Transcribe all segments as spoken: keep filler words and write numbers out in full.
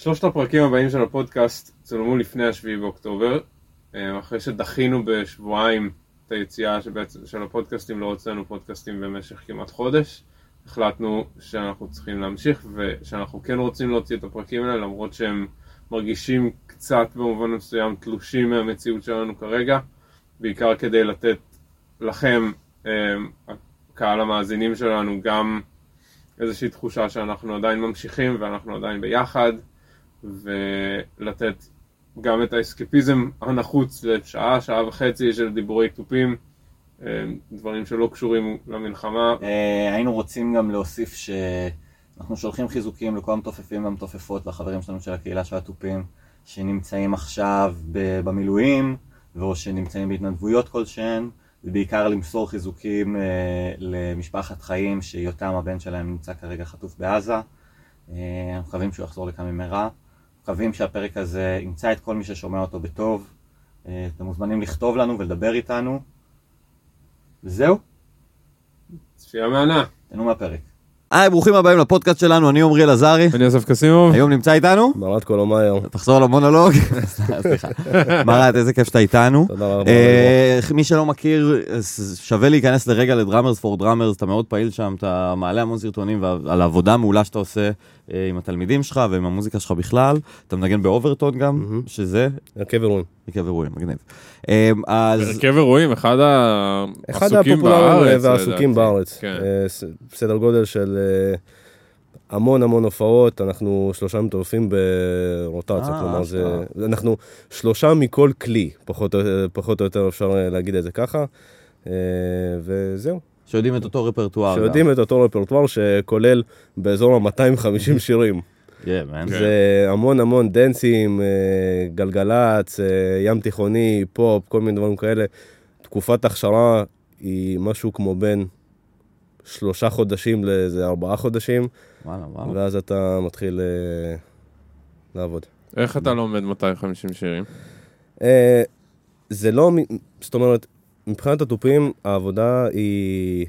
שלושת הפרקים הבאים של הפודקאסט צולמו לפני השביעי באוקטובר, אחרי שדחינו בשבועיים את היציאה של הפודקאסטים, לא הוצאנו פודקאסטים במשך כמעט חודש. החלטנו שאנחנו צריכים להמשיך ושאנחנו כן רוצים להוציא את הפרקים האלה, למרות שהם מרגישים קצת במובן מסוים תלושים מהמציאות שלנו כרגע, בעיקר כדי לתת לכם, קהל המאזינים שלנו, גם איזושהי תחושה שאנחנו עדיין ממשיכים ואנחנו עדיין ביחד, ולתת גם את האסקפיזם הנחוץ לשעה, שעה וחצי של דיבורי כתופים, דברים שלא קשורים למלחמה. היינו רוצים גם להוסיף שאנחנו שולחים חיזוקים לכל המתופפים והמתופפות והחברים שלנו של הקהילה של התופים, שנמצאים עכשיו במילואים, או שנמצאים בהתנדבויות כלשהן, ובעיקר למסור חיזוקים למשפחת חיים, שיותם הבן שלהם נמצא כרגע חטוף בעזה. אנחנו מקווים שהוא יחזור לכאן במהרה. מקווים שהפרק הזה ימצא את כל מי ששומע אותו בטוב. אתם מוזמנים לכתוב לנו ולדבר איתנו. וזהו. צפייה מענה. תנו מהפרק. היי, ברוכים הבאים לפודקאסט שלנו, אני עומרי אלעזרי. אני אסף קסימוב. היום נמצא איתנו? מרת קולומייר. תחזור למונולוג. סליחה. מרת, איזה כיף שאתה איתנו. תודה רבה. מי שלא מכיר, שווה להיכנס לרגע לדראמרס פור דראמרס, אתה מאוד פעיל שם, אתה מעלה המון סרטונים על העבודה המעולה שאתה עושה עם התלמידים שלך ועם המוזיקה שלך בכלל. אתה מנגן באוברטון גם, שזה... הרכב אירועים. הרכב אירועים, מגניב. הרכב אירועים, אחד העסוקים בארץ. והעסוקים בארץ. בסדר גודל של המון המון הופעות, אנחנו שלושה מטורפים ברוטציה, כלומר זה, אנחנו שלושה מכל כלי, פחות או יותר אפשר להגיד את זה ככה, וזהו. שיודעים את אותו רפרטואר. שיודעים את אותו רפרטואר שכולל באזור ה-מאתיים וחמישים שירים. זה המון המון דנסים, גלגלץ, ים תיכוני, פופ, כל מיני דברים כאלה. תקופת הכשרה היא משהו כמו בין שלושה חודשים לאיזה ארבעה חודשים, וואלה, וואלה. ואז אתה מתחיל לעבוד. איך אתה לומד מאתיים וחמישים שירים? זה לא, זאת אומרת, מבחינת התופים, העבודה היא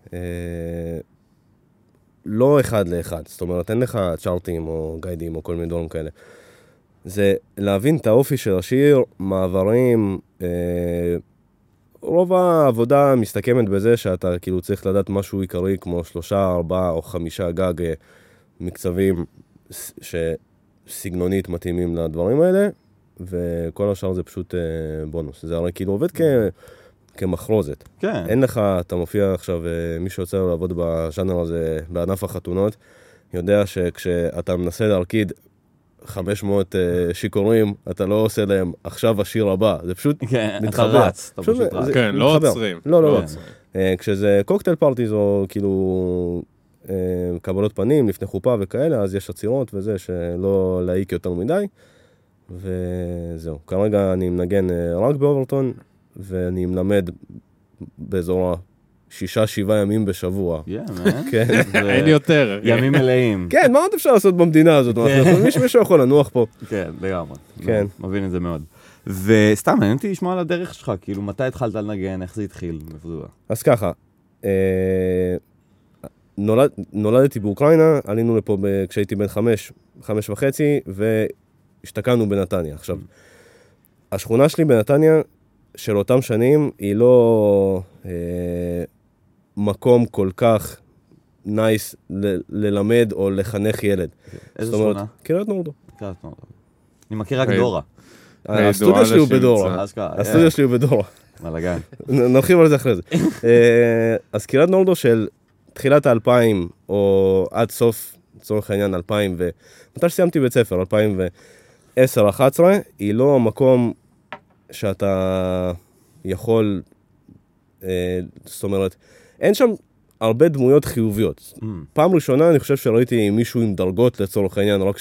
לא אחד לאחד. זאת אומרת, אין לך צ'ארטים או גיידים או כל מיני דברים כאלה. זה להבין את האופי של השיר, מעברים, רוב העבודה מסתכמת בזה שאתה כאילו צריך לדעת משהו עיקרי כמו שלושה, ארבעה או חמישה גג מקצבים שסגנונית מתאימים לדברים האלה, וכל השאר זה פשוט בונוס. זה הרי כאילו עובד כ... כמחרוזת. כן. אין לך, אתה מופיע עכשיו, מי שיוצא לעבוד בז'אנר הזה, בענף החתונות, יודע שכשאתה מנסה להרקיד חמש מאות שיקורים, אתה לא עושה להם עכשיו השיר הבא, זה פשוט מתחבר. אתה רץ, אתה פשוט רץ. כן, לא עוצרים. לא, לא עוצרים. כשזה קוקטייל פארטיז או כאילו קבלות פנים לפני חופה וכאלה, אז יש עצירות וזה שלא להעיק יותר מדי, וזהו. כרגע אני מנגן רק באוברטון, ואני מלמד באזור שישה, שבעה ימים בשבוע. כן, אין יותר. ימים מלאים. כן, מה עוד אפשר לעשות במדינה הזאת? מישהו יכול לנוח פה. כן, לגמרי. כן. מבין את זה מאוד. וסתם, אני נהניתי לשמוע על הדרך שלך, כאילו, מתי התחלת לנגן, איך זה התחיל? אז ככה, נולדתי באוקראינה, עלינו לפה כשהייתי בן חמש, חמש וחצי, והשתקענו בנתניה. עכשיו, השכונה שלי בנתניה, של אותם שנים, היא לא אה, מקום כל כך נייס ל- ללמד או לחנך ילד. איזה שכונה? קריית נורדו. קריית נורדו. אני מכיר רק דורה. הסטודיו שלי הוא בדורה. הסטודיו שלי הוא בדורה. מלגן. נרחיב על זה אחרי זה. אז קריית נורדו של תחילת האלפיים, או עד סוף, לצורך העניין, אלפיים, ומתי שסיימתי בית ספר, אלפיים ועשר אחת עשרה, היא לא המקום שאתה יכול, אה, זאת אומרת, אין שם הרבה דמויות חיוביות. Mm. פעם ראשונה אני חושב שראיתי מישהו עם דרגות לצורך העניין, רק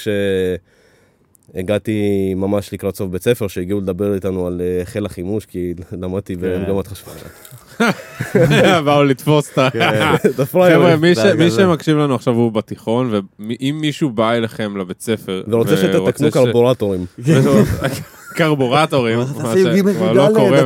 שהגעתי ממש לקראת סוף בית ספר, שהגיעו לדבר איתנו על uh, חיל החימוש, כי למדתי במגמת חשמל. באו לתפוס את ה... חבר'ה, מי שמקשיב לנו עכשיו הוא בתיכון, ואם מישהו בא אליכם לבית ספר... ורוצה שתתקנו קרבורטורים. קרבורטורים, מה שכבר לא קורה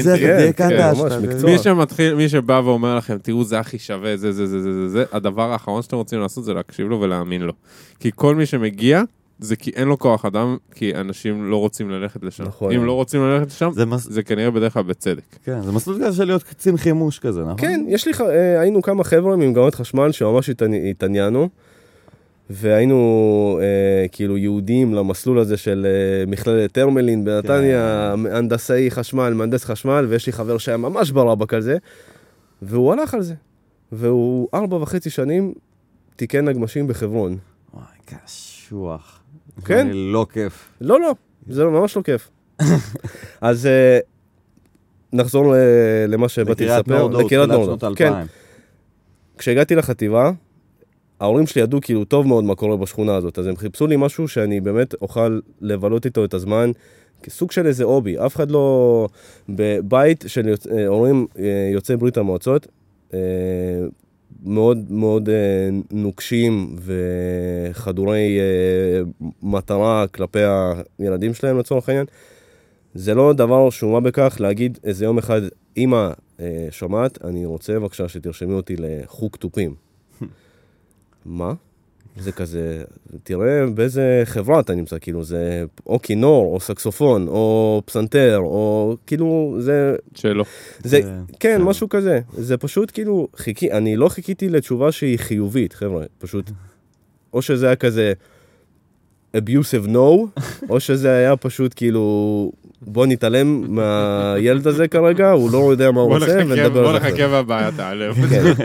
מהנייטים. מי שבא ואומר לכם, תראו, זה הכי שווה, זה, זה, זה, זה, זה, הדבר האחרון שאתם רוצים לעשות זה להקשיב לו ולהאמין לו. כי כל מי שמגיע, זה כי אין לו כוח אדם, כי אנשים לא רוצים ללכת לשם. נכון. אם לא רוצים ללכת לשם, זה מס- זה כנראה בדרך כלל בצדק. כן, זה מסלול כזה של להיות קצין חימוש כזה, נכון? כן, יש לי, ח- אה, היינו כמה חבר'ה ממגמת חשמל שממש התעני- התעניינו, והיינו אה, כאילו יהודים למסלול הזה של אה, מכללת טרמלין בנתניה, הנדסאי חשמל, מהנדס חשמל, ויש לי חבר שהיה ממש ברבק על זה, והוא הלך על זה. והוא ארבע וחצי שנים תיקן נגמשים בחברון. וואי, קשוח. כן? לא כיף. לא, לא, זה ממש לא כיף. אז אה, נחזור ל- למה שבאתי לקריית לספר. נורדאו, לקריית תחילת נורדאו. שנות כן. האלפיים. כשהגעתי לחטיבה, ההורים שלי ידעו כאילו טוב מאוד מה קורה בשכונה הזאת, אז הם חיפשו לי משהו שאני באמת אוכל לבלות איתו את הזמן, כסוג של איזה הובי. אף אחד לא... בבית של יוצ... הורים יוצאי ברית המועצות, מאוד מאוד נוקשים וחדורי מטרה כלפי הילדים שלהם לצורך העניין. זה לא דבר שהוא מה בכך להגיד איזה יום אחד, אמא שומעת, אני רוצה בבקשה שתרשמי אותי לחוג תופים. מה? זה כזה, תראה באיזה חברה אתה נמצא, כאילו זה או כינור, או סקסופון, או פסנתר, או כאילו זה... שלא. זה, כן, כן, כן. משהו כזה. זה פשוט כאילו, חיכי, אני לא חיכיתי לתשובה שהיא חיובית, חבר'ה, פשוט. או שזה היה כזה abusive no, או שזה היה פשוט כאילו, בוא נתעלם מהילד הזה כרגע, הוא לא יודע מה הוא בוא רוצה, נחכה- ונדבר בוא על זה. נחכה והבעיה תעלם.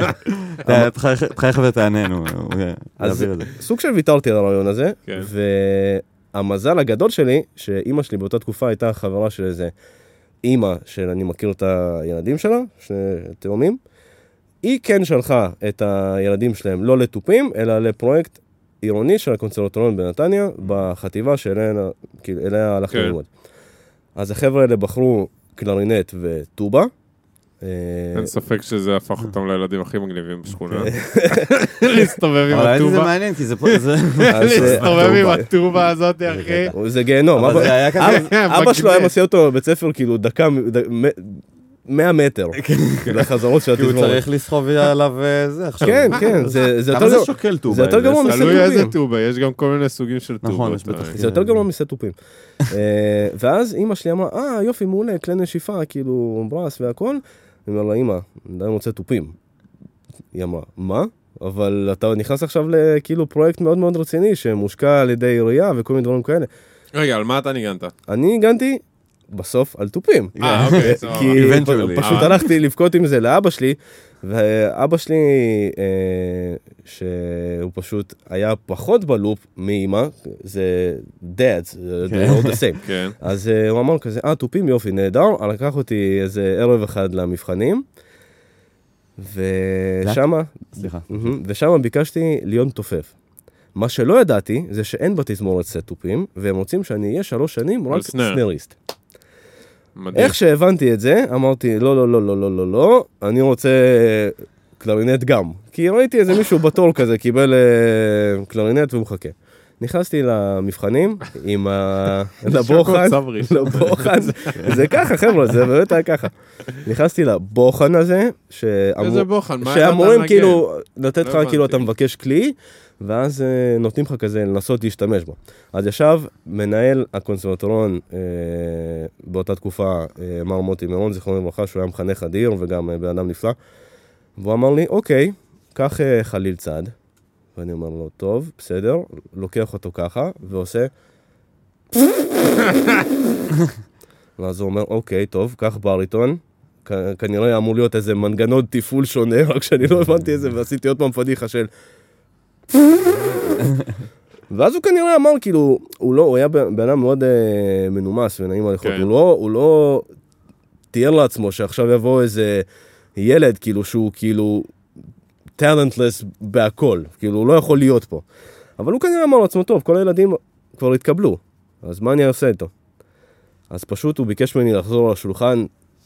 תחייך ותעננו. אז סוג של ויתרתי על הרעיון הזה, כן. והמזל הגדול שלי, שאימא שלי באותה תקופה הייתה חברה של איזה אימא של אני מכיר את הילדים שלה, שני תאומים, היא כן שלחה את הילדים שלהם לא לטופים, אלא לפרויקט עירוני של הקונסרבטוריון בנתניה, בחטיבה שאליה כאילו, אליה הלכנו כן. ללמוד. אז החבר'ה האלה בחרו קלרינט וטובה. אין ספק שזה הפך אותם לילדים הכי מגניבים בשכונה. להסתובב עם אבל הייתי זה הטובה. מעניין, כי זה פה... זה- אז, אה, להסתובב עם הטובה הזאת, אחי. זה גיהנום. אבל אבא- זה היה כזה... אבא אבא שלו היה מסיע אותו בבית ספר כאילו דקה, ד- מ- מאה מטר, לחזרות של כי הוא התזמורת. צריך לסחוב עליו זה עכשיו. כן, כן, זה זה כמה יותר זה גרוע- שוקל טובה? זה יותר גרוע זה- מסט תלוי איזה טובים. טובה, יש גם כל מיני סוגים של טובות. נכון, יש בטח. זה יותר גרוע מסט תופים. אה, ואז אימא שלי אמרה, אה, יופי, מעולה, כלי נשיפה, כאילו, ברס והכל. אני אומר לה, אימא, אני עדיין רוצה תופים. היא אמרה, מה? אבל אתה נכנס עכשיו לכאילו פרויקט מאוד מאוד רציני, שמושקע על ידי עירייה וכל מיני דברים כאלה. רגע, על מה אתה ניגנת? אני הגנתי בסוף על תופים. אה, אוקיי, סבבה. כי Eventually. פ- פשוט אה. הלכתי לבכות עם זה לאבא שלי, ואבא שלי, אה, שהוא פשוט היה פחות בלופ מאמא, זה dads, they're all the same. כן. אז אה, הוא אמר כזה, אה, תופים יופי, נהדר, לקח אותי איזה ערב אחד למבחנים, ושמה, סליחה. מהמם, ושמה ביקשתי להיות תופף. מה שלא ידעתי, זה שאין בתזמורת סט תופים, והם רוצים שאני אהיה שלוש שנים על רק סנר. סנריסט. מדהים. איך שהבנתי את זה, אמרתי, לא, לא, לא, לא, לא, לא, לא, אני רוצה קלרינט גם. כי ראיתי איזה מישהו בתור כזה, קיבל אה, קלרינט והוא מחכה. נכנסתי למבחנים עם ה... לבוחן, צברי. לבוחן, זה ככה חבר'ה, זה באמת היה ככה. נכנסתי לבוחן הזה, שאמור- איזה בוחן? מה שאמורים ידעת כאילו לתת לך לא כאילו הבנתי. אתה מבקש כלי, ואז אה, נותנים לך כזה לנסות להשתמש בו. אז ישב מנהל הקונסרבטוריון אה, באותה תקופה, אה, מר מוטי מירון, זיכרונו לברכה, שהוא היה מחנך אדיר וגם אה, בן אדם נפלא, והוא אמר לי, אוקיי, קח אה, חליל צד, ואני אומר לו, טוב, בסדר, לוקח אותו ככה, ועושה... ואז הוא אומר, אוקיי, טוב, קח בריטון, כ- כנראה אמור להיות איזה מנגנון תפעול שונה, רק שאני לא הבנתי את זה, ועשיתי עוד פעם פדיחה של... ואז הוא כנראה אמר, כאילו, הוא לא, הוא היה בן אדם מאוד אה, מנומס ונעים הליכות, כן. הוא לא, הוא לא תיאר לעצמו שעכשיו יבוא איזה ילד, כאילו, שהוא כאילו טלנטלס בהכל, כאילו, הוא לא יכול להיות פה. אבל הוא כנראה אמר לעצמו, טוב, כל הילדים כבר התקבלו, אז מה אני עושה איתו? אז פשוט הוא ביקש ממני לחזור לשולחן,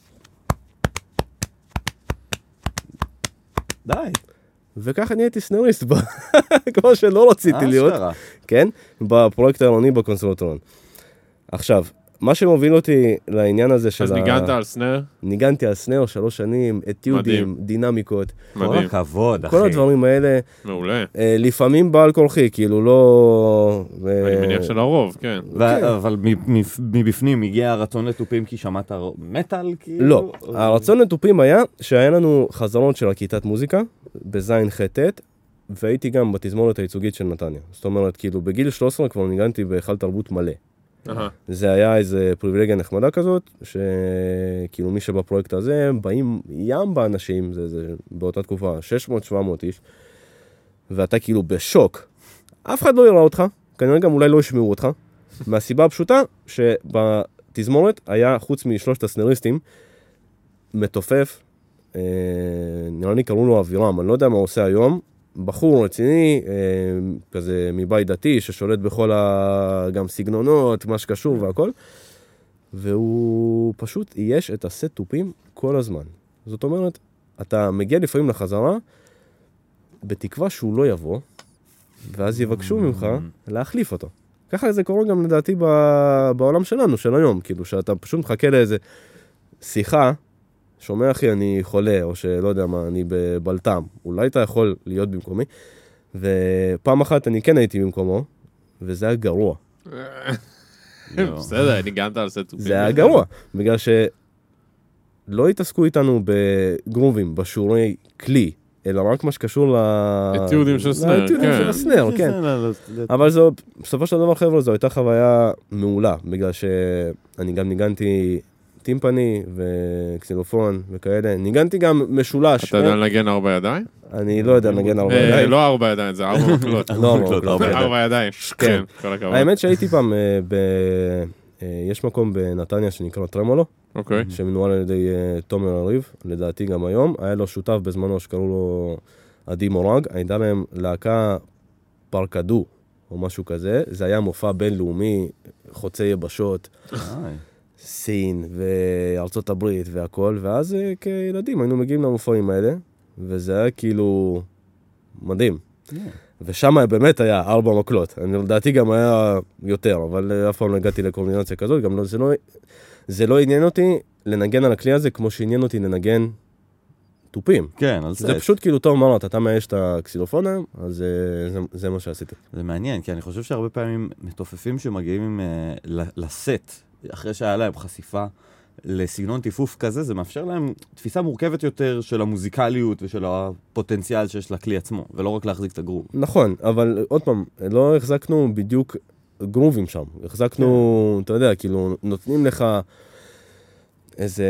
די. וככה אני הייתי סנריסט, ב- כמו שלא רציתי להיות. אשכרה. כן? בפרויקט העירוני בקונסרבטוריון. עכשיו, מה שמוביל אותי לעניין הזה של... אז ניגנת על סנר? ניגנתי על סנר שלוש שנים, אתיודים, דינמיקות. כל הכבוד, אחי. כל הדברים האלה. מעולה. לפעמים בעל כורחי, כאילו לא... אני מניח של הרוב, כן. אבל מבפנים הגיע הרצון לתופים כי שמעת מטל, כאילו? לא, הרצון לתופים היה שהיה לנו חזרות של הכיתת מוזיקה, בזין חטט, והייתי גם בתזמורת הייצוגית של נתניה. זאת אומרת, כאילו, בגיל שלוש עשרה כבר ניגנתי בהיכל תרבות מלא. זה היה איזה פריבילגיה נחמדה כזאת, שכאילו מי שבפרויקט הזה, באים ים באנשים, זה, זה באותה תקופה, שש מאות שבע מאות איש, ואתה כאילו בשוק. אף אחד לא יראה אותך, כנראה גם אולי לא ישמעו אותך, מהסיבה הפשוטה שבתזמורת היה, חוץ משלושת הסנריסטים, מתופף, אה, נראה לי קראו לו אבירם, אני לא יודע מה הוא עושה היום, בחור רציני, כזה מבית דתי, ששולט בכל ה... גם סגנונות, מה שקשור והכל, והוא פשוט יש את הסט טופים כל הזמן. זאת אומרת, אתה מגיע לפעמים לחזרה, בתקווה שהוא לא יבוא, ואז יבקשו ממך להחליף אותו. ככה זה קורה גם לדעתי בעולם שלנו, של היום, כאילו שאתה פשוט מחכה לאיזה שיחה, שומע אחי, אני חולה, או שלא יודע מה, אני בבלטם. אולי אתה יכול להיות במקומי. ופעם אחת אני כן הייתי במקומו, וזה היה גרוע. בסדר, ניגנת על זה. זה היה גרוע, בגלל שלא התעסקו איתנו בגרובים, בשיעורי כלי, אלא רק מה שקשור ל... אתיודים של סנר, כן. אתיודים של הסנר, כן. אבל זו, בסופו של דבר, חבר'ה, זו הייתה חוויה מעולה, בגלל שאני גם ניגנתי... טימפני וקסילופון וכאלה. ניגנתי גם משולש. אתה יודע לנגן ארבע ידיים? אני לא יודע לנגן ארבע ידיים. לא ארבע ידיים, זה ארבע מקלות. לא מקלות, ארבע ידיים. כן, כל הכבוד. האמת שהייתי פעם, יש מקום בנתניה שנקרא טרמולו, שמנוהל על ידי תומר הריב, לדעתי גם היום. היה לו שותף בזמנו שקראו לו עדי מורג. הייתה להם להקה פרקדו, או משהו כזה. זה היה מופע בינלאומי, חוצי יבשות. סין וארצות הברית והכל, ואז כילדים היינו מגיעים למופעים האלה, וזה היה כאילו מדהים. Yeah. ושם באמת היה ארבע מקלות. אני לדעתי גם היה יותר, אבל אף פעם לא הגעתי לקורדינציה כזאת, גם לא, זה לא, זה לא עניין אותי לנגן על הכלי הזה כמו שעניין אותי לנגן טופים. כן, על סט. זה פשוט כאילו טוב אמרת, אתה מאייש את הקסילופון היום, אז זה, זה, זה מה שעשיתי. זה מעניין, כי אני חושב שהרבה פעמים מתופפים שמגיעים עם, uh, לסט, אחרי שהיה להם חשיפה לסגנון טיפוף כזה, זה מאפשר להם תפיסה מורכבת יותר של המוזיקליות ושל הפוטנציאל שיש לכלי עצמו, ולא רק להחזיק את הגרוב. נכון, אבל עוד פעם, לא החזקנו בדיוק גרובים שם. החזקנו, אתה יודע, כאילו, נותנים לך איזה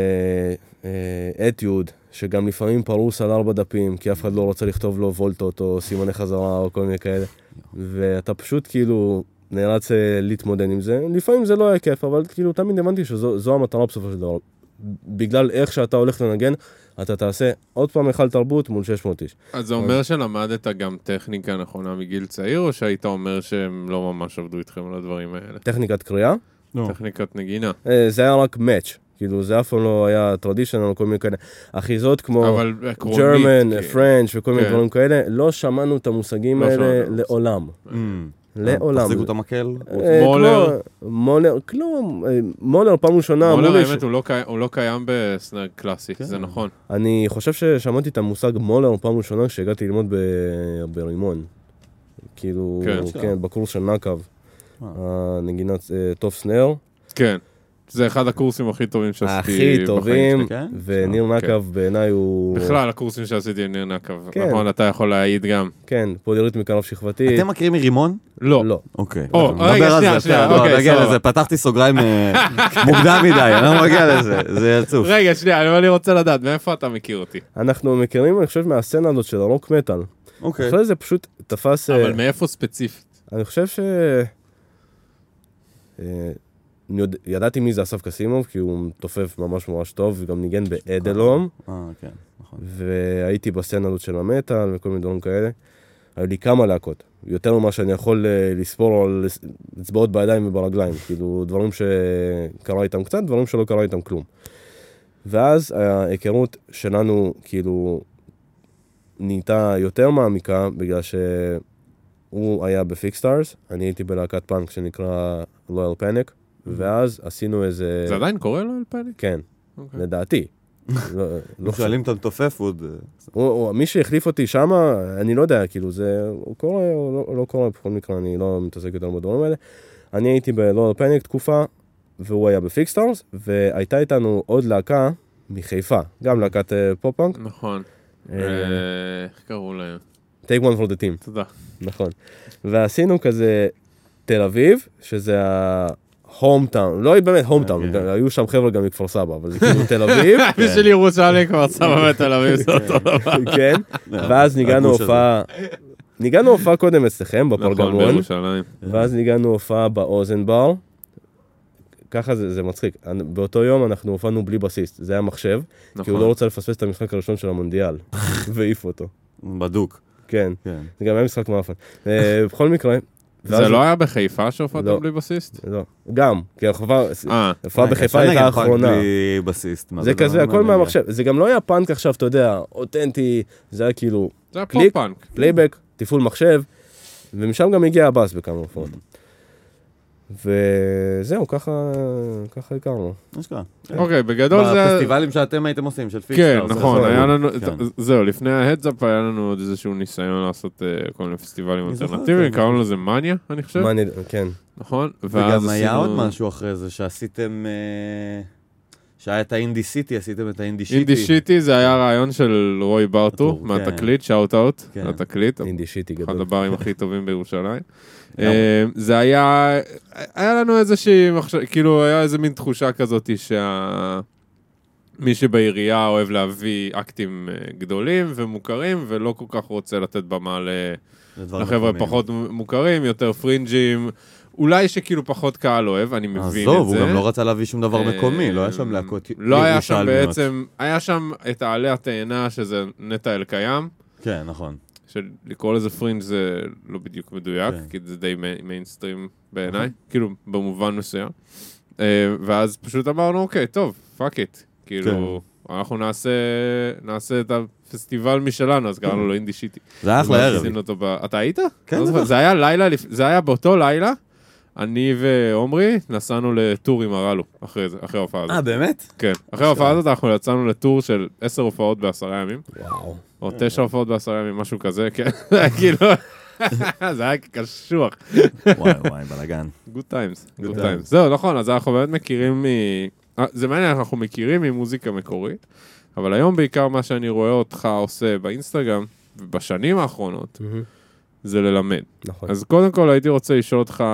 אתיוד, שגם לפעמים פרוס על ארבע דפים, כי אף אחד לא רוצה לכתוב לו וולטות או סימני חזרה או כל מיני כאלה. ואתה פשוט כאילו... נאלץ להתמודד עם זה. לפעמים זה לא היה כיף, אבל כאילו תמיד הבנתי שזו המטרה בסופו של דבר. בגלל איך שאתה הולך לנגן, אתה תעשה עוד פעם היכל תרבות מול שש מאות איש. אז זה אומר שלמדת גם טכניקה נכונה מגיל צעיר, או שהיית אומר שהם לא ממש עבדו איתכם על הדברים האלה? טכניקת קריאה? טכניקת נגינה. זה היה רק מאץ'. כאילו זה אף פעם לא היה טרדישנל או כל מיני כאלה. אחיזות כמו ג'רמן, פרנץ' וכל מיני דברים כאלה, לא שמענו את המושגים האלה לעולם. לעולם. תחזיקו את המקל? מולר? מולר, כלום. מולר פעם ראשונה... מולר האמת הוא לא קיים בסנר קלאסי, זה נכון. אני חושב ששמעתי את המושג מולר פעם ראשונה כשהגעתי ללמוד ברימון. כאילו, כן, בקורס של נקב. נגינת טוב סנר. כן. זה אחד הקורסים הכי טובים שעשיתי בחיים. הכי טובים, וניר נקב בעיניי הוא... בכלל, הקורסים שעשיתי ניר נקב. נכון, אתה יכול להעיד גם. כן, פולירית מקרב שכבתי. אתם מכירים מרימון? לא. לא. אוקיי. רגע, שנייה, שנייה. נגיע לזה, פתחתי סוגריים מוקדם מדי, אני לא מגיע לזה, זה יצוף. רגע, שנייה, אני רוצה לדעת, מאיפה אתה מכיר אותי? אנחנו מכירים, אני חושב, מהסצנה הזאת של הרוק מטל. אוקיי. אחרי זה פשוט תפס... אבל מאיפה ספציפית? אני חושב ש... ידעתי מי זה אסף קסימוב, כי הוא תופף ממש ממש טוב, וגם ניגן באדלום. אה, כן, נכון. והייתי בסצנה הזאת של המטל, וכל מיני דברים כאלה. היו לי כמה להקות. יותר ממה שאני יכול לספור על אצבעות בידיים וברגליים. כאילו, דברים שקרה איתם קצת, דברים שלא קרה איתם כלום. ואז ההיכרות שלנו, כאילו, נהייתה יותר מעמיקה, בגלל שהוא היה בפיקסטארס, אני הייתי בלהקת פאנק שנקרא לויאל פאניק, ואז עשינו איזה... זה עדיין קורה לו אלפניק? כן, לדעתי. לא שואלים את המתופף עוד... מי שהחליף אותי שמה, אני לא יודע, כאילו זה... הוא קורה או לא קורה, בכל מקרה אני לא מתעסק יותר בדברים האלה. אני הייתי בלואל פניק תקופה, והוא היה בפיקסטארס, והייתה איתנו עוד להקה מחיפה, גם להקת פופ-פאנק. נכון. איך קראו להם? Take one for the team. תודה. נכון. ועשינו כזה תל אביב, שזה ההום טאון, לא באמת הום טאון, היו שם חבר'ה גם מכפר סבא, אבל זה כאילו תל אביב. בשביל ירושלים כפר סבא ותל אביב זה אותו דבר. כן, ואז ניגענו הופעה, ניגענו הופעה קודם אצלכם בפרגמון, ואז ניגענו הופעה באוזן בר, ככה זה, זה מצחיק. באותו יום אנחנו הופענו בלי בסיסט, זה היה מחשב, כי הוא לא רוצה לפספס את המשחק הראשון של המונדיאל, והעיף אותו. בדוק. כן, זה גם היה משחק מאפן. בכל מקרה... זה לא היה בחיפה שהופעתם בלי בסיסט? לא, גם, כי ההופעה בחיפה הייתה האחרונה. זה כזה, הכל מהמחשב. זה גם לא היה פאנק עכשיו, אתה יודע, אותנטי, זה היה כאילו... זה היה פופ-פאנק. פלייבק, טיפול מחשב, ומשם גם הגיע הבאס בכמה הופעות. וזהו, ככה, ככה הכרנו. אוקיי, בגדול זה... בפסטיבלים שאתם הייתם עושים, של פיקסטארס. כן, נכון, היה לנו... זהו, לפני ההדזאפ היה לנו עוד איזשהו ניסיון לעשות כל מיני פסטיבלים אלטרנטיביים, קראנו לזה מניה, אני חושב. מניה, כן. נכון, וגם היה עוד משהו אחרי זה, שעשיתם... שהיה את האינדי סיטי, עשיתם את האינדי שיטי. אינדי שיטי זה היה רעיון של רוי ברטו, מהתקליט, שאוט-אוט, לתקליט. אינדי שיטי גדול. אחד הברים הכי טובים בירושלים. זה היה, היה לנו איזושהי, כאילו היה איזה מין תחושה כזאת שמי שבעירייה אוהב להביא אקטים גדולים ומוכרים, ולא כל כך רוצה לתת במה לחבר'ה פחות מוכרים, יותר פרינג'ים, אולי שכאילו פחות קהל אוהב, אני מבין את זה. עזוב, הוא גם לא רצה להביא שום דבר מקומי, לא היה שם להקות ירושלמיות. לא היה שם בעצם, היה שם את העלי התאנה, שזה נטע אל קיים. כן, נכון. שלקרוא לזה פרינג' זה לא בדיוק מדויק, כי זה די מיינסטרים בעיניי, כאילו במובן מסוים. ואז פשוט אמרנו, אוקיי, טוב, פאק איט. כאילו, אנחנו נעשה את הפסטיבל משלנו, אז קראנו לו אינדי שיטי. זה היה אחלה ערב. אתה היית? כן. זה היה לילה, זה היה באותו לילה, אני ועומרי נסענו לטור עם הרלו, אחרי ההופעה הזאת. אה, באמת? כן. אחרי ההופעה הזאת אנחנו יצאנו לטור של עשר הופעות בעשרה ימים. וואו. או תשע הופעות בעשרה ימים, משהו כזה, כן. זה היה כאילו, זה היה קשוח. וואי וואי, בלגן. Good times, good times. זהו, נכון, אז אנחנו באמת מכירים מ... זה מעניין, אנחנו מכירים ממוזיקה מקורית, אבל היום בעיקר מה שאני רואה אותך עושה באינסטגרם, ובשנים האחרונות, זה ללמד. נכון. אז קודם כל הייתי רוצה לשאול אותך,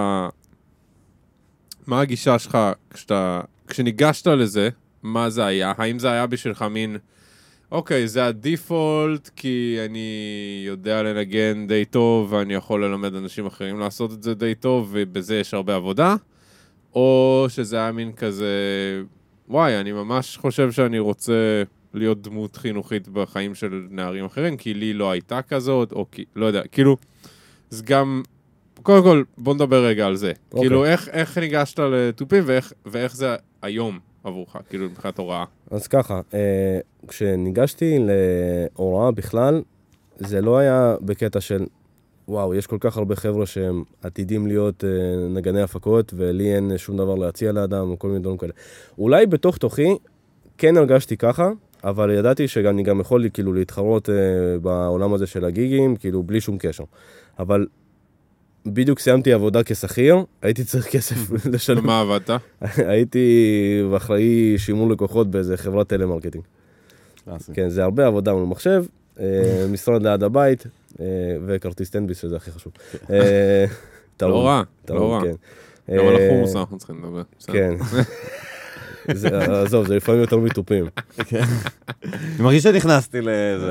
מה הגישה שלך כשאתה, כשניגשת לזה, מה זה היה? האם זה היה בשבילך מין, אוקיי, זה הדיפולט, כי אני יודע לנגן די טוב, ואני יכול ללמד אנשים אחרים לעשות את זה די טוב, ובזה יש הרבה עבודה, או שזה היה מין כזה, וואי, אני ממש חושב שאני רוצה להיות דמות חינוכית בחיים של נערים אחרים, כי לי לא הייתה כזאת, או כי, לא יודע, כאילו, זה גם... קודם כל, בוא נדבר רגע על זה. Okay. כאילו, איך, איך ניגשת לטופים ואיך, ואיך זה היום עבורך, כאילו, מבחינת הוראה? אז ככה, אה, כשניגשתי להוראה בכלל, זה לא היה בקטע של, וואו, יש כל כך הרבה חבר'ה שהם עתידים להיות אה, נגני הפקות, ולי אין שום דבר להציע לאדם, או כל מיני דברים כאלה. אולי בתוך תוכי, כן הרגשתי ככה, אבל ידעתי שאני גם יכול כאילו להתחרות אה, בעולם הזה של הגיגים, כאילו, בלי שום קשר. אבל... בדיוק סיימתי עבודה כשכיר, הייתי צריך כסף לשלם. ומה עבדת? הייתי אחראי שימור לקוחות באיזה חברת טלמרקטינג. כן, זה הרבה עבודה מול מחשב, משרד ליד הבית, וכרטיס טנביס, שזה הכי חשוב. לא רע, לא רע. גם על החומוס אנחנו צריכים לדבר. כן. עזוב, זה לפעמים יותר מטופים. אני מרגיש שנכנסתי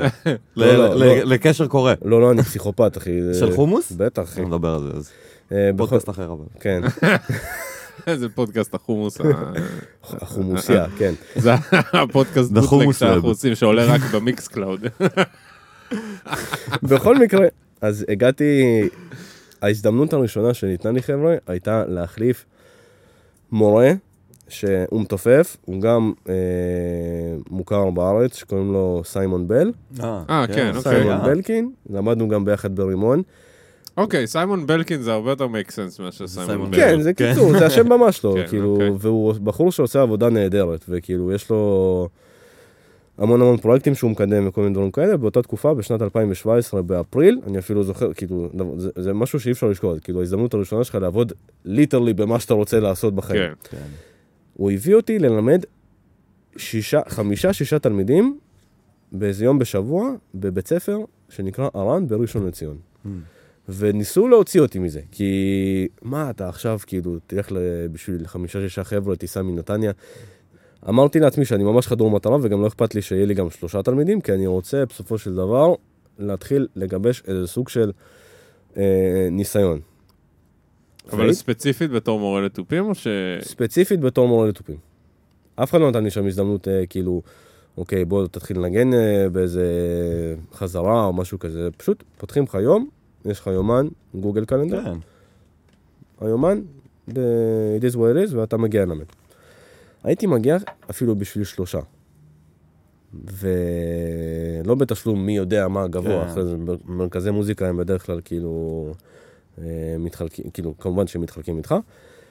לקשר קורא. לא, לא, אני פסיכופת, אחי. של חומוס? בטח, אחי. אני מדבר על זה, אז פודקאסט אחר, אבל. כן. זה פודקאסט החומוס. החומוסיה, כן. זה הפודקאסט בוטלג שאנחנו עושים, שעולה רק במיקס קלאוד. בכל מקרה, אז הגעתי, ההזדמנות הראשונה שניתנה לי, חבר'ה, הייתה להחליף מורה, שהוא מתופף, הוא גם אה, מוכר בארץ, שקוראים לו סיימון בל. אה, כן, אוקיי. סיימון בלקין, למדנו גם ביחד ברימון. אוקיי, סיימון בלקין זה הרבה יותר make sense מאשר סיימון בלקין. כן, זה קיצור, זה השם ממש לא, כן, כאילו, אוקיי. והוא בחור שעושה עבודה נהדרת, וכאילו, יש לו המון המון פרויקטים שהוא מקדם וכל מיני דברים כאלה, באותה תקופה, בשנת אלפיים שבע עשרה, באפריל, אני אפילו זוכר, כאילו, זה, זה משהו שאי אפשר לשכוח, כאילו, ההזדמנות הראשונה שלך לעבוד ליטרלי במה שאתה רוצה לעשות בחיים. כן. הוא הביא אותי ללמד שישה, חמישה, שישה תלמידים, באיזה יום בשבוע, בבית ספר, שנקרא ארן בראשון לציון. וניסו להוציא אותי מזה, כי מה אתה עכשיו, כאילו, תלך בשביל חמישה, שישה חבר'ה, תיסע מנתניה. אמרתי לעצמי שאני ממש חדור מטרה, וגם לא אכפת לי שיהיה לי גם שלושה תלמידים, כי אני רוצה בסופו של דבר להתחיל לגבש איזה סוג של אה, ניסיון. אבל ספציפית בתור מורה לתופים, או ש... ספציפית בתור מורה לתופים. אף אחד לא נתן לי שם הזדמנות, אה, כאילו, אוקיי, בוא תתחיל לנגן אה, באיזה חזרה או משהו כזה. פשוט פותחים לך יום, יש לך יומן, גוגל קלנדר. כן. היומן, it is what it is, ואתה מגיע ללמד. הייתי מגיע אפילו בשביל שלושה. ולא בתשלום מי יודע מה גבוה, כן. אחרי זה מרכזי מוזיקה הם בדרך כלל כאילו מתחלקים, כאילו כמובן שהם מתחלקים איתך.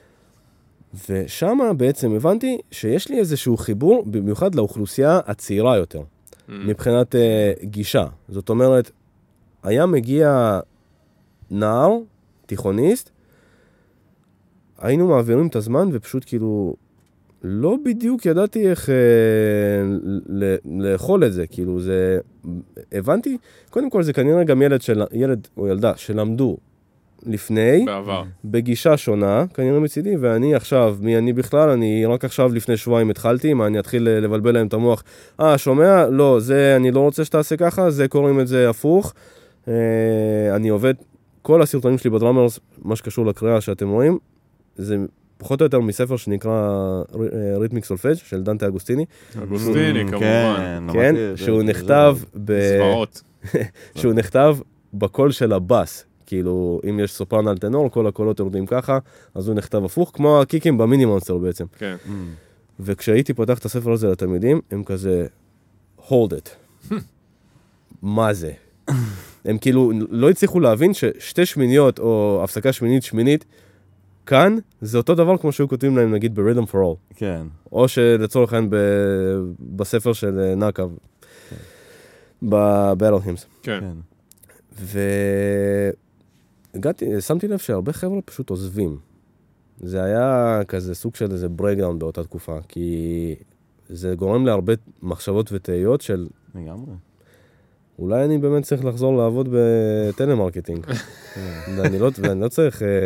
ושם בעצם הבנתי שיש לי איזשהו חיבור, במיוחד לאוכלוסייה הצעירה יותר, מבחינת uh, גישה. זאת אומרת, היה מגיע נער, תיכוניסט, היינו מעבירים את הזמן ופשוט כאילו לא בדיוק ידעתי איך אה, ל- לאכול את זה, כאילו זה, הבנתי, קודם כל זה כנראה גם ילד, של, ילד או ילדה שלמדו לפני, בעבר. בגישה שונה, כנראה מצידי, ואני עכשיו, מי אני בכלל, אני רק עכשיו לפני שבועיים התחלתי, מה אני אתחיל לבלבל להם את המוח, אה, שומע? לא, זה, אני לא רוצה שתעשה ככה, זה קוראים את זה הפוך, אה, אני עובד, כל הסרטונים שלי בדרמרס, מה שקשור לקריאה שאתם רואים, זה פחות או יותר מספר שנקרא ריתמיק סולפג' של דנטה אגוסטיני. אגוסטיני, כמובן. כן, שהוא נכתב זוועות. שהוא נכתב בקול של הבאס. כאילו, אם יש סופרן על טנור, כל הקולות יורדים ככה, אז הוא נכתב הפוך, כמו הקיקים במיני מונסטר בעצם. כן. וכשהייתי פותח את הספר הזה לתלמידים, הם כזה, hold it. מה זה? הם כאילו לא הצליחו להבין ששתי שמיניות או הפסקה שמינית שמינית, כאן זה אותו דבר כמו שהיו כותבים להם נגיד ב-Rhythm for All. כן. או שלצורך העניין בספר של נקב, ב-Battle Hymns. כן. והגעתי, שמתי לב שהרבה חבר'ה פשוט עוזבים. זה היה כזה סוג של איזה breakdown באותה תקופה, כי זה גורם להרבה מחשבות ותהיות של... לגמרי. אולי אני באמת צריך לחזור לעבוד בטלמרקטינג. ואני לא, ואני לא צריך אה,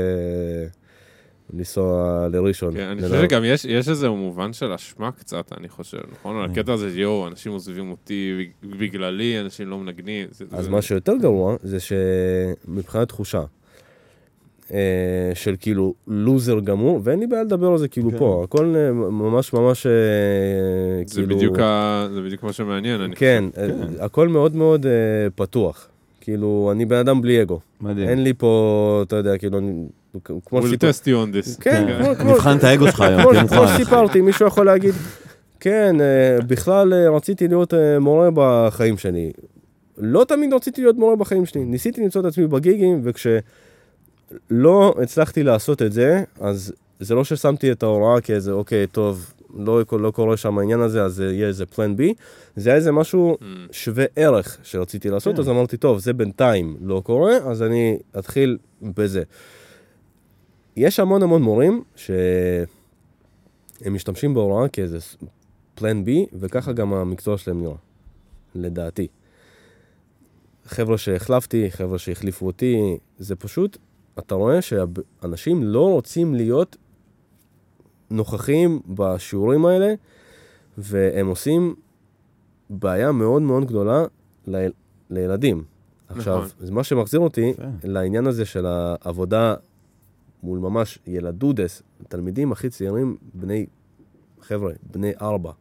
לנסוע לראשון. כן, אני חושב שגם יש, יש איזה מובן של אשמה קצת, אני חושב, נכון? הקטע הזה, יו, אנשים עוזבים אותי בגללי, אנשים לא מנגנים. זה, אז זה... מה שיותר גרוע, זה שמבחינת תחושה, אה, של כאילו לוזר גמור, ואין לי בעיה לדבר על זה כאילו כן. פה, הכל אה, ממש ממש אה, זה כאילו... בדיוק ה... זה בדיוק מה שמעניין, אני כן, חושב. אה, הכל מאוד מאוד אה, פתוח. כאילו, אני בן אדם בלי אגו. מדהים. אין לי פה, אתה יודע, כאילו, אני... כמו We'll שסיפר... test you on this. כן, כמו- כמו- נבחן את האגו שלך היום, כמו- תהיה כמו מוכן. שסיפרתי, מישהו יכול להגיד, כן, אה, בכלל אה, רציתי להיות אה, מורה בחיים שלי. לא תמיד רציתי להיות מורה בחיים שלי. ניסיתי למצוא את עצמי בגיגים, וכשלא הצלחתי לעשות את זה, אז זה לא ששמתי את ההוראה כאיזה, אוקיי, טוב, לא, לא קורה שם העניין הזה, אז יהיה איזה פלן בי. זה היה איזה משהו שווה ערך שרציתי לעשות, אז אמרתי, טוב, זה בינתיים לא קורה, אז אני אתחיל בזה. יש המון המון מורים שהם משתמשים בהוראה כאיזה פלן בי, וככה גם המקצוע שלהם נראה, לדעתי. חבר'ה שהחלפתי, חבר'ה שהחליפו אותי, זה פשוט, אתה רואה שאנשים לא רוצים להיות נוכחים בשיעורים האלה, והם עושים בעיה מאוד מאוד גדולה ל... לילדים. עכשיו, זה מה שמחזיר אותי לעניין הזה של העבודה מול ממש ילדודס, תלמידים הכי צעירים, בני, חבר'ה, בני ארבע.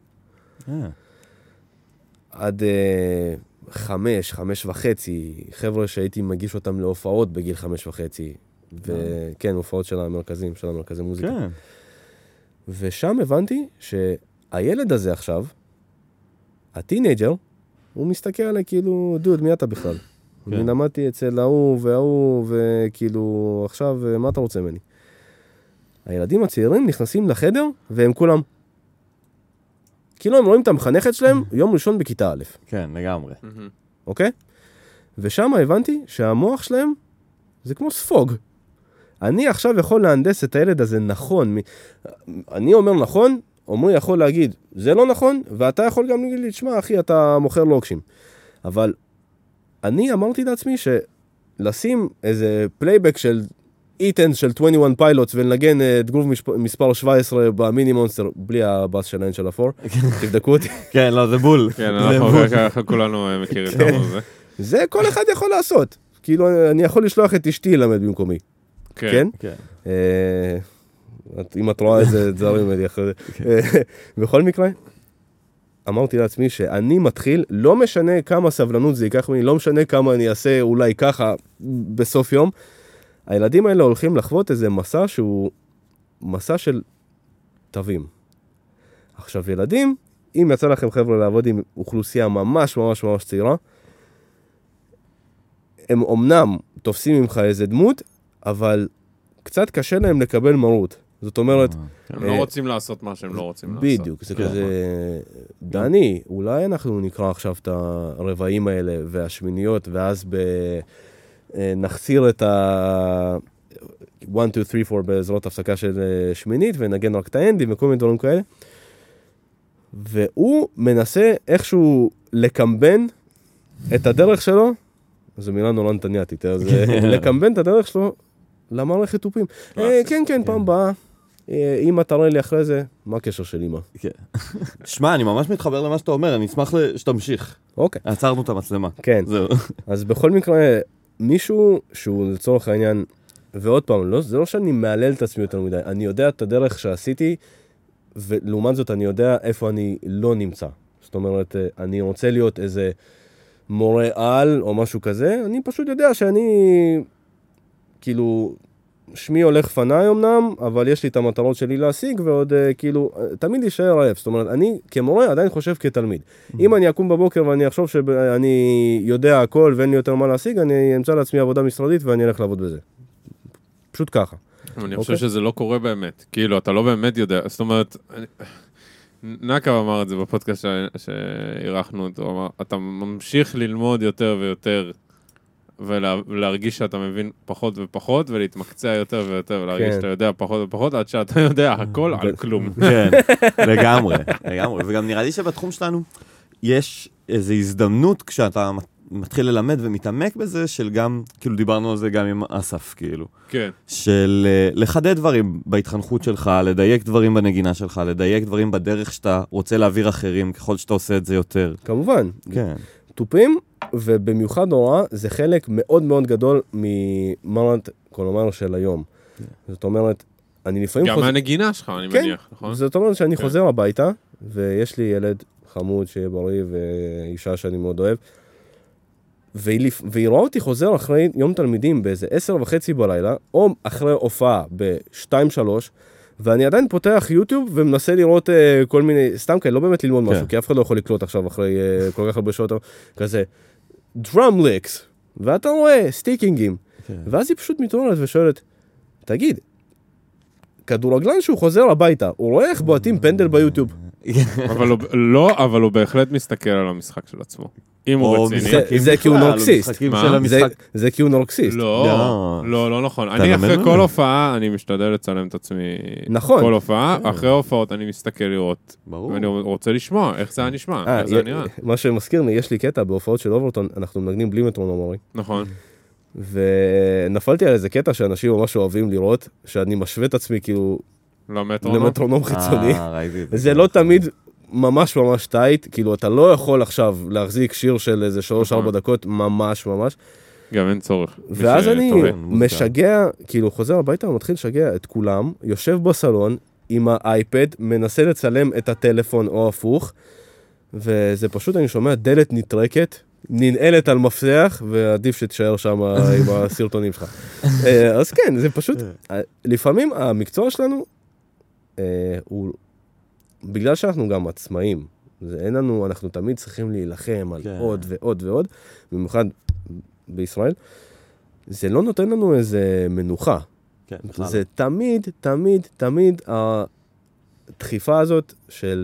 עד uh, חמש, חמש וחצי, חבר'ה שהייתי מגיש אותם להופעות בגיל חמש וחצי, וכן, הופעות של המרכזים, של המרכזי מוזיקה. כן. ושם הבנתי שהילד הזה עכשיו, הטינג'ר, הוא מסתכל עליי כאילו, דוד, מי אתה בכלל? אני למדתי אצל ההוא וההוא, וכאילו, עכשיו, מה אתה רוצה ממני? הילדים הצעירים נכנסים לחדר, והם כולם, כאילו הם רואים את המחנכת שלהם, יום ראשון בכיתה א'. כן, לגמרי. אוקיי? ושם הבנתי שהמוח שלהם זה כמו ספוג. אני עכשיו יכול להנדס את הילד הזה נכון. אני אומר נכון, עומרי יכול להגיד, זה לא נכון, ואתה יכול גם להגיד לי, תשמע, אחי, אתה מוכר לוקשים. אבל אני אמרתי לעצמי שלשים איזה פלייבק של איטנס של עשרים ואחת פיילוטס ולנגן את גרוב מספר שבע עשרה במיני מונסטר, בלי הבאס שלהן של הפור, תבדקו אותי. כן, לא, זה בול. כן, אנחנו כולנו מכירים את זה. זה כל אחד יכול לעשות. כאילו, אני יכול לשלוח את אשתי ללמד במקומי. כן? כן. אם את רואה איזה דברים, בכל מקרה, אמרתי לעצמי שאני מתחיל, לא משנה כמה סבלנות זה ייקח ממני, לא משנה כמה אני אעשה אולי ככה בסוף יום, הילדים האלה הולכים לחוות איזה מסע שהוא מסע של תווים. עכשיו ילדים, אם יצא לכם חבר'ה לעבוד עם אוכלוסייה ממש ממש ממש צעירה, הם אומנם תופסים ממך איזה דמות, אבל קצת קשה להם לקבל מרות. זאת אומרת... הם לא רוצים לעשות מה שהם לא רוצים לעשות. בדיוק, זה כזה... דני, אולי אנחנו נקרא עכשיו את הרבעים האלה והשמיניות, ואז נחסיר את ה... אחת, שתיים, שלוש, ארבע בעזרות הפסקה של שמינית, ונגן רק את האנדים וכל מיני דברים כאלה. והוא מנסה איכשהו לקמבן את הדרך שלו, זו מילה נורא נתניאתית, אז לקמבן את הדרך שלו למערכת תופים. כן, כן, פעם באה, אמא תראה לי אחרי זה, מה הקשר של אמא? שמע, אני ממש מתחבר למה שאתה אומר, אני אשמח שתמשיך. אוקיי. עצרנו את המצלמה. כן. אז בכל מקרה, מישהו שהוא לצורך העניין, ועוד פעם, זה לא שאני מעלל את עצמי יותר מדי, אני יודע את הדרך שעשיתי, ולעומת זאת אני יודע איפה אני לא נמצא. זאת אומרת, אני רוצה להיות איזה מורה על או משהו כזה, אני פשוט יודע שאני, כאילו, שמי הולך פניי אמנם, אבל יש לי את המטרות שלי להשיג, ועוד כאילו, תמיד יישאר רעב. זאת אומרת, אני כמורה עדיין חושב כתלמיד. אם אני אקום בבוקר ואני אחשוב שאני יודע הכל ואין לי יותר מה להשיג, אני אמצא לעצמי עבודה משרדית ואני אלך לעבוד בזה. פשוט ככה. אני חושב שזה לא קורה באמת. כאילו, אתה לא באמת יודע. זאת אומרת, נקב אמר את זה בפודקאסט שעירכנו אותו, אתה ממשיך ללמוד יותר ויותר, ולהרגיש שאתה מבין פחות ופחות, ולהתמקצע יותר ויותר, ולהרגיש שאתה יודע פחות ופחות, עד שאתה יודע הכל על כלום. כן, לגמרי, לגמרי. וגם נראה לי שבתחום שלנו יש איזו הזדמנות כשאתה מתחיל ללמד ומתעמק בזה, של גם, כאילו דיברנו על זה גם עם אסף, כאילו. כן. של לחדד דברים בהתחנכות שלך, לדייק דברים בנגינה שלך, לדייק דברים בדרך שאתה רוצה להעביר אחרים, ככל שאתה עושה את זה יותר. כמובן. כן. טופים, ובמיוחד הוראה, זה חלק מאוד מאוד גדול ממרנט קולומר של היום. זאת אומרת, אני לפעמים גם מהנגינה שלך, אני מניח, נכון? זאת אומרת שאני חוזר הביתה, ויש לי ילד חמוד שיהיה בריא, ואישה שאני מאוד אוהב, והיא רואה אותי חוזר אחרי יום תלמידים באיזה עשר וחצי בלילה, או אחרי הופעה בשתיים שלוש, ואני עדיין פותח יוטיוב ומנסה לראות uh, כל מיני, סתם כאלה, לא באמת ללמוד משהו, כי אף אחד לא יכול לקלוט עכשיו אחרי uh, כל כך הרבה שעות, כזה, drum licks, ואתה רואה סטיקינגים, ואז היא פשוט מתעוררת ושואלת, תגיד, כדורגלן שהוא חוזר הביתה, הוא רואה איך בועטים פנדל ביוטיוב? אבל לא, אבל הוא בהחלט מסתכל על המשחק של עצמו. אם הוא רציני. זה כי הוא נורקסיסט. זה כי הוא נורקסיסט. לא, לא, לא נכון. אני אחרי כל הופעה, אני משתדל לצלם את עצמי. נכון. כל הופעה, אחרי הופעות אני מסתכל לראות. ואני רוצה לשמוע איך זה נשמע, איך זה נראה. מה שמזכיר לי, יש לי קטע בהופעות של אוברטון, אנחנו מנגנים בלי מטרונום. נכון. ונפלתי על איזה קטע שאנשים ממש אוהבים לראות, שאני משווה את עצמי כאילו למטרונום חיצוני. זה לא תמיד ממש ממש טייט, כאילו אתה לא יכול עכשיו להחזיק שיר של איזה שלוש ארבע דקות ממש ממש. גם אין צורך. ואז אני משגע, כאילו חוזר הביתה ומתחיל לשגע את כולם, יושב בסלון עם האייפד, מנסה לצלם את הטלפון או הפוך, וזה פשוט, אני שומע דלת נטרקת, ננעלת על מפתח, ועדיף שתשאר שם עם הסרטונים שלך. אז כן, זה פשוט, לפעמים המקצוע שלנו, הוא, בגלל שאנחנו גם עצמאים, זה אין לנו, אנחנו תמיד צריכים להילחם על עוד ועוד ועוד, במיוחד בישראל, זה לא נותן לנו איזה מנוחה. כן, זה תמיד, תמיד, תמיד הדחיפה הזאת של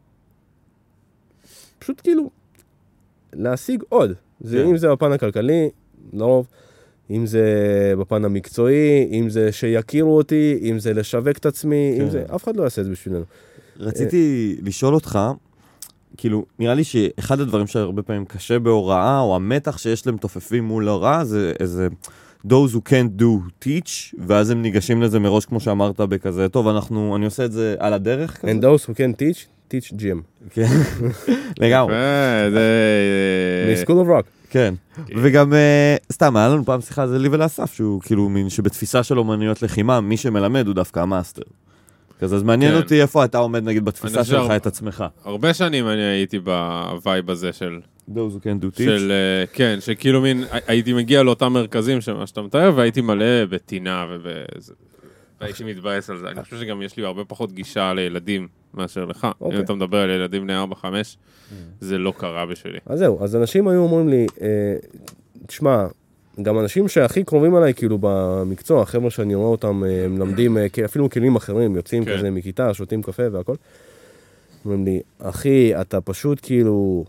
פשוט כאילו להשיג עוד. זה, כן. אם זה בפן הכלכלי, לרוב, אם זה בפן המקצועי, אם זה שיכירו אותי, אם זה לשווק את עצמי, כן. אם זה, אף אחד לא יעשה את זה בשבילנו. רציתי לשאול אותך, כאילו, נראה לי שאחד הדברים שהרבה פעמים קשה בהוראה, או המתח שיש להם תופפים מול הוראה, זה איזה those who can't do teach, ואז הם ניגשים לזה מראש, כמו שאמרת, בכזה, טוב, אנחנו, אני עושה את זה על הדרך כזה. And those who can teach, teach gym. כן, לגמרי. מ-School of Rock. כן, וגם, אה, סתם, היה לנו פעם שיחה על זה לי ולאסף, שהוא כאילו מין שבתפיסה של אומנויות לחימה, מי שמלמד הוא דווקא המאסטר. כזה, אז מעניין כן. אותי איפה אתה עומד, נגיד, בתפיסה אני שלך חושב- את עצמך. הרבה שנים אני הייתי בווייב הזה של, those who can do teach. של, אה, כן, שכאילו מין, הייתי מגיע לאותם מרכזים שמה שאתה מתאר, והייתי מלא בטינה ובזה, והייתי מתבאס על זה. אני חושב שגם יש לי הרבה פחות גישה לילדים מאשר לך. אוקיי. אם אתה מדבר על ילדים בני ארבע חמש, זה לא קרה בשבילי. אז זהו, אז אנשים היו אומרים לי, אה, תשמע, גם אנשים שהכי קרובים עליי, כאילו במקצוע, חבר'ה שאני רואה אותם, אה, הם למדים אה, אפילו כלים אחרים, יוצאים כן. כזה מכיתה, שותים קפה והכל. אומרים לי, אחי, אתה פשוט כאילו,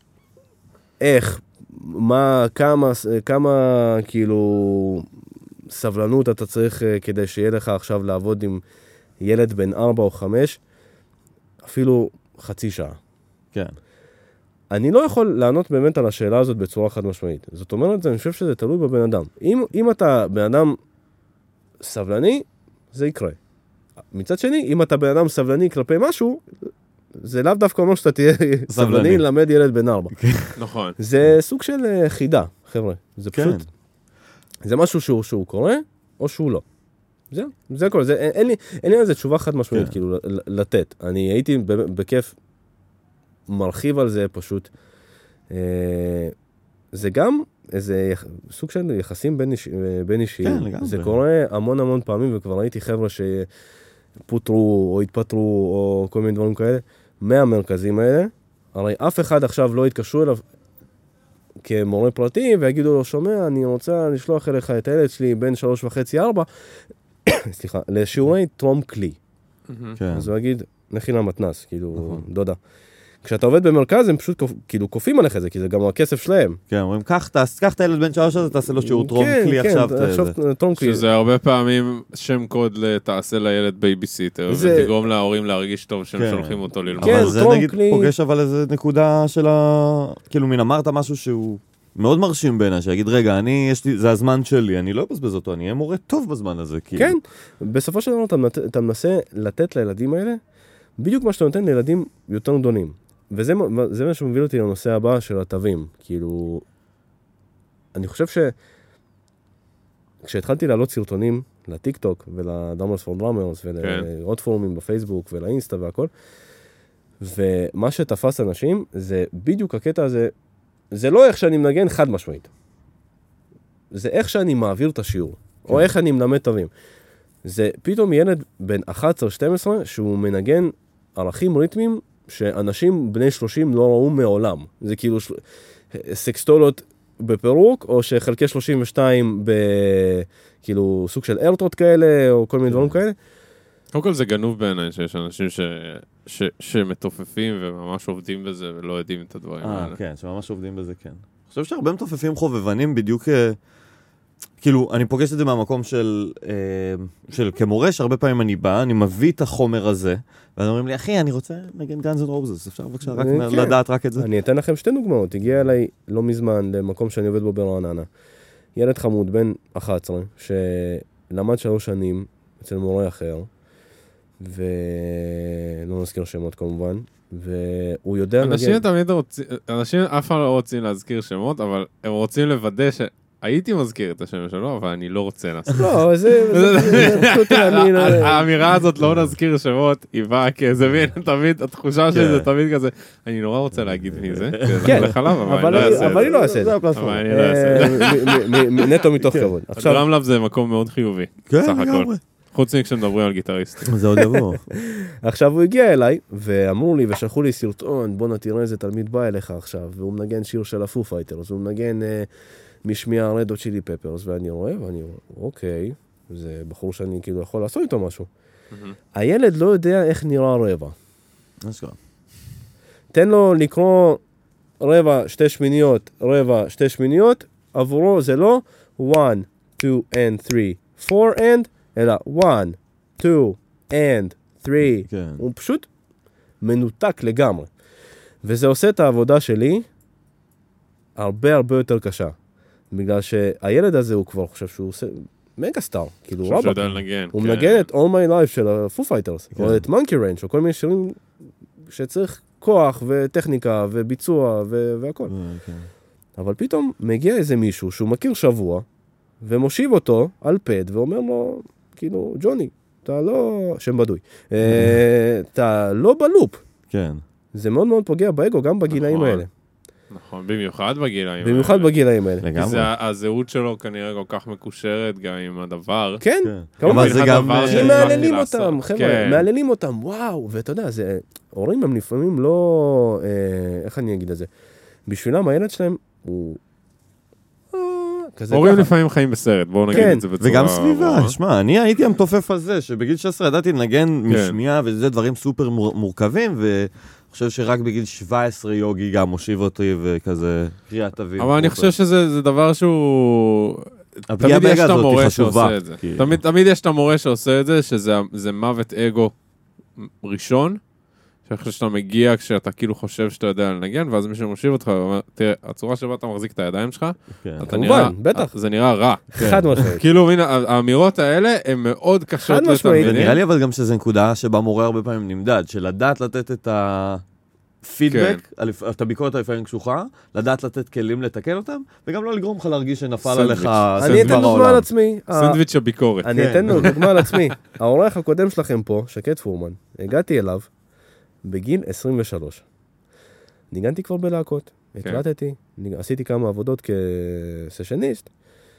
איך, מה, כמה, כמה, כאילו, סבלנות אתה צריך אה, כדי שיהיה לך עכשיו לעבוד עם ילד בן ארבע או חמש, אפילו חצי שעה. כן. אני לא יכול לענות באמת על השאלה הזאת בצורה חד משמעית. זאת אומרת, אני חושב שזה תלוי בבן אדם. אם, אם אתה בן אדם סבלני, זה יקרה. מצד שני, אם אתה בן אדם סבלני כלפי משהו, זה לאו דווקא אומר שאתה תהיה סבלני ללמד ילד בן ארבע. נכון. זה סוג של אה, חידה, חבר'ה. זה כן. פשוט, זה משהו שהוא, שהוא קורה, או שהוא לא. זה, זה הכל. זה, אין, אין לי, אין לי איזה תשובה חד משמעית, כן. כאילו, ל- לתת. אני הייתי ב- בכיף מרחיב על זה פשוט. אה, זה גם איזה יח- סוג של יחסים בין, איש, אה, בין אישיים. כן, לגמרי. זה קורה המון המון פעמים, וכבר ראיתי חבר'ה שפוטרו או התפטרו או כל מיני דברים כאלה, מהמרכזים האלה. הרי אף אחד עכשיו לא יתקשרו אליו כמורה פרטי, ויגידו לו, שומע, אני רוצה לשלוח אליך את הילד שלי בין שלוש וחצי ארבע, סליחה, לשיעורי טרום כלי. כן. אז הוא יגיד, נכי למתנס, כאילו, דודה. כשאתה עובד במרכז, הם פשוט קופ- כאילו קופים עליך את זה, כי זה גם הכסף שלהם. כן, אומרים, קח, תעש- קח את הילד בן שלוש הזה, תעשה לו שיעור טרום כן, כלי כן, עכשיו. ת- עכשיו זה. טרום כלי. שזה הרבה פעמים שם קוד לתעשה לילד בייביסיטר, זה- ותגרום להורים להרגיש טוב שהם כן. שולחים אותו ללמוד. כן, אבל זה טרום נגיד כלי. פוגש אבל איזה נקודה של ה... כאילו, מין אמרת משהו שהוא מאוד מרשים בעיניי, שיגיד, רגע, אני, יש לי, זה הזמן שלי, אני לא אבזבז אותו, אני אהיה מורה טוב בזמן הזה, כאילו. כן, בסופו של דבר אתה מת- אתה מנסה לתת לילדים האלה, בדיוק מה שאתה נותן לילדים יותר גדולים. וזה מה- זה מה שמוביל אותי לנושא הבא של התווים. כאילו, אני חושב ש... כשהתחלתי לעלות סרטונים לטיק טוק ולדרמרס פור דרמרס ולעוד פורומים בפייסבוק ולאינסטה והכל, ומה שתפס אנשים זה בדיוק הקטע הזה, זה לא איך שאני מנגן חד משמעית. זה איך שאני מעביר את השיעור, או איך אני מלמד תווים. זה פתאום ילד בן אחת עשרה שתים עשרה שהוא מנגן ערכים ריתמיים שאנשים בני שלושים לא ראו מעולם. זה כאילו של... סקסטולות בפירוק, או שחלקי שלושים ושתיים בכאילו סוג של ארטרוט כאלה, או כל מיני דברים כאלה. קודם כל זה גנוב בעיניי שיש אנשים ש... ש... שמתופפים וממש עובדים בזה ולא יודעים את הדברים אה, האלה. כן, שממש עובדים בזה, כן. אני חושב שהרבה מתופפים חובבנים בדיוק, אה, כאילו, אני פוגש את זה מהמקום של, אה, של כמורה, שהרבה פעמים אני בא, אני מביא את החומר הזה, ואז אומרים לי, אחי, אני רוצה נגן גאנז אנד רוזס, אפשר בבקשה רק כן. לדעת רק את זה? אני אתן לכם שתי דוגמאות. הגיע אליי לא מזמן למקום שאני עובד בו ברעננה. ילד חמוד בן אחת עשרה, שלמד שלוש שנים אצל מורה אחר, ולא נזכיר שמות כמובן, והוא יודע אנשים לנגן. תמיד רוצים, אנשים אף פעם לא רוצים להזכיר שמות, אבל הם רוצים לוודא שהייתי מזכיר את השם שלו, אבל אני לא רוצה לעשות. לא, זה פשוט אני... האמירה הזאת לא נזכיר שמות, היא באה כאיזה מין, תמיד, התחושה שלי זה תמיד כזה, אני נורא רוצה להגיד מי זה, כן, לך עליו, אבל אבל אני לא אעשה אני את לא זה. אעשה את זה. אבל אני לא אעשה את זה. נטו מתוך כבוד. עכשיו, הדרמלאב זה מקום מאוד חיובי, כן, סך הכל. לגמרי. חוץ מכשמדברים על גיטריסטים. זה עוד יבוא. עכשיו הוא הגיע אליי, ואמרו לי, ושלחו לי סרטון, בוא נתראה איזה תלמיד בא אליך עכשיו, והוא מנגן שיר של הפו פייטרס, הוא מנגן משמיע רדו צ'ילי פפרס, ואני רואה, ואני רואה, אוקיי, זה בחור שאני כאילו יכול לעשות איתו משהו. הילד לא יודע איך נראה רבע. תן לו לקרוא רבע, שתי שמיניות, רבע, שתי שמיניות, עבורו זה לא one, two and three, four and, אלא one, two and three. כן. הוא פשוט מנותק לגמרי. וזה עושה את העבודה שלי הרבה הרבה יותר קשה. בגלל שהילד הזה הוא כבר חושב שהוא עושה מגה סטאר. כאילו חושב רבא. שהוא יודע לנגן. הוא כן. מנגן את All My Life של ה-Foo Fighters, כן. או את Monkey Range, או כל מיני שירים שצריך כוח וטכניקה וביצוע ו- והכל. כן. אבל פתאום מגיע איזה מישהו שהוא מכיר שבוע, ומושיב אותו על פד ואומר לו, כאילו, ג'וני, אתה לא... שם בדוי. אה, אתה לא בלופ. כן. זה מאוד מאוד פוגע באגו, גם בגילאים נכון. האלה. נכון, במיוחד בגילאים. במיוחד האלה. בגילאים האלה. כי לגמרי. זה- הזהות שלו כנראה כל כך מקושרת גם עם הדבר. כן, כן. כמובן. אבל זה גם... הדבר אה, כי שהצלחתי מהללים לעשות. אותם, חבר'ה, כן. מהללים אותם, וואו, ואתה יודע, זה, הורים הם לפעמים לא, אה, איך אני אגיד את זה, בשבילם הילד שלהם הוא, אה, כזה הורים ככה. לפעמים חיים בסרט, בואו נגיד כן. את זה בצורה... וגם סביבה, ברורה. שמע, אני הייתי המתופף על זה, שבגיל שש עשרה ידעתי לנגן משמיעה, וזה דברים סופר מור- מורכבים, ואני חושב שרק בגיל שבע עשרה יוגי גם מושיב אותי, וכזה קריאת אביב. אבל אני חושב שזה זה דבר שהוא... הפגיעה תמיד יש באגו את הזאת היא המורה חשובה, שעושה את זה. כאילו. תמיד, תמיד יש את המורה שעושה את זה, שזה זה מוות אגו ראשון, שאני חושב שאתה מגיע כשאתה כאילו חושב שאתה יודע לנגן, ואז מישהו מושיב אותך ואומר, תראה, הצורה שבה אתה מחזיק את הידיים שלך, כן. אתה כמובן, נראה, בטח. זה נראה רע. חד משמעית. כאילו, הנה, האמירות האלה הן מאוד קשות חד משמעית. לתלמידים. ונראה לי אבל גם שזו נקודה שבה מורה הרבה פעמים נמדד, שלדעת לתת את הפידבק, על- את הביקורת לפעמים קשוחה, לדעת לתת כלים לתקן אותם, וגם לא לגרום לך להרגיש שנפל סנדוויץ'. עליך אני דבר אתן דוגמה על העולם. עצמי. סנדוויץ' הביקורת. אני כן. אתן לו דוגמה על עצמי. האורח הקודם שלכם פה, שקט פורמן, הגעתי אליו בגיל עשרים ושלוש. ניגנתי כבר בלהקות, הקלטתי, ניג- עשיתי כמה עבודות כסשניסט,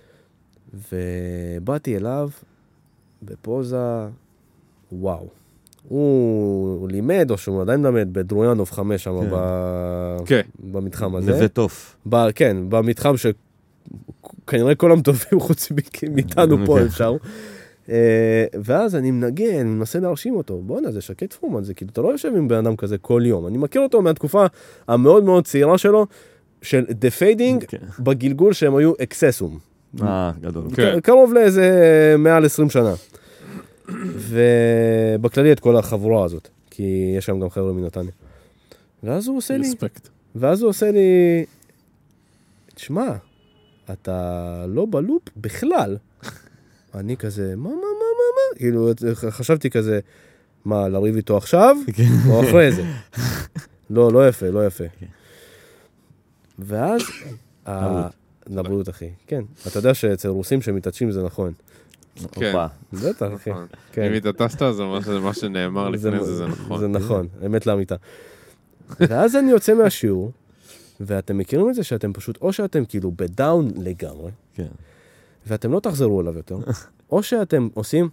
ובאתי אליו בפוזה, וואו. הוא, הוא לימד, או שהוא עדיין למד, בדרויאנוב חמש שם, כן. ב... כן. במתחם הזה. נווה תוף. ב, כן, במתחם שכנראה כל המטובים חוץ מאיתנו פה אפשר. אה, ואז אני מנגן, אני מנסה להרשים אותו. בוא'נה, זה שקט פורמן, זה כאילו, אתה לא יושב עם בן אדם כזה כל יום. אני מכיר אותו מהתקופה המאוד מאוד צעירה שלו, של דה פיידינג, כן. בגלגול שהם היו אקססום. אה, גדול. כן. קרוב לאיזה מעל עשרים שנה. ובכללי את כל החבורה הזאת, כי יש שם גם חבר'ה מנתניה. ואז הוא עושה לי... רספקט. ואז הוא עושה לי, תשמע, אתה לא בלופ בכלל. אני כזה, מה, מה, מה, מה, מה? כאילו, חשבתי כזה, מה, לריב איתו עכשיו? או אחרי זה? לא, לא יפה, לא יפה. ואז... ה- לבריאות, אחי. כן. אתה יודע שאצל רוסים שמתעטשים זה נכון. כן. הופה. בטח, אחי. נכון. כן. אם התעטשת, זה מה ש- מה שנאמר לפני זה, זה נכון. זה נכון, אמת לאמיתה. ואז אני יוצא מהשיעור, ואתם מכירים את זה שאתם פשוט, או שאתם כאילו בדאון לגמרי, כן. ואתם לא תחזרו אליו יותר, או שאתם עושים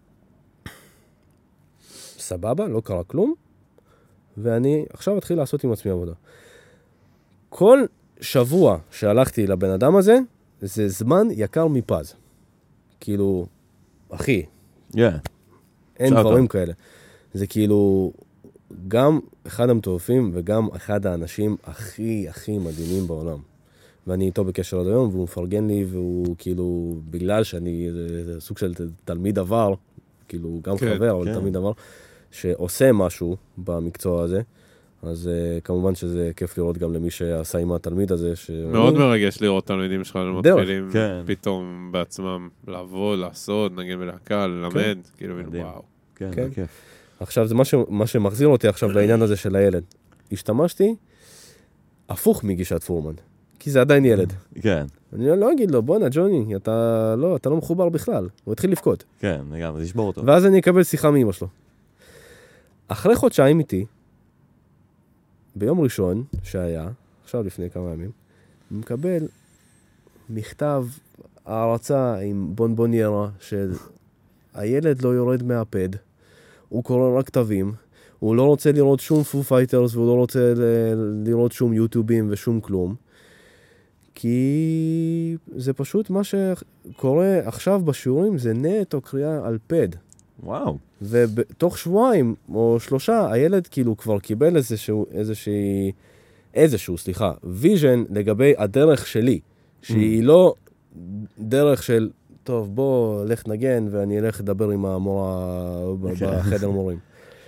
סבבה, לא קרה כלום, ואני עכשיו אתחיל לעשות עם עצמי עבודה. כל שבוע שהלכתי לבן אדם הזה, זה זמן יקר מפז. כאילו, אחי, Yeah. אין שאתה. דברים כאלה. זה כאילו גם אחד המטורפים וגם אחד האנשים הכי הכי מדהימים בעולם. ואני איתו בקשר עד היום, והוא מפרגן לי, והוא כאילו, בגלל שאני זה, זה סוג של תלמיד עבר, כאילו גם כן, חבר, אבל כן. תלמיד עבר, שעושה משהו במקצוע הזה, אז uh, כמובן שזה כיף לראות גם למי שעשה עם התלמיד הזה. ש... מאוד מרגש לראות תלמידים שלך דרך, שמתחילים כן. פתאום בעצמם לעבוד, לעשות, נגן בלהקה, ללמד, כאילו, מדהים. וואו. כן, כן. זה כיף. עכשיו, זה מה, ש... מה שמחזיר אותי עכשיו לעניין הזה של הילד. השתמשתי הפוך מגישת פורמן, כי זה עדיין ילד. כן, אני לא אגיד לו, בואנה ג'וני, אתה לא, אתה לא מחובר בכלל. הוא התחיל לבכות. כן, לגמרי, זה ישבור אותו. ואז אני אקבל שיחה מאמא שלו. אחרי חודשיים איתי, ביום ראשון שהיה, עכשיו לפני כמה ימים, אני מקבל מכתב הערצה עם בונבוניירה של הילד לא יורד מהפד, הוא קורא רק כתבים, הוא לא רוצה לראות שום פו פייטרס והוא לא רוצה ל- לראות שום יוטיובים ושום כלום, כי זה פשוט מה שקורה עכשיו בשיעורים, זה נטו קריאה על פד. וואו. ובתוך שבועיים או שלושה, הילד כאילו כבר קיבל איזשהו, איזושהי, איזשהו, סליחה, ויז'ן לגבי הדרך שלי, שהיא mm. לא דרך של, טוב, בוא, לך נגן, ואני אלך לדבר עם המורה בחדר מורים.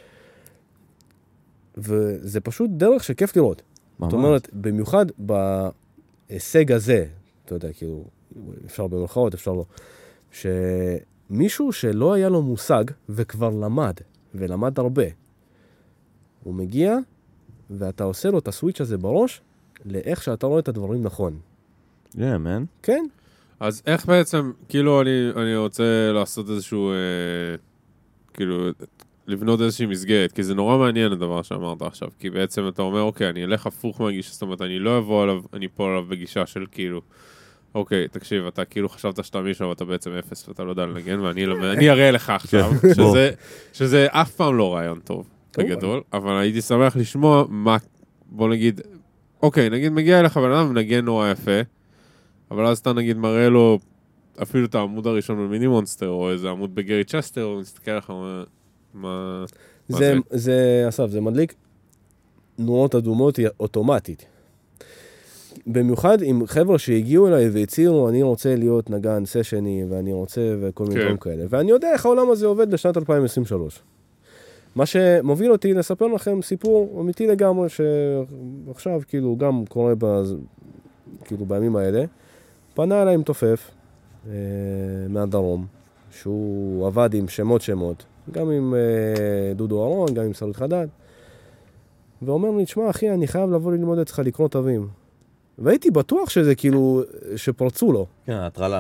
וזה פשוט דרך שכיף לראות. ממש. זאת אומרת, במיוחד בהישג הזה, אתה יודע, כאילו, אפשר במרכאות, אפשר לא, שמישהו שלא היה לו מושג וכבר למד, ולמד הרבה, הוא מגיע, ואתה עושה לו את הסוויץ' הזה בראש, לאיך שאתה רואה את הדברים נכון. Yeah, man. כן. אז איך בעצם, כאילו אני, אני רוצה לעשות איזשהו, אה, כאילו, לבנות איזושהי מסגרת, כי זה נורא מעניין הדבר שאמרת עכשיו, כי בעצם אתה אומר, אוקיי, אני אלך הפוך מהגישה, זאת אומרת, אני לא אבוא עליו, אני פול עליו בגישה של כאילו, אוקיי, תקשיב, אתה כאילו חשבת שאתה מישהו, ואתה בעצם אפס, ואתה לא יודע לנגן, ואני אני אראה לך עכשיו, שזה, שזה אף פעם לא רעיון טוב, בגדול, אבל הייתי שמח לשמוע מה, בוא נגיד, אוקיי, נגיד מגיע אליך בן אדם ונגן נורא יפה, אבל אז אתה נגיד מראה לו אפילו את העמוד הראשון במיני מונסטר, או איזה עמוד בגרי צ'סטר, הוא מסתכל לך, מה, מה זה, זה? זה, אסף, זה מדליק תנועות אדומות אוטומטית. במיוחד עם חבר'ה שהגיעו אליי והציעו, אני רוצה להיות נגן סשני, ואני רוצה וכל מיני דברים כאלה. ואני יודע איך העולם הזה עובד לשנת אלפיים עשרים ושלוש. מה שמוביל אותי לספר לכם סיפור אמיתי לגמרי, שעכשיו כאילו גם קורה בז... כאילו בימים האלה, פנה אליי עם תופף אה, מהדרום, שהוא עבד עם שמות שמות, גם עם אה, דודו ארון, גם עם סלוט חדד, ואומר לי, תשמע אחי, אני חייב לבוא ללמוד אצלך לקרוא תווים. והייתי בטוח שזה כאילו, שפרצו לו. כן, הטרלה.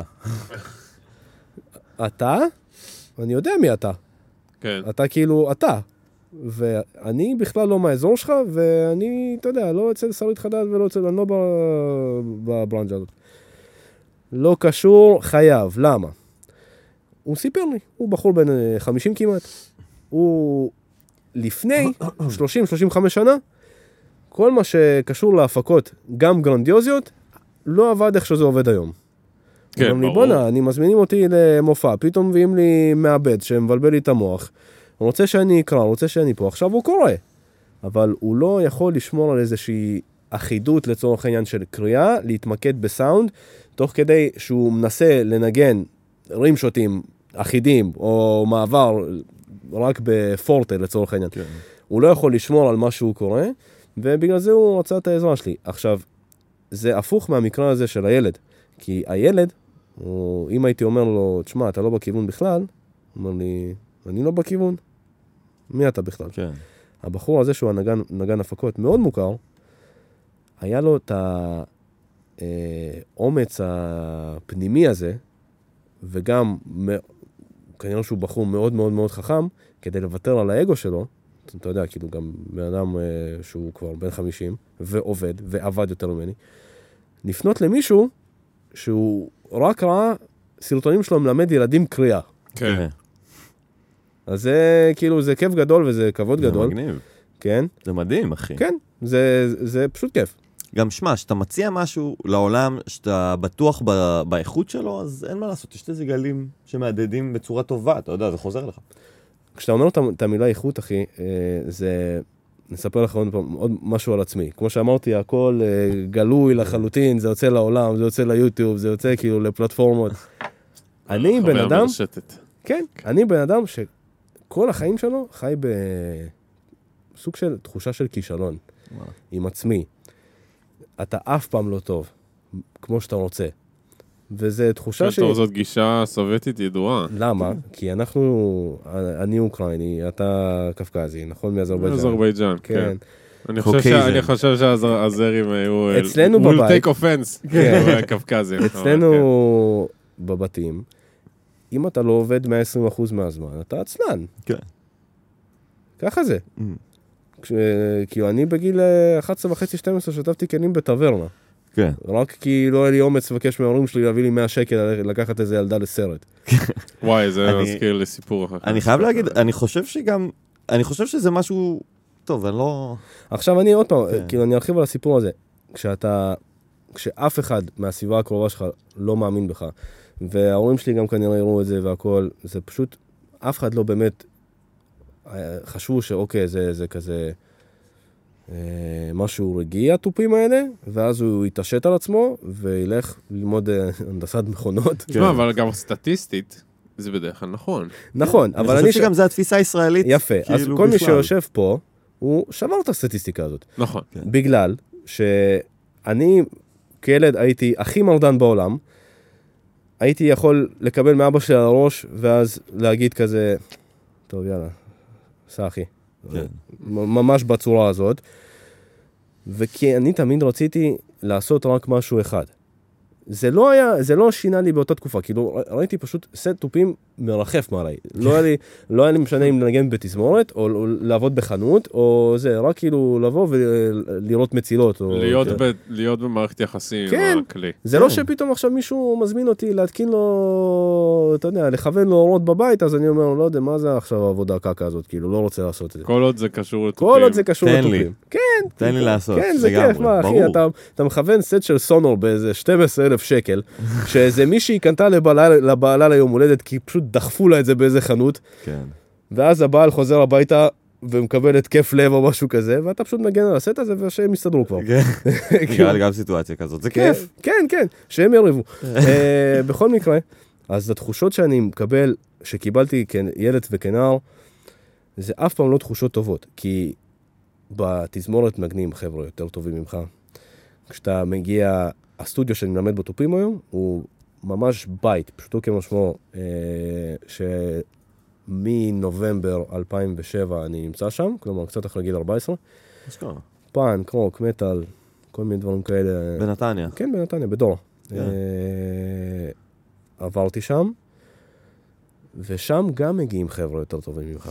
אתה? אני יודע מי אתה. כן. אתה כאילו, אתה. ואני בכלל לא מהאזור שלך, ואני, אתה יודע, לא אצל סלוט חדד ולא אצל, אני לא בברנג'ה הזאת. לא קשור, חייב. למה? הוא סיפר לי, הוא בחור בן חמישים כמעט. הוא לפני שלושים שלושים וחמש שנה, כל מה שקשור להפקות, גם גרנדיוזיות, לא עבד איך שזה עובד היום. כן, ברור. בונה, אני מזמינים אותי למופע, פתאום מביאים לי מעבד שמבלבל לי את המוח. הוא רוצה שאני אקרא, הוא רוצה שאני פה, עכשיו הוא קורא. אבל הוא לא יכול לשמור על איזושהי אחידות לצורך העניין של קריאה, להתמקד בסאונד, תוך כדי שהוא מנסה לנגן רים שוטים אחידים, או מעבר רק בפורטה לצורך העניין. כן. הוא לא יכול לשמור על מה שהוא קורא, ובגלל זה הוא רצה את העזרה שלי. עכשיו, זה הפוך מהמקרה הזה של הילד, כי הילד, הוא, אם הייתי אומר לו, תשמע, אתה לא בכיוון בכלל, הוא אומר לי, אני לא בכיוון. מי אתה בכלל? כן. הבחור הזה שהוא הנגן, נגן הפקות מאוד מוכר, היה לו את האומץ הפנימי הזה, וגם כנראה שהוא בחור מאוד מאוד מאוד חכם, כדי לוותר על האגו שלו, אתה יודע, כאילו גם בן אדם שהוא כבר בן חמישים, ועובד, ועבד יותר ממני, לפנות למישהו שהוא רק ראה סרטונים שלו מלמד ילדים קריאה. כן. אז זה כאילו, זה כיף גדול וזה כבוד זה גדול. זה מגניב. כן. זה מדהים, אחי. כן, זה, זה פשוט כיף. גם שמה, שאתה מציע משהו לעולם, שאתה בטוח ב- באיכות שלו, אז אין מה לעשות, יש איזה גלים שמעדדים בצורה טובה, אתה יודע, זה חוזר לך. כשאתה אומר את המילה איכות, אחי, זה... נספר לך עוד, עוד משהו על עצמי. כמו שאמרתי, הכל גלוי לחלוטין, זה יוצא לעולם, זה יוצא ליוטיוב, זה יוצא כאילו לפלטפורמות. אני בן אדם... כן, אני בן אדם שכל החיים שלו חי בסוג של תחושה של כישלון. עם עצמי. אתה אף פעם לא טוב, כמו שאתה רוצה. וזה תחושה ש... זאת גישה סובייטית ידועה. למה? כי אנחנו, אני אוקראיני, אתה קפקזי, נכון? מאזרבייג'אן. מאזרבייג'אן, כן. אני חושב שהזרים היו... אצלנו בבית. will take offense. קפקזים. אצלנו בבתים, אם אתה לא עובד מאה ועשרים אחוז מהזמן, אתה עצלן. כן. ככה זה. כאילו, אני בגיל אחת עשרה וחצי שתים עשרה שתפתי כלים בטברנה. כן. רק כי לא היה לי אומץ לבקש מההורים שלי להביא לי מאה שקל לקחת איזה ילדה לסרט. וואי, זה מזכיר לי סיפור אחר. אני חייב להגיד, אני חושב שגם, אני חושב שזה משהו טוב, אני לא... עכשיו אני עוד פעם, כאילו אני ארחיב על הסיפור הזה. כשאתה, כשאף אחד מהסביבה הקרובה שלך לא מאמין בך, וההורים שלי גם כנראה יראו את זה והכל, זה פשוט, אף אחד לא באמת חשבו שאוקיי, זה, זה כזה משהו רגעי, הטופים האלה, ואז הוא יתעשת על עצמו, וילך ללמוד הנדסת מכונות. תשמע, אבל גם סטטיסטית, זה בדרך כלל נכון. נכון, אבל אני... אני חושב שגם זה התפיסה הישראלית. יפה, אז כל מי שיושב פה, הוא שבר את הסטטיסטיקה הזאת. נכון. בגלל שאני, כילד, הייתי הכי מרדן בעולם, הייתי יכול לקבל מאבא שלי על הראש, ואז להגיד כזה, טוב, יאללה, סע אחי. ממש בצורה הזאת. וכי אני תמיד רציתי לעשות רק משהו אחד. זה לא היה, זה לא שינה לי באותה תקופה, כאילו ראיתי פשוט סט טופים מרחף מעליי. לא היה לי, לא היה לי משנה אם לנגן בתזמורת, או, או לעבוד בחנות, או זה, רק כאילו לבוא ולראות מצילות. או, להיות, כן. ב, להיות במערכת יחסים כן. עם הכלי. זה כן. לא שפתאום עכשיו מישהו מזמין אותי להתקין לו, אתה יודע, לכוון לו אורות בבית, אז אני אומר, לא יודע, מה זה עכשיו העבודה הקקה הזאת, כאילו, לא רוצה לעשות את זה. כל עוד זה קשור לטופים. כל עוד זה קשור תן לטופים. לי. כן. תן לי לעשות. כן, זה כיף, מה, אחי, אתה, אתה מכוון סט של סונור באיזה שנים עשר אלף שקל, שאיזה מישהי קנתה לבעלה, לבעלה ליום הולדת, כי פשוט דחפו לה את זה באיזה חנות, כן. ואז הבעל חוזר הביתה, ומקבל את כיף לב או משהו כזה, ואתה פשוט מגן על הסט הזה, ושהם יסתדרו כבר. נראה לי גם סיטואציה כזאת, זה כיף. כן, כן, שהם יריבו. בכל מקרה, אז התחושות שאני מקבל, שקיבלתי כילד וכנער, זה אף פעם לא תחושות טובות, כי בתזמורת מגנים חבר'ה יותר טובים ממך. כשאתה מגיע, הסטודיו שאני מלמד בטופים היום, הוא ממש בית, פשוטו כמשמעו, שמנובמבר אלפיים ושבע אני נמצא שם, כלומר קצת אחרי גיל ארבע עשרה. אשכרה. פאנק, רוק, מטל, כל מיני דברים כאלה. בנתניה. כן, בנתניה, בדור. עברתי שם, ושם גם מגיעים חבר'ה יותר טובים ממך.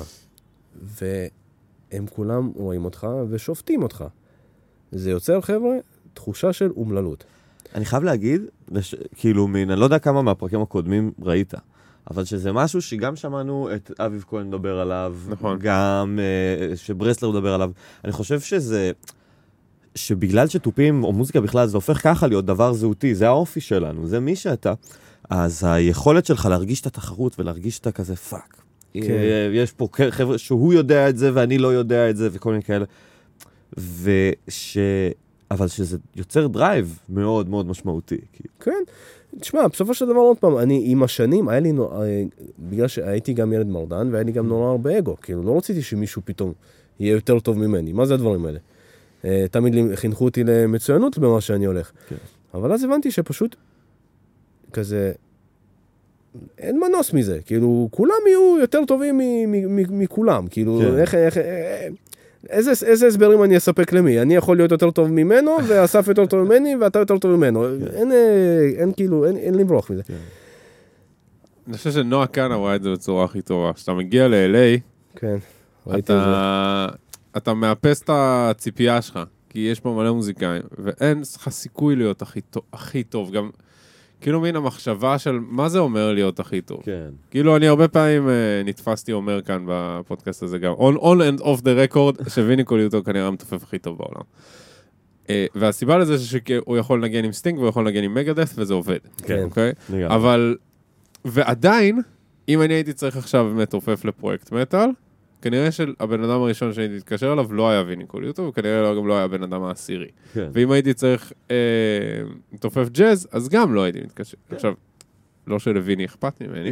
והם כולם רואים אותך ושופטים אותך. זה יוצר, חבר'ה, תחושה של אומללות. אני חייב להגיד, לש... כאילו, מן, אני לא יודע כמה מהפרקים הקודמים ראית, אבל שזה משהו שגם שמענו את אביב כהן מדבר עליו, נכון. גם uh, שברסלר מדבר עליו. אני חושב שזה, שבגלל שטופים או מוזיקה בכלל, זה הופך ככה להיות דבר זהותי, זה האופי שלנו, זה מי שאתה. אז היכולת שלך להרגיש את התחרות ולהרגיש את כזה פאק. כן. יש פה חבר'ה שהוא יודע את זה ואני לא יודע את זה וכל מיני כאלה. וש... אבל שזה יוצר דרייב מאוד מאוד משמעותי. כן, תשמע, בסופו של דבר עוד פעם, אני עם השנים, היה לי, בגלל שהייתי גם ילד מרדן, והיה לי גם נורא הרבה אגו, כאילו לא רציתי שמישהו פתאום יהיה יותר טוב ממני, מה זה הדברים האלה? תמיד חינכו אותי למצוינות במה שאני הולך. כן. אבל אז הבנתי שפשוט כזה, אין מנוס מזה, כאילו כולם יהיו יותר טובים מכולם, כאילו כן. איך... איך איזה, איזה הסברים אני אספק למי? אני יכול להיות יותר טוב ממנו, ואסף יותר טוב ממני, ואתה יותר טוב ממנו. אין, אין כאילו, אין, אין לברוח מזה. אני חושב שנועה כאן רואה את זה בצורה הכי טובה. כשאתה מגיע ל-אל איי, כן, אתה, אתה מאפס את הציפייה שלך, כי יש פה מלא מוזיקאים, ואין לך סיכוי להיות הכי טוב, הכי טוב. גם, כאילו מין המחשבה של מה זה אומר להיות הכי טוב. כן. כאילו אני הרבה פעמים uh, נתפסתי אומר כאן בפודקאסט הזה גם, on, on and off the record, שוויניקול יוטו כנראה המתופף הכי טוב בעולם. Uh, והסיבה לזה שהוא יכול לנגן עם סטינג, והוא יכול לנגן עם מגדף, וזה עובד. כן. אוקיי? אבל, ועדיין, אם אני הייתי צריך עכשיו מתופף לפרויקט מטל, כנראה שהבן אדם הראשון שהייתי להתקשר עליו לא היה ויניקול יוטו, וכנראה גם לא היה בן אדם העשירי. כן. ואם הייתי צריך אה, מתופף ג'אז, אז גם לא הייתי מתקשר. כן. עכשיו, לא שלוויני אכפת ממני.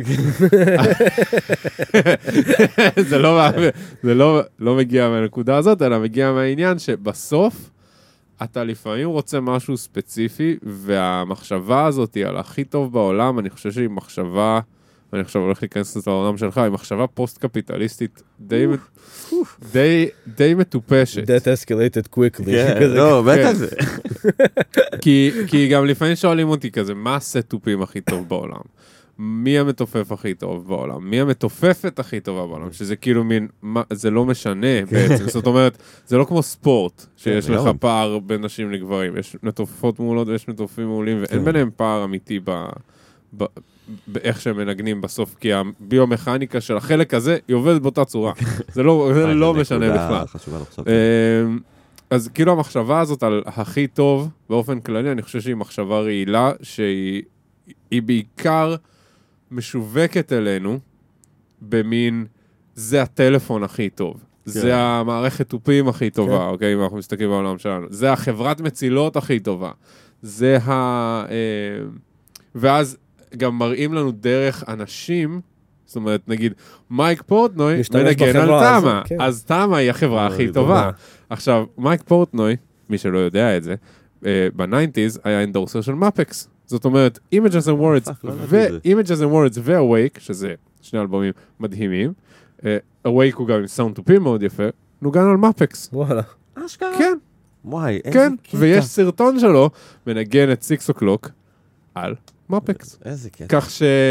זה, לא, זה לא, לא מגיע מהנקודה הזאת, אלא מגיע מהעניין שבסוף אתה לפעמים רוצה משהו ספציפי, והמחשבה הזאת על הכי טוב בעולם, אני חושב שהיא מחשבה... ואני עכשיו הולך להיכנס לזה לעולם שלך, היא מחשבה פוסט-קפיטליסטית די, די, די מטופשת. That escalated quickly. כן, לא, בטח זה. כי, כי גם לפעמים שואלים אותי כזה, מה הסט-טופים הכי טוב בעולם? מי המתופף הכי טוב בעולם? מי המתופפת הכי טובה בעולם? שזה כאילו מין, מה, זה לא משנה בעצם. זאת אומרת, זה לא כמו ספורט, שיש לך פער בין נשים לגברים. יש מתופפות מעולות ויש מתופפים מעולים, ואין ביניהם פער אמיתי ב... ב באיך שהם מנגנים בסוף, כי הביומכניקה של החלק הזה, היא עובדת באותה צורה. זה לא, זה לא משנה בכלל. אז כאילו המחשבה הזאת על הכי טוב, באופן כללי, אני חושב שהיא מחשבה רעילה, שהיא היא בעיקר משווקת אלינו, במין, זה הטלפון הכי טוב. זה המערכת טופים הכי טובה, אוקיי, אם אנחנו מסתכלים בעולם שלנו. זה החברת מצילות הכי טובה. זה ה... ואז גם מראים לנו דרך אנשים, זאת אומרת, נגיד, מייק פורטנוי מנגן על תמה, אז תמה היא החברה הכי טובה. עכשיו, מייק פורטנוי, מי שלא יודע את זה, ב-תשעים היה אנדורסר של מפקס. זאת אומרת, Images and Words ו-Images and Words ו-Awake, שזה שני אלבומים מדהימים, Awake הוא גם עם סאונד טופים מאוד יפה, נוגן על מפקס. וואלה. אשכרה? כן. וואי, איזה כן, קטע. ויש סרטון שלו, מנגן את סיקס אוקלוק על מפקס. איזה קטע. כך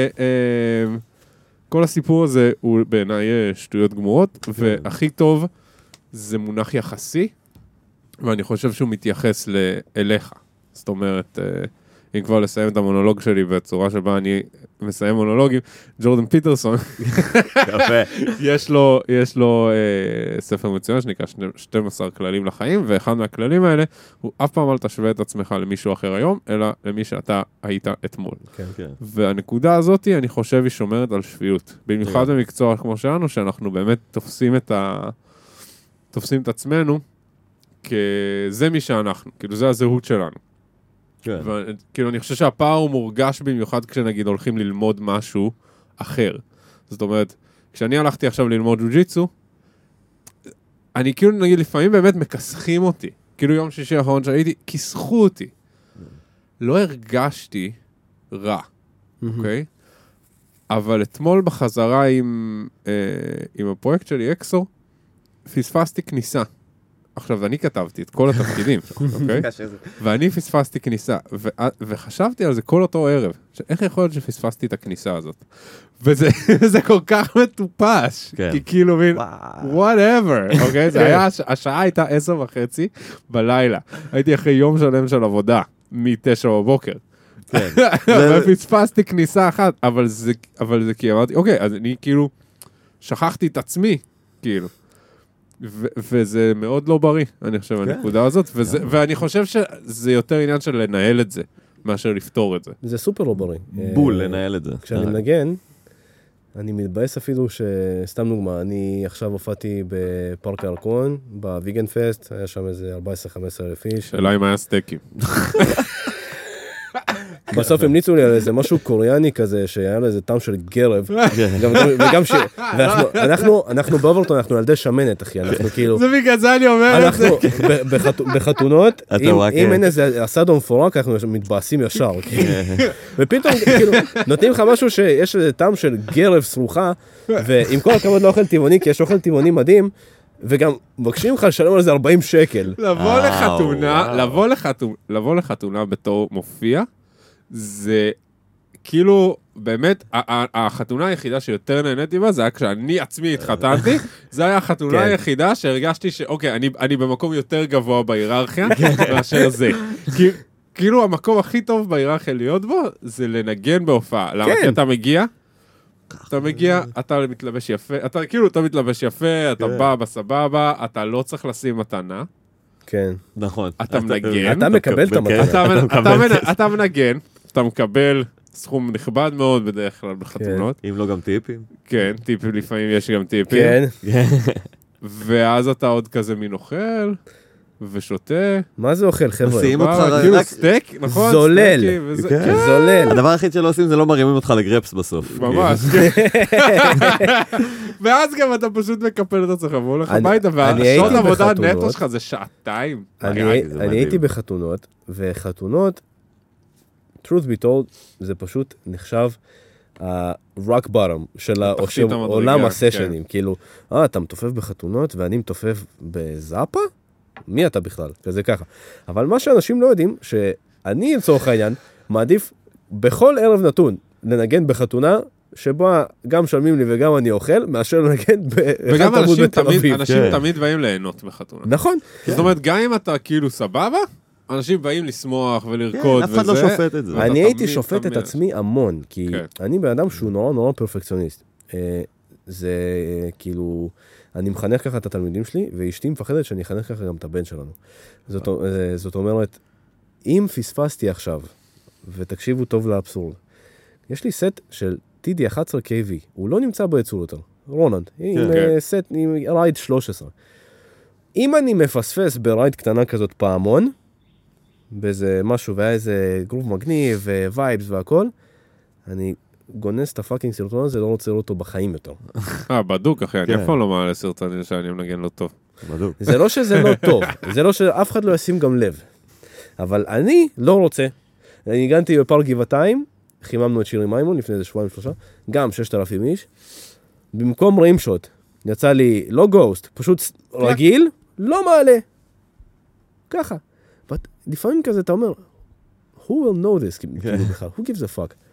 שכל הסיפור הזה הוא בעיניי שטויות גמורות, והכי טוב זה מונח יחסי, ואני חושב שהוא מתייחס אליך. זאת אומרת, אם כבר לסיים את המונולוג שלי בצורה שבה אני מסיים מונולוגים, ג'ורדן פיטרסון, יפה. יש לו, יש לו אה, ספר מצוין שנקרא שנים עשר כללים לחיים, ואחד מהכללים האלה הוא אף פעם אל תשווה את עצמך למישהו אחר היום, אלא למי שאתה היית אתמול. כן, כן. והנקודה הזאת, אני חושב, היא שומרת על שפיות. במיוחד במקצוע כמו שלנו, שאנחנו באמת תופסים את ה... תופסים את עצמנו, כזה מי שאנחנו, כאילו זה הזהות שלנו. כן. וכאילו אני חושב שהפער הוא מורגש במיוחד כשנגיד הולכים ללמוד משהו אחר. זאת אומרת, כשאני הלכתי עכשיו ללמוד ג'ו-ג'יצו, אני כאילו נגיד לפעמים באמת מכסחים אותי. כאילו יום שישי האחרון שהייתי, כיסחו אותי. לא הרגשתי רע, אוקיי? אבל אתמול בחזרה עם, אה, עם הפרויקט שלי, אקסו, פספסתי כניסה. עכשיו, אני כתבתי את כל התפקידים, אוקיי? ואני פספסתי כניסה, ו- וחשבתי על זה כל אותו ערב, שאיך יכול להיות שפספסתי את הכניסה הזאת? וזה זה כל כך מטופש, כן. כי כאילו מין, whatever, אוקיי? זה היה, השעה הייתה עשר וחצי בלילה. הייתי אחרי יום שלם של עבודה, מתשע בבוקר. כן. ופספסתי כניסה אחת, אבל זה, אבל זה כי אמרתי, אוקיי, אז אני כאילו, שכחתי את עצמי, כאילו. ו- וזה מאוד לא בריא, אני חושב, כן. הנקודה הזאת, וזה, ואני חושב שזה יותר עניין של לנהל את זה, מאשר לפתור את זה. זה סופר לא בריא. בול לנהל את זה. כשאני מנגן, אני מתבאס אפילו שסתם דוגמה, אני עכשיו הופעתי בפארק הירקון, בוויגן פסט, היה שם איזה ארבע עשרה חמש עשרה אלף איש. שאלה אם היה סטייקים. בסוף המליצו לי על איזה משהו קוריאני כזה, שהיה לו איזה טעם של גרב, וגם ש... ואנחנו, אנחנו באוברטון, אנחנו ילדי שמנת, אחי, אנחנו כאילו... זה בגלל זה אני אומר את זה. אנחנו בחתונות, אם אין איזה אסדו מפורק, אנחנו מתבאסים ישר, ופתאום, כאילו, נותנים לך משהו שיש איזה טעם של גרב סרוחה, ועם כל הכבוד לא אוכל טבעוני, כי יש אוכל טבעוני מדהים, וגם מבקשים לך לשלם על זה ארבעים שקל. לבוא לחתונה, לבוא לחתונה, לבוא לחתונה בתור מופיע, זה כאילו, באמת, החתונה היחידה שיותר נהניתי בה, זה היה כשאני עצמי התחתנתי, זה היה החתונה היחידה שהרגשתי שאוקיי, אני במקום יותר גבוה בהיררכיה, מאשר זה. כאילו המקום הכי טוב בהיררכיה להיות בו, זה לנגן בהופעה. למה? כי אתה מגיע, אתה מגיע, אתה מתלבש יפה, אתה כאילו, אתה מתלבש יפה, אתה בא בסבבה, אתה לא צריך לשים מתנה. כן. נכון. אתה מנגן. אתה מקבל את המתנה. אתה מנגן, אתה מקבל סכום נכבד מאוד בדרך כלל בחתונות. אם לא גם טיפים. כן, טיפים, לפעמים יש גם טיפים. כן. ואז אתה עוד כזה מין אוכל, ושותה. מה זה אוכל, חבר'ה? עושים אותך כאילו סטייק, נכון? זולל. זולל. הדבר היחיד שלא עושים זה לא מרימים אותך לגרפס בסוף. ממש. ואז גם אתה פשוט מקפל את עצמך והולך הביתה, והשעות עבודה נטו שלך זה שעתיים. אני הייתי בחתונות, וחתונות, truth be told, זה פשוט נחשב ה-rock bottom של עולם הסשנים. כאילו, אה, אתה מתופף בחתונות ואני מתופף בזאפה? מי אתה בכלל? כזה ככה. אבל מה שאנשים לא יודעים, שאני לצורך העניין, מעדיף בכל ערב נתון לנגן בחתונה, שבה גם שלמים לי וגם אני אוכל, מאשר לנגן וגם אנשים תמיד, אנשים תמיד באים ליהנות בחתונה. נכון. זאת אומרת, גם אם אתה כאילו סבבה, אנשים באים לשמוח ולרקוד וזה. אף אחד לא שופט את זה. אני הייתי שופט את עצמי המון, כי אני בן אדם שהוא נורא נורא פרפקציוניסט. זה כאילו, אני מחנך ככה את התלמידים שלי, ואשתי מפחדת שאני אחנך ככה גם את הבן שלנו. זאת, זאת אומרת, אם פספסתי עכשיו, ותקשיבו טוב לאבסורד, יש לי סט של טי די אחת עשרה קיי וי, הוא לא נמצא ביצור יותר, רולנד, עם סט, עם רייד שלוש עשרה. אם אני מפספס ברייד קטנה כזאת פעמון, באיזה משהו, והיה איזה גרוב מגניב, ווייבס והכל, אני גונס את הפאקינג סרטון הזה, לא רוצה לראות אותו בחיים יותר. אה, בדוק, אחי, אני אף פעם לא מעלה סרטונים שאני מנגן לא טוב. בדוק. זה לא שזה לא טוב, זה לא שאף אחד לא ישים גם לב. אבל אני לא רוצה. אני הגנתי בפארק גבעתיים, חיממנו את שירי מימון לפני איזה שבועיים שלושה, גם שישת אלפים איש, במקום רעים שוט, יצא לי לא גוסט, פשוט רגיל, לא מעלה. ככה. לפעמים כזה אתה אומר, who will know this, כאילו בכלל, who gives a fuck?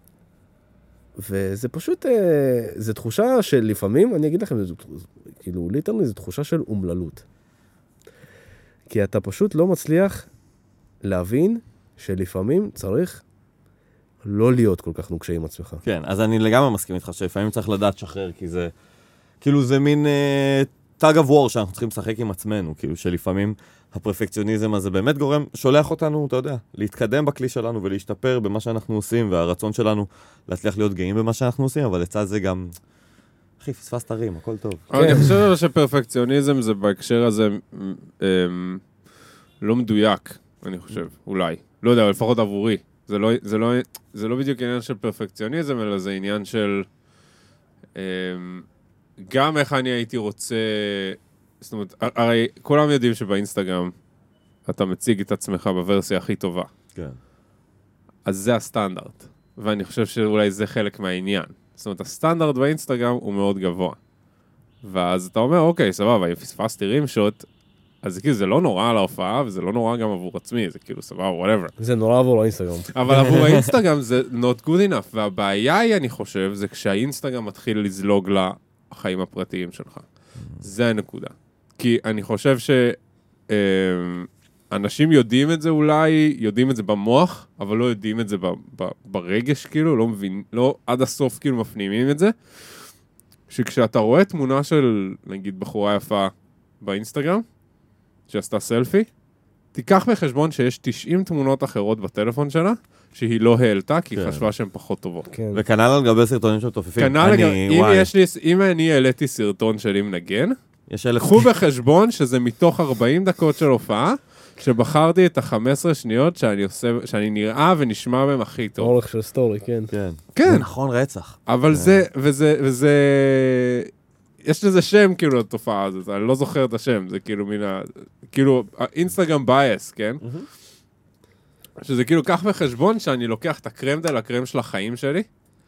וזה פשוט, זה תחושה של לפעמים, אני אגיד לכם, כאילו, ליטרלי, זה תחושה של אומללות. כי אתה פשוט לא מצליח להבין שלפעמים צריך לא להיות כל כך נוקשה עם עצמך. כן, אז אני לגמרי מסכים איתך שלפעמים צריך לדעת שחרר, כי זה, כאילו זה מין tug of war שאנחנו צריכים לשחק עם עצמנו, כאילו שלפעמים הפרפקציוניזם הזה באמת גורם, שולח אותנו, אתה יודע, להתקדם בכלי שלנו ולהשתפר במה שאנחנו עושים, והרצון שלנו להצליח להיות גאים במה שאנחנו עושים, אבל לצד זה גם, אחי, פספסת רים, הכל טוב. אני חושב שפרפקציוניזם זה בהקשר הזה לא מדויק, אני חושב, אולי. לא יודע, אבל לפחות עבורי. זה לא, זה לא, זה לא בדיוק עניין של פרפקציוניזם, אלא זה עניין של גם איך אני הייתי רוצה, זאת אומרת, הרי כולם יודעים שבאינסטגרם אתה מציג את עצמך בוורסיה הכי טובה. כן. אז זה הסטנדרט. ואני חושב שאולי זה חלק מהעניין. זאת אומרת, הסטנדרט באינסטגרם הוא מאוד גבוה. ואז אתה אומר, אוקיי, סבבה, אם פספסתי רימשוט, אז כאילו זה לא נורא על ההופעה, וזה לא נורא גם עבור עצמי, זה כאילו סבבה, whatever. זה נורא עבור האינסטגרם. אבל עבור האינסטגרם זה not good enough, והבעיה היא, אני חושב, זה כשהאינסטגרם מתחיל לזלוג לחיים הפרטיים שלך. זה הנקודה. כי אני חושב שאנשים יודעים את זה אולי, יודעים את זה במוח, אבל לא יודעים את זה ברגש, כאילו, לא מבין, לא עד הסוף כאילו מפנימים את זה, שכשאתה רואה תמונה של, נגיד, בחורה יפה באינסטגרם, שעשתה סלפי, תיקח בחשבון שיש תשעים תמונות אחרות בטלפון שלה, שהיא לא העלתה, כי היא חשבה שהן פחות טובות. וכנ"ל על גבי סרטונים של תופפים. כנ"ל, אם אני העליתי סרטון שלי מנגן, אלף... קחו בחשבון שזה מתוך ארבעים דקות של הופעה, שבחרתי את ה-חמש עשרה שניות שאני עושה, שאני נראה ונשמע בהם הכי טוב. אורך של סטורי, כן. כן. כן. זה נכון רצח. אבל זה, וזה, וזה, יש לזה שם כאילו לתופעה הזאת, אני לא זוכר את השם, זה כאילו מן ה... כאילו, אינסטגרם בייס, כן? שזה כאילו, קח בחשבון שאני לוקח את הקרם דל הקרם של החיים שלי,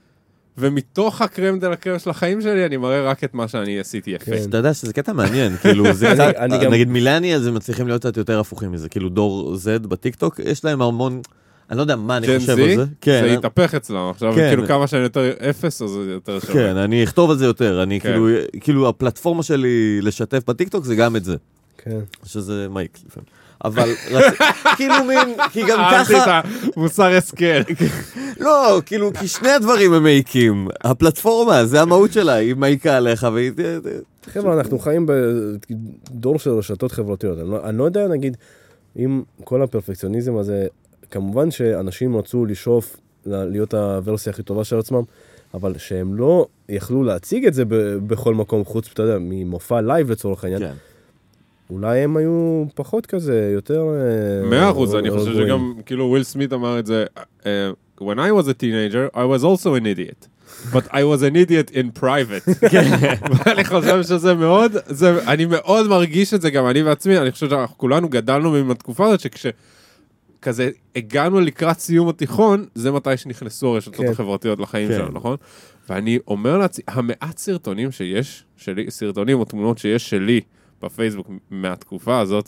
ומתוך הקרם דל הקרם של החיים שלי, אני מראה רק את מה שאני עשיתי יפה. אתה יודע שזה קטע מעניין, כאילו, זה קצת, נגיד מילניאל, זה מצליחים להיות קצת יותר הפוכים מזה, כאילו דור Z בטיקטוק, יש להם המון, אני לא יודע מה אני חושב על זה. זה יתהפך אצלם, עכשיו כאילו כמה שאני יותר אפס, אז זה יותר שווה. כן, אני אכתוב על זה יותר, אני כאילו, כאילו הפלטפורמה שלי לשתף בטיקטוק זה גם את זה. כן. שזה מייק לפעמים. אבל כאילו מין, כי גם ככה... אהבתי את המוסר הסקל. לא, כאילו, כי שני הדברים הם מייקים. הפלטפורמה, זה המהות שלה, היא מייקה עליך, והיא... חבר'ה, אנחנו חיים בדור של רשתות חברתיות. אני לא יודע, נגיד, אם כל הפרפקציוניזם הזה, כמובן שאנשים רצו לשאוף להיות הוורסיה הכי טובה של עצמם, אבל שהם לא יכלו להציג את זה בכל מקום חוץ, אתה יודע, ממופע לייב לצורך העניין. כן. אולי הם היו פחות כזה, יותר... מאה אחוז, אני חושב שגם, כאילו, וויל סמית אמר את זה, when I was a teenager, I was also an idiot. But I was an idiot in private. ואני חושב שזה מאוד, אני מאוד מרגיש את זה גם אני בעצמי, אני חושב שאנחנו כולנו גדלנו עם התקופה הזאת, שכשכזה הגענו לקראת סיום התיכון, זה מתי שנכנסו הרשתות החברתיות לחיים שלנו, נכון? ואני אומר לעצמי, המעט סרטונים שיש, סרטונים או תמונות שיש שלי, בפייסבוק מהתקופה הזאת,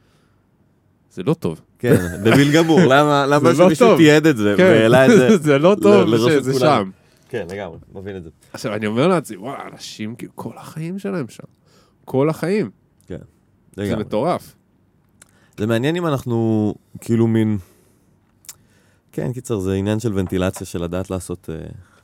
זה לא טוב. כן, דביל גמור, למה שמישהו תיעד את זה? זה לא טוב שזה שם. כן, לגמרי, מבין את זה. עכשיו, אני אומר לעצמי, וואלה, אנשים, כל החיים שלהם שם. כל החיים. כן, זה מטורף. זה מעניין אם אנחנו, כאילו מין... כן, קיצר, זה עניין של ונטילציה, של לדעת לעשות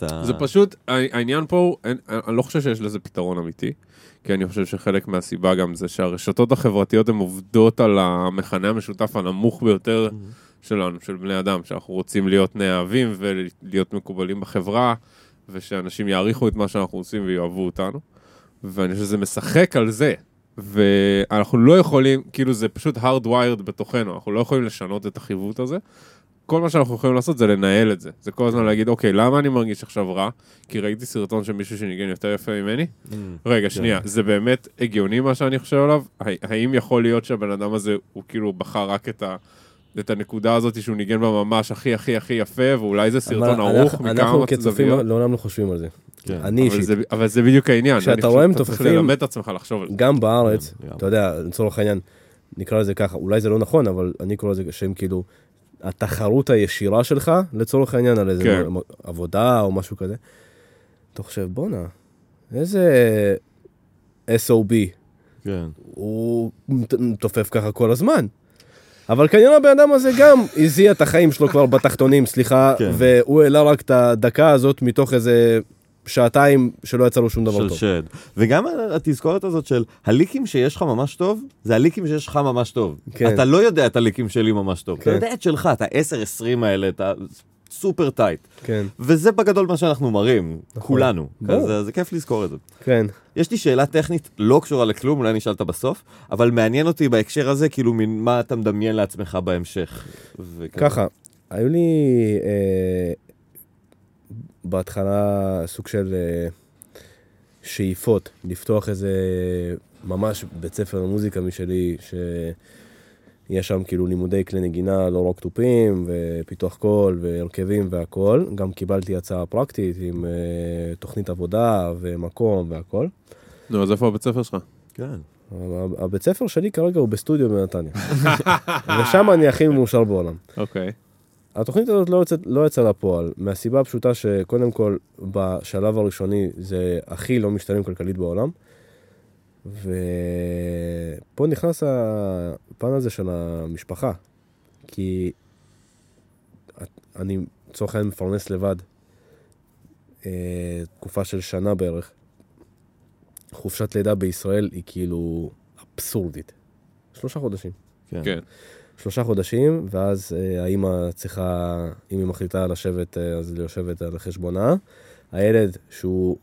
אתה... זה פשוט, העניין פה הוא, אני לא חושב שיש לזה פתרון אמיתי, כי אני חושב שחלק מהסיבה גם זה שהרשתות החברתיות הן עובדות על המכנה המשותף הנמוך ביותר שלנו, של בני אדם, שאנחנו רוצים להיות נאהבים ולהיות מקובלים בחברה, ושאנשים יעריכו את מה שאנחנו עושים ויאהבו אותנו, ואני חושב שזה משחק על זה, ואנחנו לא יכולים, כאילו זה פשוט hardwired בתוכנו, אנחנו לא יכולים לשנות את החיווט הזה, כל מה שאנחנו יכולים לעשות זה לנהל את זה. זה כל הזמן להגיד, אוקיי, למה אני מרגיש עכשיו רע? כי ראיתי סרטון של מישהו שניגן יותר יפה ממני? רגע, שנייה, זה באמת הגיוני מה שאני חושב עליו? האם יכול להיות שהבן אדם הזה, הוא כאילו בחר רק את ה... את הנקודה הזאת שהוא ניגן בה ממש הכי הכי הכי יפה, ואולי זה סרטון ערוך מכמה מצדביות. אנחנו כצופים לעולם לא חושבים על זה. אני אישית. אבל זה בדיוק העניין. כשאתה רואה מתופפים, צריך ללמד את עצמך לחשוב על זה. גם בארץ, אתה יודע, לצורך העניין, נקרא לזה ככה, אולי זה לא נכון, אבל אני קורא לזה שהם כאילו, התחרות הישירה שלך, לצורך העניין, על איזה עבודה או משהו כזה, אתה חושב, בונה, איזה אס או בי, הוא מתופף ככה כל הזמן. אבל כנראה הבן אדם הזה גם הזיע את החיים שלו כבר בתחתונים, סליחה, והוא העלה רק את הדקה הזאת מתוך איזה שעתיים שלא יצא לו שום דבר טוב. של שד. וגם התזכורת הזאת של הליקים שיש לך ממש טוב, זה הליקים שיש לך ממש טוב. אתה לא יודע את הליקים שלי ממש טוב. אתה יודע את שלך, את ה-עשר עשרים האלה, אתה סופר טייט. וזה בגדול מה שאנחנו מראים, כולנו. זה כיף לזכור את זה. כן. יש לי שאלה טכנית, לא קשורה לכלום, אולי נשאלת בסוף, אבל מעניין אותי בהקשר הזה, כאילו, מה אתה מדמיין לעצמך בהמשך. ככה, היו לי בהתחלה סוג של שאיפות, לפתוח איזה ממש בית ספר למוזיקה משלי, שיש שם כאילו לימודי כלי נגינה, לא רק תופים, ופיתוח קול, והרכבים והכל. גם קיבלתי הצעה פרקטית עם תוכנית עבודה ומקום והכל. נו, אז איפה הבית ספר שלך? כן. הבית ספר שלי כרגע הוא בסטודיו בנתניה. ושם אני הכי מאושר בעולם. אוקיי. התוכנית הזאת לא יצא, לא יצא לפועל, מהסיבה הפשוטה שקודם כל, בשלב הראשוני, זה הכי לא משתלם כלכלית בעולם, ופה נכנס הפן הזה של המשפחה, כי אני צורך העניין מפרנס לבד, תקופה של שנה בערך, חופשת לידה בישראל היא כאילו אבסורדית. שלושה חודשים. כן. כן. שלושה חודשים, ואז אה, האמא צריכה, אם היא מחליטה לשבת, אה, אז ליושבת על חשבונה. הילד שהוא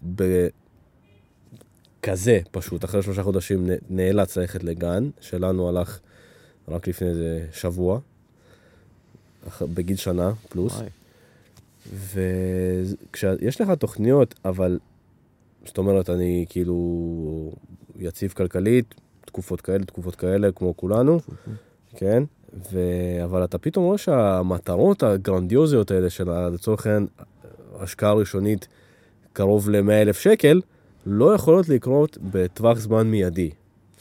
בכזה פשוט, אחרי שלושה חודשים נאלץ ללכת לגן, שלנו הלך רק לפני איזה שבוע, בגיל שנה פלוס. וכשיש לך תוכניות, אבל זאת אומרת, אני כאילו יציב כלכלית, תקופות כאלה, תקופות כאלה, כמו כולנו, כן? ו... אבל אתה פתאום רואה שהמטרות הגרנדיוזיות האלה של לצורך העניין, השקעה ראשונית קרוב ל-מאה אלף שקל, לא יכולות לקרות בטווח זמן מיידי.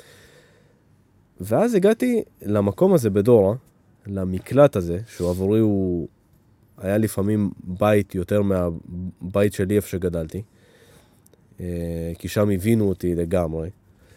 ואז הגעתי למקום הזה בדורה, למקלט הזה, שהוא עבורי הוא היה לפעמים בית יותר מהבית שלי איפה שגדלתי, כי שם הבינו אותי לגמרי.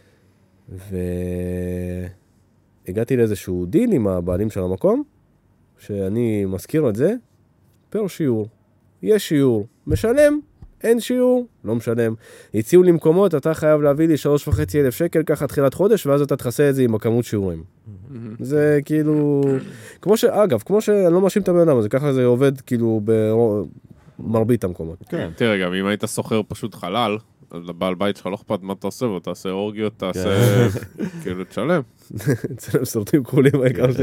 והגעתי לאיזשהו דיל עם הבעלים של המקום, שאני מזכיר את זה, פר שיעור. יש שיעור, משלם, אין שיעור, לא משלם. הציעו לי מקומות, אתה חייב להביא לי שלוש וחצי אלף שקל, ככה תחילת חודש, ואז אתה תחסה את זה עם הכמות שיעורים. זה כאילו, כמו ש, אגב, כמו שאני לא מאשים את הבן אדם הזה, ככה זה עובד כאילו במרבית המקומות. תראה, גם אם היית סוחר פשוט חלל, לבעל בית שלך לא אכפת מה אתה עושה, ותעשה אורגיות, תעשה, כאילו, תשלם. תשלם סרטים קולים, העיקר ש...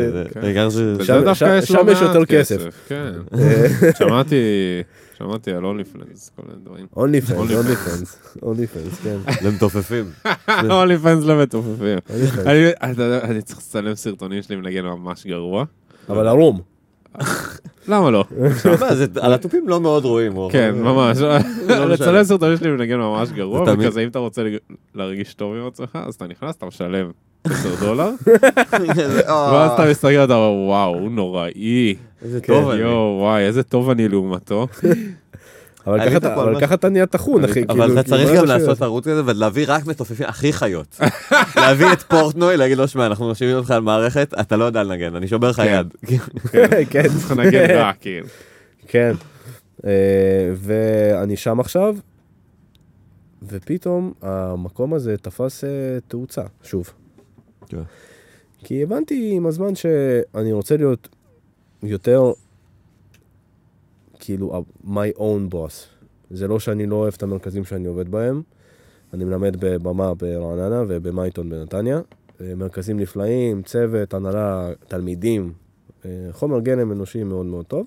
שם יש יותר כסף. כן. שמעתי, שמעתי על אונליפנס, כל מיני דברים. אונליפנס, אונליפנס, אונליפנס, כן. למתופפים. אונליפנס למתופפים. אני צריך לצלם סרטונים שלי מנגן ממש גרוע. אבל ערום. למה לא? על הטופים לא מאוד רואים. כן, ממש. לצלם סרטונים שלי מנגן ממש גרוע, וכזה אם אתה רוצה להרגיש טוב עם עצמך, אז אתה נכנס, אתה משלם עשרה דולר, ואז אתה מסתכל, אתה אומר, וואו, הוא נוראי. איזה טוב אני. יואו, וואי, איזה טוב אני לעומתו. אבל ככה אתה נהיה תחון, אחי. אבל אתה צריך גם לעשות ערוץ כזה, ולהביא רק מתופפים הכי חיות. להביא את פורטנוי, להגיד לו, שמע, אנחנו משאירים אותך על מערכת, אתה לא יודע לנגן, אני שובר לך יד. כן. צריך לנגן רע, כאילו. כן. ואני שם עכשיו, ופתאום המקום הזה תפס תאוצה, שוב. כן. כי הבנתי עם הזמן שאני רוצה להיות יותר, כאילו, my own boss. זה לא שאני לא אוהב את המרכזים שאני עובד בהם. אני מלמד בבמה ברעננה ובמייטון בנתניה. מרכזים נפלאים, צוות, הנהלה, תלמידים, חומר גלם אנושי מאוד מאוד טוב.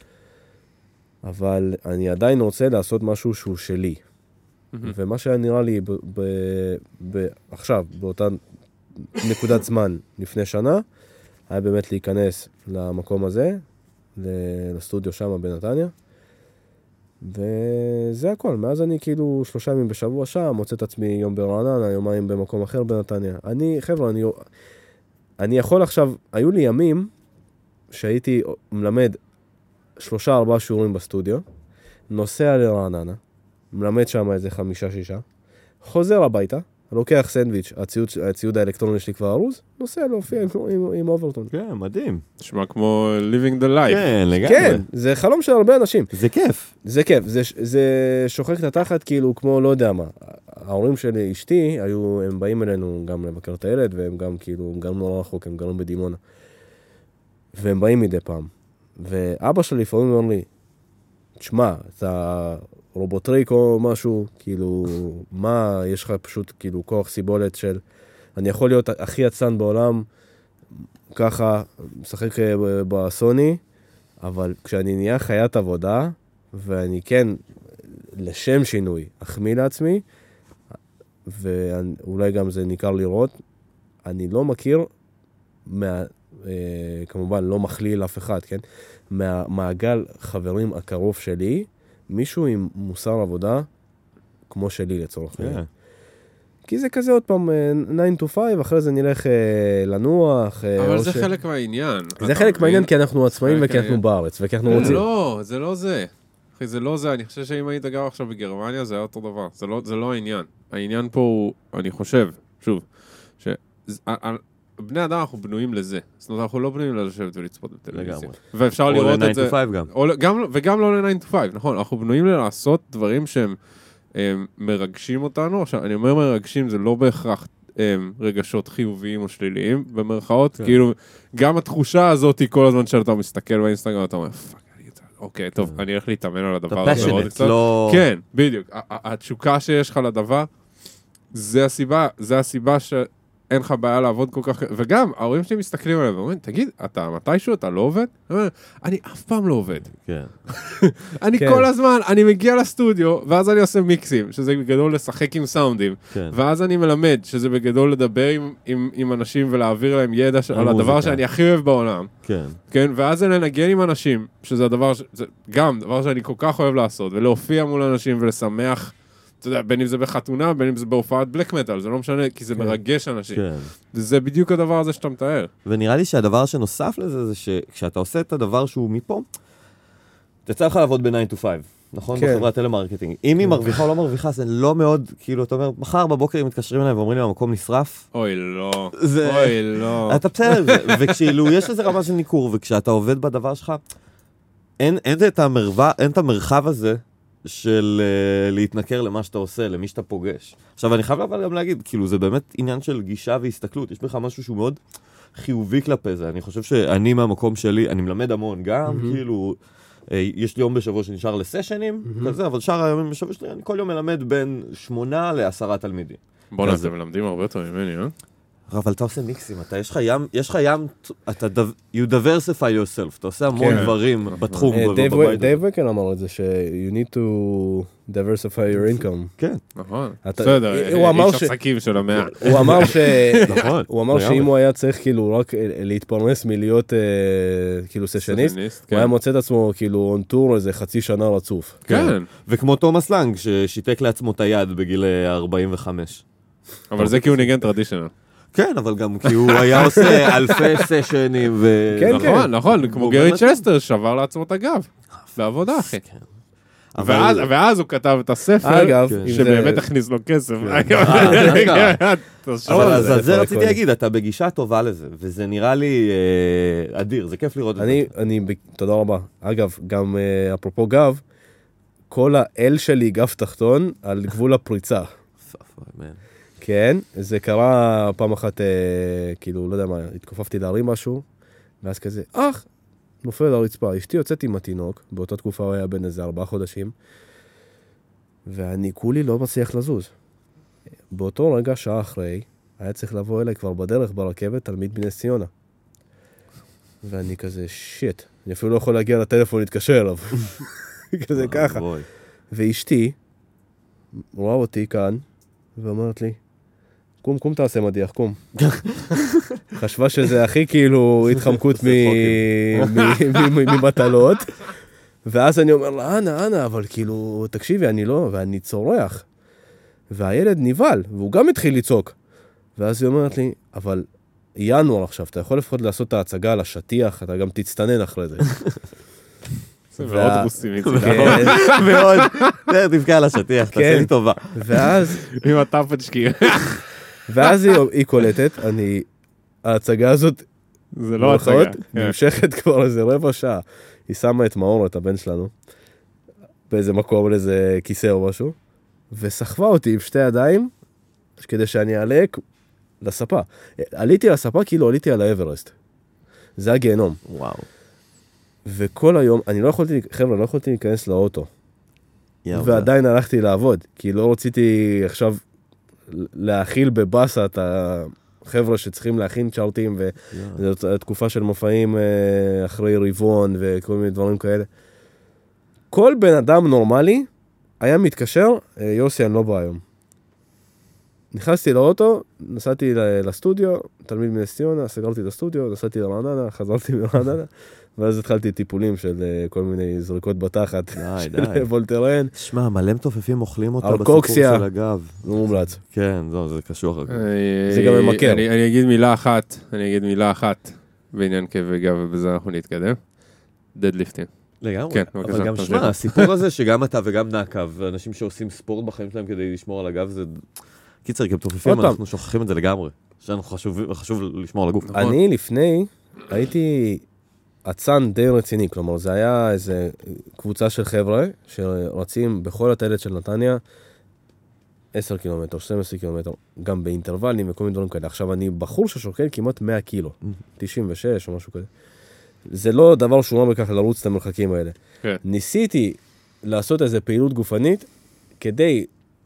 אבל אני עדיין רוצה לעשות משהו שהוא שלי. ומה שהיה נראה לי ב- ב- ב- עכשיו, באותה נקודת זמן לפני שנה, היה באמת להיכנס למקום הזה, לסטודיו שם בנתניה, וזה הכל. מאז אני כאילו שלושה ימים בשבוע שם, מוצא את עצמי יום ברעננה, יומיים במקום אחר בנתניה. אני, חבר'ה, אני, אני יכול עכשיו, היו לי ימים שהייתי מלמד שלושה ארבעה שיעורים בסטודיו, נוסע לרעננה, מלמד שם איזה חמישה שישה, חוזר הביתה, לוקח סנדוויץ', הציוד, הציוד האלקטרוני שלי כבר ארוז, נוסע להופיע עם, עם, עם אוברטון. כן, מדהים. נשמע כמו living the life. כן, לגמרי. כן, זה חלום של הרבה אנשים. זה כיף. זה כיף, זה, זה שוחק את התחת כאילו כמו לא יודע מה. ההורים שלי, אשתי, היו, הם באים אלינו גם לבקר את הילד, והם גם כאילו, הם גם לא רחוק, הם גרים בדימונה. והם באים מדי פעם. ואבא שלי לפעמים אומר לי, תשמע, אתה רובוטריק או משהו, כאילו, מה, יש לך פשוט כאילו כוח סיבולת של, אני יכול להיות הכי עצלן בעולם, ככה, משחק בסוני, אבל כשאני נהיה חיית עבודה, ואני כן, לשם שינוי, אחמיא לעצמי, ואולי גם זה ניכר לראות, אני לא מכיר, מה, אה, כמובן לא מכליל אף אחד, כן? מהמעגל חברים הקרוב שלי, מישהו עם מוסר עבודה, כמו שלי לצורך. כן. כי זה כזה עוד פעם, nine to five, אחרי זה נלך אה, לנוח. אה, אבל או זה ש... חלק מהעניין. זה חלק מהעניין כי אנחנו עצמאים וכי אנחנו בארץ, וכי אנחנו רוצים. לא, זה לא זה. אחי, זה לא זה. אני חושב שאם היית גר עכשיו בגרמניה, זה היה אותו דבר. זה לא, זה לא העניין. העניין פה הוא, אני חושב, שוב, ש... בני אדם אנחנו בנויים לזה. זאת אומרת, אנחנו לא בנויים לשבת ולצפות בטלוויזיה. לגמרי. ואפשר לראות את זה. או ל-nine to five גם. או, גם, וגם לא ל-nine to five, נכון. אנחנו בנויים לעשות דברים שהם הם, מרגשים אותנו. עכשיו, אני אומר מרגשים, זה לא בהכרח הם, רגשות חיוביים או שליליים, במרכאות. כן. כאילו, גם התחושה הזאת היא כל הזמן שאתה מסתכל באינסטגרם, אתה אומר, פאק, אוקיי, טוב, אני הולך להתאמן על הדבר הזה עוד קצת. לא... כן, בדיוק. התשוקה שיש לך לדבר, זה הסיבה, זה הסיבה ש... אין לך בעיה לעבוד כל כך... וגם, ההורים שלי מסתכלים עליהם ואומרים, תגיד, אתה מתישהו, אתה לא עובד? אני אומר, אני אף פעם לא עובד. כן. אני כל הזמן, אני מגיע לסטודיו, ואז אני עושה מיקסים, שזה בגדול לשחק עם סאונדים. ואז אני מלמד, שזה בגדול לדבר עם אנשים ולהעביר להם ידע על הדבר שאני הכי אוהב בעולם. כן. כן, ואז אני לנגן עם אנשים, שזה הדבר, גם דבר שאני כל כך אוהב לעשות, ולהופיע מול אנשים ולשמח, אתה יודע, בין אם זה בחתונה, בין אם זה בהופעת בלק מטל, זה לא משנה, כי זה מרגש אנשים. כן. זה בדיוק הדבר הזה שאתה מתאר. ונראה לי שהדבר שנוסף לזה, זה שכשאתה עושה את הדבר שהוא מפה, תצא לך לעבוד ב-nine to five, נכון? כן. בחברת טלמרקטינג. אם היא מרוויחה או לא מרוויחה, זה לא מאוד, כאילו, אתה אומר, מחר בבוקר הם מתקשרים אליי ואומרים לי, המקום נשרף. אוי, לא. זה... אוי, לא. אתה בסדר, וכשאילו, יש איזה רמה של ניכור, וכשאתה עובד בדבר שלך, אין, אין את המרחב, אין את המרחב הזה, של uh, להתנכר למה שאתה עושה, למי שאתה פוגש. עכשיו, אני חייב אבל גם להגיד, כאילו, זה באמת עניין של גישה והסתכלות. יש בך משהו שהוא מאוד חיובי כלפי זה. אני חושב שאני מהמקום שלי, אני מלמד המון גם, mm-hmm. כאילו, uh, יש לי יום בשבוע שנשאר לסשנים, mm-hmm. כזה, אבל שאר הימים בשבוע שלי, אני כל יום מלמד בין שמונה לעשרה תלמידים. בוא נעשה, אתם מלמדים הרבה יותר ממני, אה? אבל אתה עושה מיקסים, אתה, יש לך ים, יש לך ים, אתה, you diversify yourself, אתה עושה המון דברים בתחום. דייב וקל אמר את זה, ש- you need to diversify your income. כן. נכון. אתה- בסדר, הוא אמר איש ש- עסקים של המאה. הוא אמר ש... נכון. הוא אמר שאם הוא היה צריך כאילו רק להתפרנס מלהיות אה, כאילו סשניסט, סשניסט, הוא כן. היה מוצא את עצמו כאילו on tour איזה חצי שנה רצוף. כן. וכמו תומאס לנג, ששיתק לעצמו את היד בגיל ארבעים וחמש. אבל זה כי הוא ניגן טרדישנל. כן, אבל גם כי הוא היה עושה אלפי סשנים ו... כן, נכון, נכון, כמו גרי צ'סטר שבר לעצמו את הגב. בעבודה, אחי. ואז, ואז הוא כתב את הספר, אגב, אם שבאמת זה- הכניס לו כסף. אבל אז על זה איפה רציתי הכל? להגיד, אתה בגישה טובה לזה, וזה נראה לי אה, אדיר, זה כיף לראות את זה. אני, אני, ב- תודה רבה. אגב, גם אה, אפרופו גב, כל ה-L שלי גף תחתון על גבול הפריצה. כן, זה קרה פעם אחת, כאילו, לא יודע מה, התכופפתי להרים משהו, ואז כזה, אך, נופל על הרצפה. אשתי יוצאת עם התינוק, באותה תקופה הוא היה בין איזה ארבעה חודשים, ואני כולי לא מצליח לזוז. באותו רגע, שעה אחרי, היה צריך לבוא אליי כבר בדרך ברכבת, תלמיד בנס ציונה. ואני כזה, שיט, אני אפילו לא יכול להגיע לטלפון להתקשר אליו. כזה ככה. ואשתי רואה אותי כאן, ואומרת לי, קום, קום תעשה מדיח, קום. חשבה שזה הכי כאילו התחמקות ממטלות. ואז אני אומר לה, אנה, אנה, אבל כאילו, תקשיבי, אני לא, ואני צורח. והילד ניבל, והוא גם התחיל לצעוק. ואז היא אומרת לי, אבל ינואר עכשיו, אתה יכול לפחות לעשות את ההצגה על השטיח, אתה גם תצטנן אחרי זה. ועוד בוסים איתי. ועוד, תבכה על השטיח, תעשה לי טובה. ואז... עם הטאפצ'קי. ואז היא קולטת, אני... ההצגה הזאת... זה לא הצגה. נמשכת כבר איזה רבע שעה. היא שמה את מאור, את הבן שלנו, באיזה מקום, לאיזה כיסא או משהו, וסחבה אותי עם שתי ידיים, כדי שאני אעלה לספה. עליתי על הספה כאילו עליתי על האברסט. זה הגיהנום. וואו. וכל היום, אני לא יכולתי, חבר'ה, לא יכולתי להיכנס לאוטו. ועדיין הלכתי לעבוד, כי לא רציתי עכשיו להאכיל בבאסה את החבר'ה שצריכים להכין צ'ארטים, וזאת תקופה של מופעים אחרי ריבון וכל מיני דברים כאלה. כל בן אדם נורמלי היה מתקשר, יוסי, אני לא בא היום. נכנסתי לאוטו, נסעתי לסטודיו, תלמיד בנס ציונה, סגרתי את הסטודיו, נסעתי לרעננה, חזרתי לרעננה, ואז התחלתי טיפולים של כל מיני זריקות בתחת, של וולטרן. תשמע, מלא מתופפים אוכלים אותה בסיפור של הגב. זה מומלץ. כן, זה קשור. זה גם ממכר. אני אגיד מילה אחת, אני אגיד מילה אחת בעניין כאבי גב, ובזה אנחנו נתקדם. דדליפטים. לגמרי. כן, אבל גם שמע, הסיפור הזה שגם אתה וגם נעקב, ואנשים שעושים ספורט בחיים שלהם כדי לשמור על הגב, זה... קיצר, כמתופפים, אנחנו שוכחים את זה לגמרי. חשוב לשמור על הגוף. אני לפני הייתי עצן די רציני, כלומר, זה היה איזה קבוצה של חבר'ה שרצים בכל הטיילת של נתניה עשרה קילומטר, שנים עשר קילומטר, גם באינטרוולים וכל מיני דברים כאלה. עכשיו, אני בחור ששוקל כמעט מאה קילו, תשעים ושש או משהו כזה. זה לא דבר שהוא אומר בכך לרוץ את המרחקים האלה. כן. ניסיתי לעשות איזו פעילות גופנית כדי,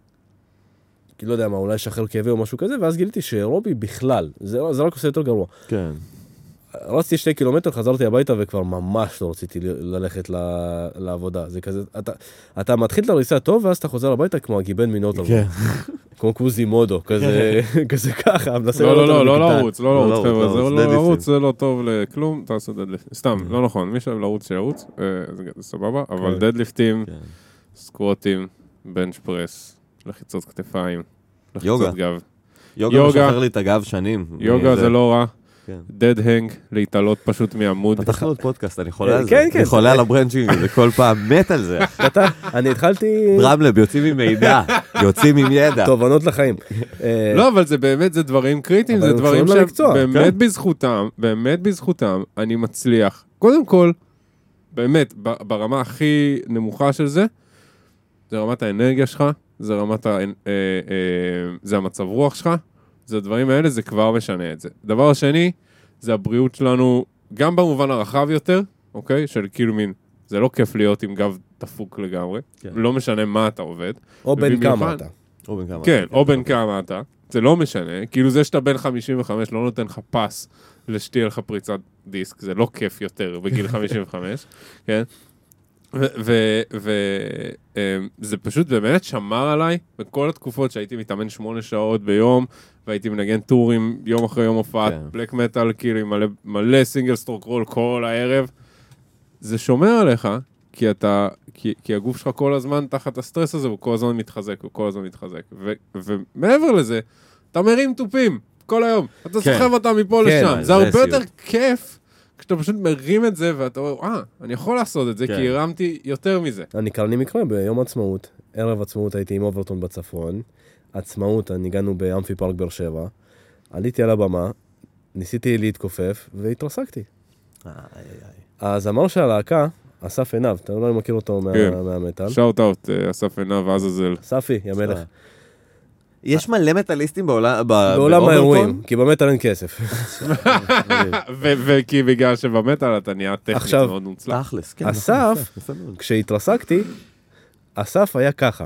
כי לא יודע מה, אולי שחרר כאבי או משהו כזה, ואז גיליתי שאירובי בכלל, זה, זה רק עושה יותר גרוע. כן. רצתי שתי קילומטר, חזרתי הביתה וכבר ממש לא רציתי ללכת לעבודה. זה כזה, אתה, אתה מתחיל את הריסה טוב, ואז אתה חוזר הביתה כמו הגיבן מינוטו. כן. כמו קוזי מודו, כזה, כזה ככה. לא, לא, לא, לא לרוץ, לא לרוץ, חבר'ה, זה לא לרוץ, זה לא טוב לכלום, תעשו דדליפטים. סתם, לא נכון, מי שאוהב לרוץ שירוץ, זה סבבה, אבל דדליפטים, סקווטים, בנץ' פרס, לחיצות כתפיים, לחיצות גב. יוגה משחרר לי את הגב שנים. יוגה זה לא רע. דד הנג, להתעלות פשוט מעמוד. פתחנו עוד פודקאסט, אני חולה על זה. אני חולה על הברנצ'ינג, זה כל פעם מת על זה. אני התחלתי... דרמלב, יוצאים עם מידע, יוצאים עם ידע. תובנות לחיים. לא, אבל זה באמת, זה דברים קריטיים, זה דברים שבאמת בזכותם, באמת בזכותם, אני מצליח. קודם כל, באמת, ברמה הכי נמוכה של זה, זה רמת האנרגיה שלך, זה רמת ה... זה המצב רוח שלך, זה הדברים האלה, זה כבר משנה את זה. דבר השני, זה הבריאות שלנו, גם במובן הרחב יותר, אוקיי? של כאילו מין, זה לא כיף להיות עם גב דפוק לגמרי, כן. לא משנה מה אתה עובד. או בין כמה אתה. או בין כמה כן, או בין כמה אתה. זה לא משנה, כאילו זה שאתה בין חמישים וחמש לא נותן לך פס לשתייה לך פריצת דיסק, זה לא כיף יותר בגיל חמישים וחמש, כן? וזה פשוט באמת שמר עליי בכל התקופות שהייתי מתאמן שמונה שעות ביום, והייתי מנגן טורים יום אחרי יום הופעת, בלק מטל, כאילו עם מלא סינגל סטרוק רול כל הערב. זה שומר עליך, כי אתה, כי הגוף שלך כל הזמן תחת הסטרס הזה, הוא כל הזמן מתחזק, הוא כל הזמן מתחזק. ומעבר לזה, אתה מרים טופים כל היום, אתה סוחב אותם מפה לשם. זה הרבה יותר כיף כשאתה פשוט מרים את זה, ואתה אומר, אה, אני יכול לעשות את זה, כי הרמתי יותר מזה. אני קל לי מקרה, ביום עצמאות, ערב עצמאות הייתי עם אוברטון בצפון, עצמאות, ניגענו באמפי פארק באר שבע, עליתי על הבמה, ניסיתי להתכופף, והתרסקתי. הזמר של הלהקה אסף עיניו, אתה אולי מכיר אותו מה- כן. מהמטל. שאוט אאוט, אסף עיניו, עזאזל. אספי, יא מלך. יש מלא מטליסטים בעולם... בעולם האירועים, כי במטל אין כסף. וכי בגלל שבמטל אתה נהיה טכנית עכשיו- מאוד מוצלח. תכלס, כן. אסף, יפה, יפה מאוד. כשהתרסקתי, אסף היה ככה.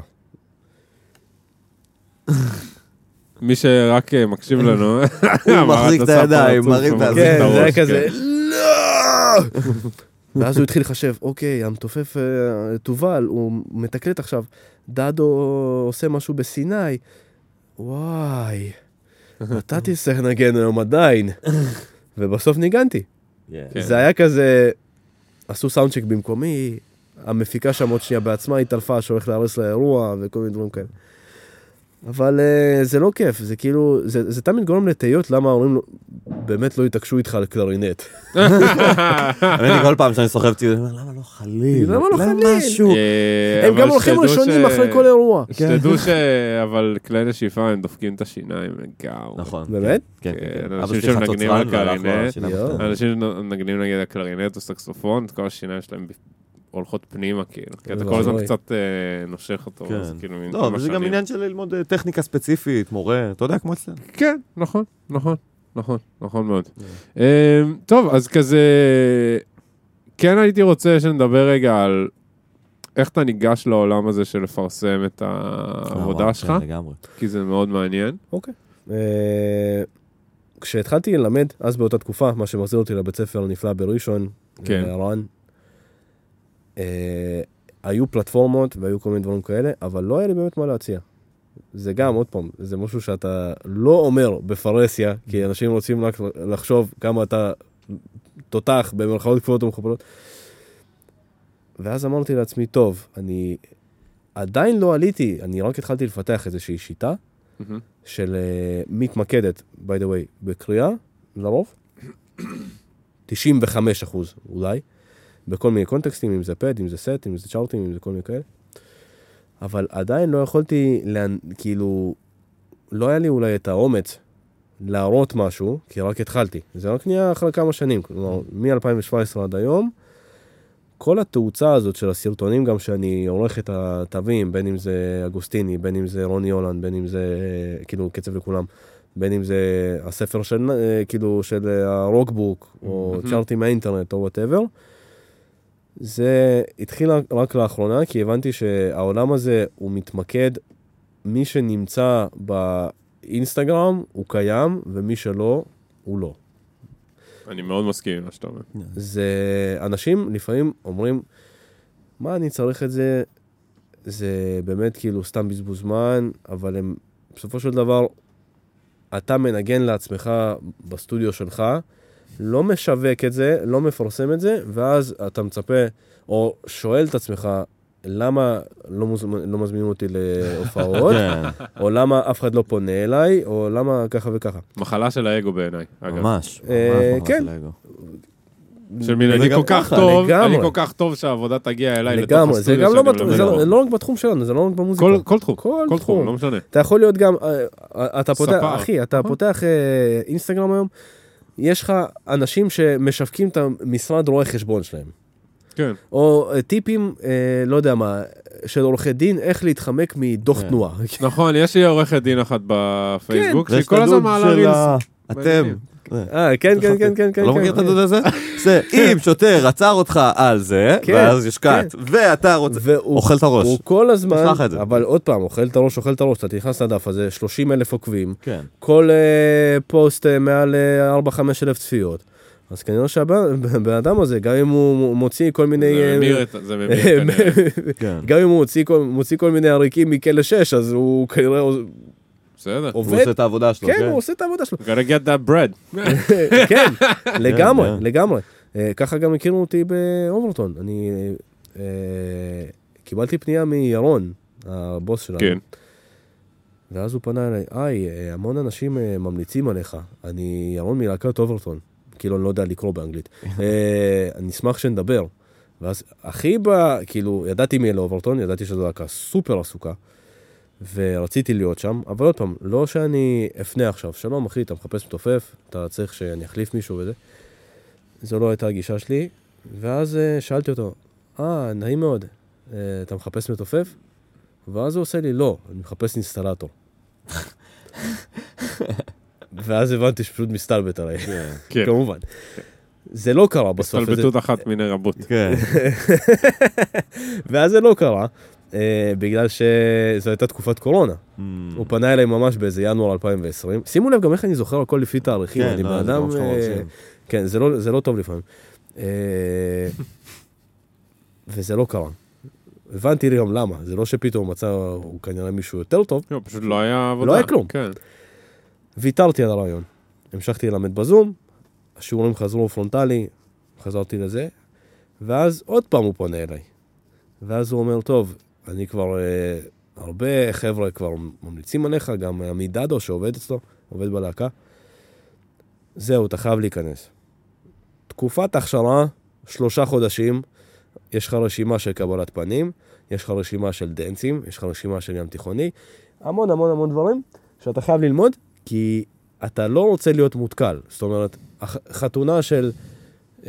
מי שרק אה, מקשיב לנו, הוא מחזיק את הידיים, מרים את מחזיק כן, הראש, זה היה כן. כזה, לא! ואז הוא התחיל לחשב, אוקיי, המתופף אה, תובל, הוא מתקלט עכשיו, דדו עושה משהו בסיני, וואי, אתה תצטרך לנגן היום עדיין. ובסוף ניגנתי. כן. זה היה כזה, עשו סאונדצ'ק במקומי, המפיקה שם עוד שנייה בעצמה התעלפה שהולך להרס לאירוע וכל מיני דברים כאלה. אבל uh, זה לא כיף, זה כאילו, זה, זה תמיד גורם לתהיות למה ההורים לא, באמת לא יתעקשו איתך על קלרינט. אני כל פעם שאני סוחב ציוד, אני אומר, למה לא חליל? למה לא חליל? משהו? אה, הם אבל גם הולכים שתדעו ראשונים ש- אחרי כל אירוע. שתדעו ש... אבל כלי נשיפה הם דופקים את השיניים לגמרי. נכון. באמת? כן, כן, כן, כן. אנשים אבא שלי שמנגנים חצוצרן על והלך לו קלרינט. השיניים יואו. הקטנות. אנשים שמנגנים נגיד הקלרינט או סקסופון, את כל השיניים שלהם הולכות פנימה, כאילו. כי אתה אוי כל הזמן ואבוי. קצת אה, נושך אותו. אז כן. כאילו, עם לא, אבל כמה זה גם שנים. עניין של ללמוד אה, טכניקה ספציפית, מורה, אתה יודע, כמו אצלנו. כן, נכון, נכון, נכון, נכון מאוד. אמ, טוב, אז כזה, כן הייתי רוצה שנדבר רגע על איך אתה ניגש לעולם הזה של לפרסם את העבודה שלך, כן, לגמרי. כי זה מאוד מעניין. אוקיי. אה, כשהתחלתי ללמד, אז באותה תקופה, מה שמחזיר אותי לבית ספר הנפלא בראשון, כן. רן, אה, היו פלטפורמות והיו כל מיני דברים כאלה, אבל לא היה לי באמת מה להציע. זה גם, עוד פעם, זה משהו שאתה לא אומר בפרסיה, כי אנשים רוצים רק לחשוב כמה אתה תותח במרכאות כפולות ומכופלות. ואז אמרתי לעצמי, טוב, אני עדיין לא עליתי, אני רק התחלתי לפתח איזושהי שיטה, מהמם. של uh, מתמקדת, by the way, בקריאה, לרוב, תשעים וחמישה אחוז אולי, בכל מיני קונטקסטים, אם זה פד, אם זה סט, אם זה צ'ארטים, אם זה כל מיני כאלה. אבל עדיין לא יכולתי, לה, כאילו, לא היה לי אולי את האומץ להראות משהו, כי רק התחלתי. זה רק נהיה אחרי כמה שנים, כלומר, מ-אלפיים שבע עשרה עד היום, כל התאוצה הזאת של הסרטונים, גם שאני עורך את התווים, בין אם זה אגוסטיני, בין אם זה רוני הולנד, בין אם זה, כאילו, קצב לכולם, בין אם זה הספר של, כאילו, של הרוקבוק, או צ'ארטים מהאינטרנט, או whatever, זה התחיל רק לאחרונה, כי הבנתי שהעולם הזה הוא מתמקד, מי שנמצא באינסטגרם הוא קיים, ומי שלא, הוא לא. אני מאוד מסכים עם מה שאתה אומר. זה, אנשים לפעמים אומרים, מה אני צריך את זה, זה באמת כאילו סתם בזבוז זמן, אבל הם, בסופו של דבר, אתה מנגן לעצמך בסטודיו שלך, לא משווק את זה, לא מפרסם את זה, ואז אתה מצפה, או שואל את עצמך, למה לא, מוז... לא מזמינים אותי להופעות, או למה אף אחד לא פונה אליי, או למה ככה וככה. מחלה של האגו בעיניי, אגב. ממש. אה, ממש כן. של האגו. של מין, אני וגם כל כך ככה, טוב, לגמרי. אני כל כך טוב שהעבודה תגיע אליי לתוך לגמרי, זה הסטודיו גם לא, שאני בת... מלמד זה בו. לא, לא רק בתחום שלנו, זה לא רק במוזיקה. כל, כל תחום, כל כל תחום. תחום, לא משנה. אתה יכול להיות גם, אה, אתה פותח, ספר. אחי, אתה פותח אה, אינסטגרם היום, יש לך אנשים שמשווקים את המשרד רואי חשבון שלהם. כן. או אה, טיפים, אה, לא יודע מה, של עורכי דין, איך להתחמק מדוח כן. תנועה. נכון, יש לי עורכת דין אחת בפייסבוק, שהיא ויש את כל הזמן הדוד מעלה של רילס. ה- אתם. מעניינים. אה, כן, כן, כן, כן, כן. אתה לא כן. מכיר את הדוד הזה? זה, אם שוטר עצר אותך על זה, כן, ואז יש קאט, ואתה רוצה... והוא אוכל את הראש. הוא כל הזמן, תשלח את זה. אבל עוד פעם, אוכל את הראש, אוכל את הראש, אתה נכנס לדף הזה, שלושים אלף עוקבים, כן. כל אה, פוסט אה, מעל אה, ארבע חמש אלף צפיות. אז כנראה שהבן אדם הזה, גם אם הוא מוציא כל מיני... זה אה, ממיר, את- זה ממיר כנראה. כן. גם אם הוא מוציא כל- מוציא כל מיני עריקים מכלא שש, אז הוא כנראה בסדר. הוא עובד. עושה את העבודה שלו, כן, כן. הוא עושה את העבודה שלו. gotta get that bread. כן, לגמרי, כן. לגמרי. אה, ככה גם הכירו אותי באוברטון. אני אה, קיבלתי פנייה מירון, הבוס שלנו. כן. ואז הוא פנה אליי, היי, אה, המון אנשים אה, ממליצים עליך. אני ירון מלהקת אוברטון. כאילו, אני לא יודע לקרוא באנגלית. אה, אני אשמח שנדבר. ואז הכי ב... כאילו, ידעתי מי אלה אוברטון, ידעתי שזו להקה סופר עסוקה. ורציתי להיות שם, אבל עוד פעם, לא שאני אפנה עכשיו, שלום אחי, אתה מחפש מתופף, אתה צריך שאני אחליף מישהו וזה. זו לא הייתה הגישה שלי, ואז uh, שאלתי אותו, אה, נעים מאוד, אה, אתה מחפש מתופף? ואז הוא עושה לי, לא, אני מחפש אינסטלטור. ואז הבנתי שפשוט מסתלבט עליי, כן. כמובן. זה לא קרה בסוף. הסתלבטות אחת מיני רבות. כן. ואז זה לא קרה, אה, בגלל שזו הייתה תקופת קורונה. הוא פנה אליי ממש באיזה ינואר אלפיים ועשרים. שימו לב, גם איך אני זוכר הכל לפי תאריכים. כן, אני לא, זה באדם, ממש לא מרשים. כן, זה לא, זה לא טוב לפעמים. אה, וזה לא קרה. הבנתי לי גם למה. זה לא שפתאום הוא מצא, הוא כנראה מישהו יותר טוב. לא, פשוט לא היה עבודה. לא היה כלום. כן. ויתרתי על הרעיון. המשכתי ללמד בזום, השיעורים חזרו פרונטלי, חזרתי לזה, ואז עוד פעם הוא פונה אליי. ואז הוא אומר, טוב, אני כבר, אה, הרבה חבר'ה כבר ממליצים עליך, גם עמידדו שעובד אצלו, עובד בלהקה. זהו, אתה חייב להיכנס. תקופת הכשרה, שלושה חודשים, יש לך רשימה של קבלת פנים, יש לך רשימה של דנסים, יש לך רשימה של ים תיכוני, המון המון המון דברים שאתה חייב ללמוד, כי אתה לא רוצה להיות מותקל. זאת אומרת, חתונה של אה,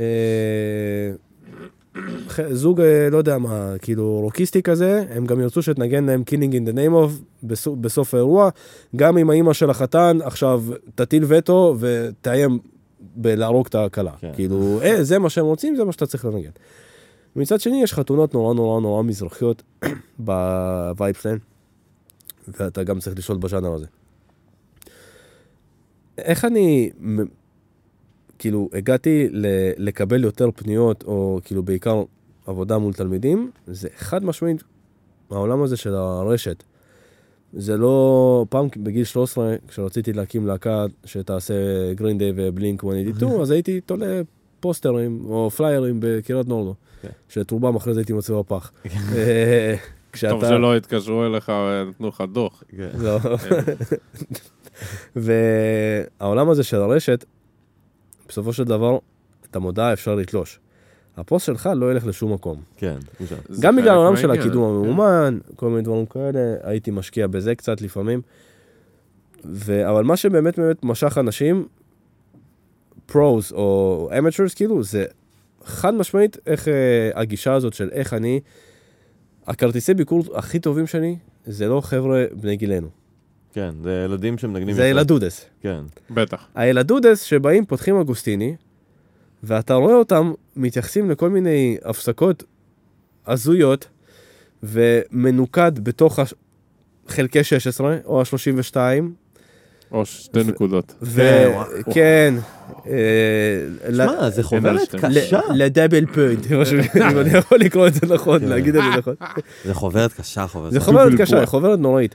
זוג, אה, לא יודע מה, כאילו רוקיסטי כזה, הם גם ירצו שתנגן להם Killing in the name of בסוף, בסוף האירוע, גם עם האמא של החתן, עכשיו תטיל וטו ותאיים בלהרוג את הכלה. כן. כאילו, אה, זה מה שהם רוצים, זה מה שאתה צריך לנגן. מצד שני, יש חתונות נורא נורא נורא מזרחיות בווייב שלהם, ואתה גם צריך לשאול בז'אנר הזה. איך אני, כאילו, הגעתי לקבל יותר פניות, או כאילו בעיקר עבודה מול תלמידים, זה חד משמעית, העולם הזה של הרשת. זה לא, פעם בגיל שלוש עשרה, כשרציתי להקים להקה שתעשה גרין דיי ובלינק מאה שמונים ושתיים, אז הייתי תולה פוסטרים או פליירים בקירת נורדו, שאת רובם אחרי זה הייתי מצא בפח. טוב שלא התקשרו אליך ונתנו לך דוח. לא. והעולם הזה של הרשת, בסופו של דבר, את המודעה אפשר לתלוש. הפוסט שלך לא ילך לשום מקום. כן. גם בגלל העולם של הקידום הממומן, כל מיני דברים כאלה, הייתי משקיע בזה קצת לפעמים. אבל מה שבאמת באמת משך אנשים, פרוז או אמצ'רס, כאילו, זה חד משמעית איך הגישה הזאת של איך אני, הכרטיסי ביקור הכי טובים שלי, זה לא חבר'ה בני גילנו. כן, זה ילדים שמנגנים... זה ילדודס. כן. בטח. הילדודס שבאים, פותחים אגוסטיני, ואתה רואה אותם מתייחסים לכל מיני הפסקות הזויות, ומנוקד בתוך חלקי שש עשרה, או ה-שלושים ושתיים. או שתי נקודות. וכן. שמע, זה חוברת קשה. לדאבל פוינט, אם אני יכול לקרוא את זה נכון, להגיד את זה נכון. זה חוברת קשה, חוברת. זה חוברת קשה, חוברת נוראית.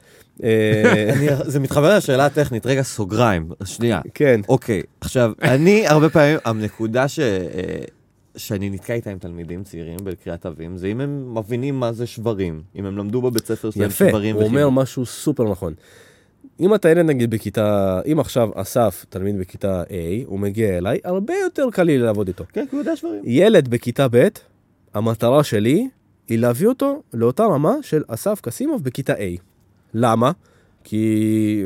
זה מתחבר לשאלה הטכנית, רגע סוגריים, שנייה. כן. אוקיי, עכשיו, אני הרבה פעמים, הנקודה ש... שאני נתקע איתה עם תלמידים צעירים בקריאת אבים, זה אם הם מבינים מה זה שברים, אם הם למדו בבית ספר שלהם שברים. יפה, הוא אומר משהו סופר נכון. אם אתה ילד נגיד בכיתה, אם עכשיו אסף תלמיד בכיתה A, הוא מגיע אליי, הרבה יותר קל לי לעבוד איתו. כן, כי הוא יודע שברים. ילד בכיתה ב', המטרה שלי היא להביא אותו לאותה רמה של אסף קסימוב בכיתה A. למה? כי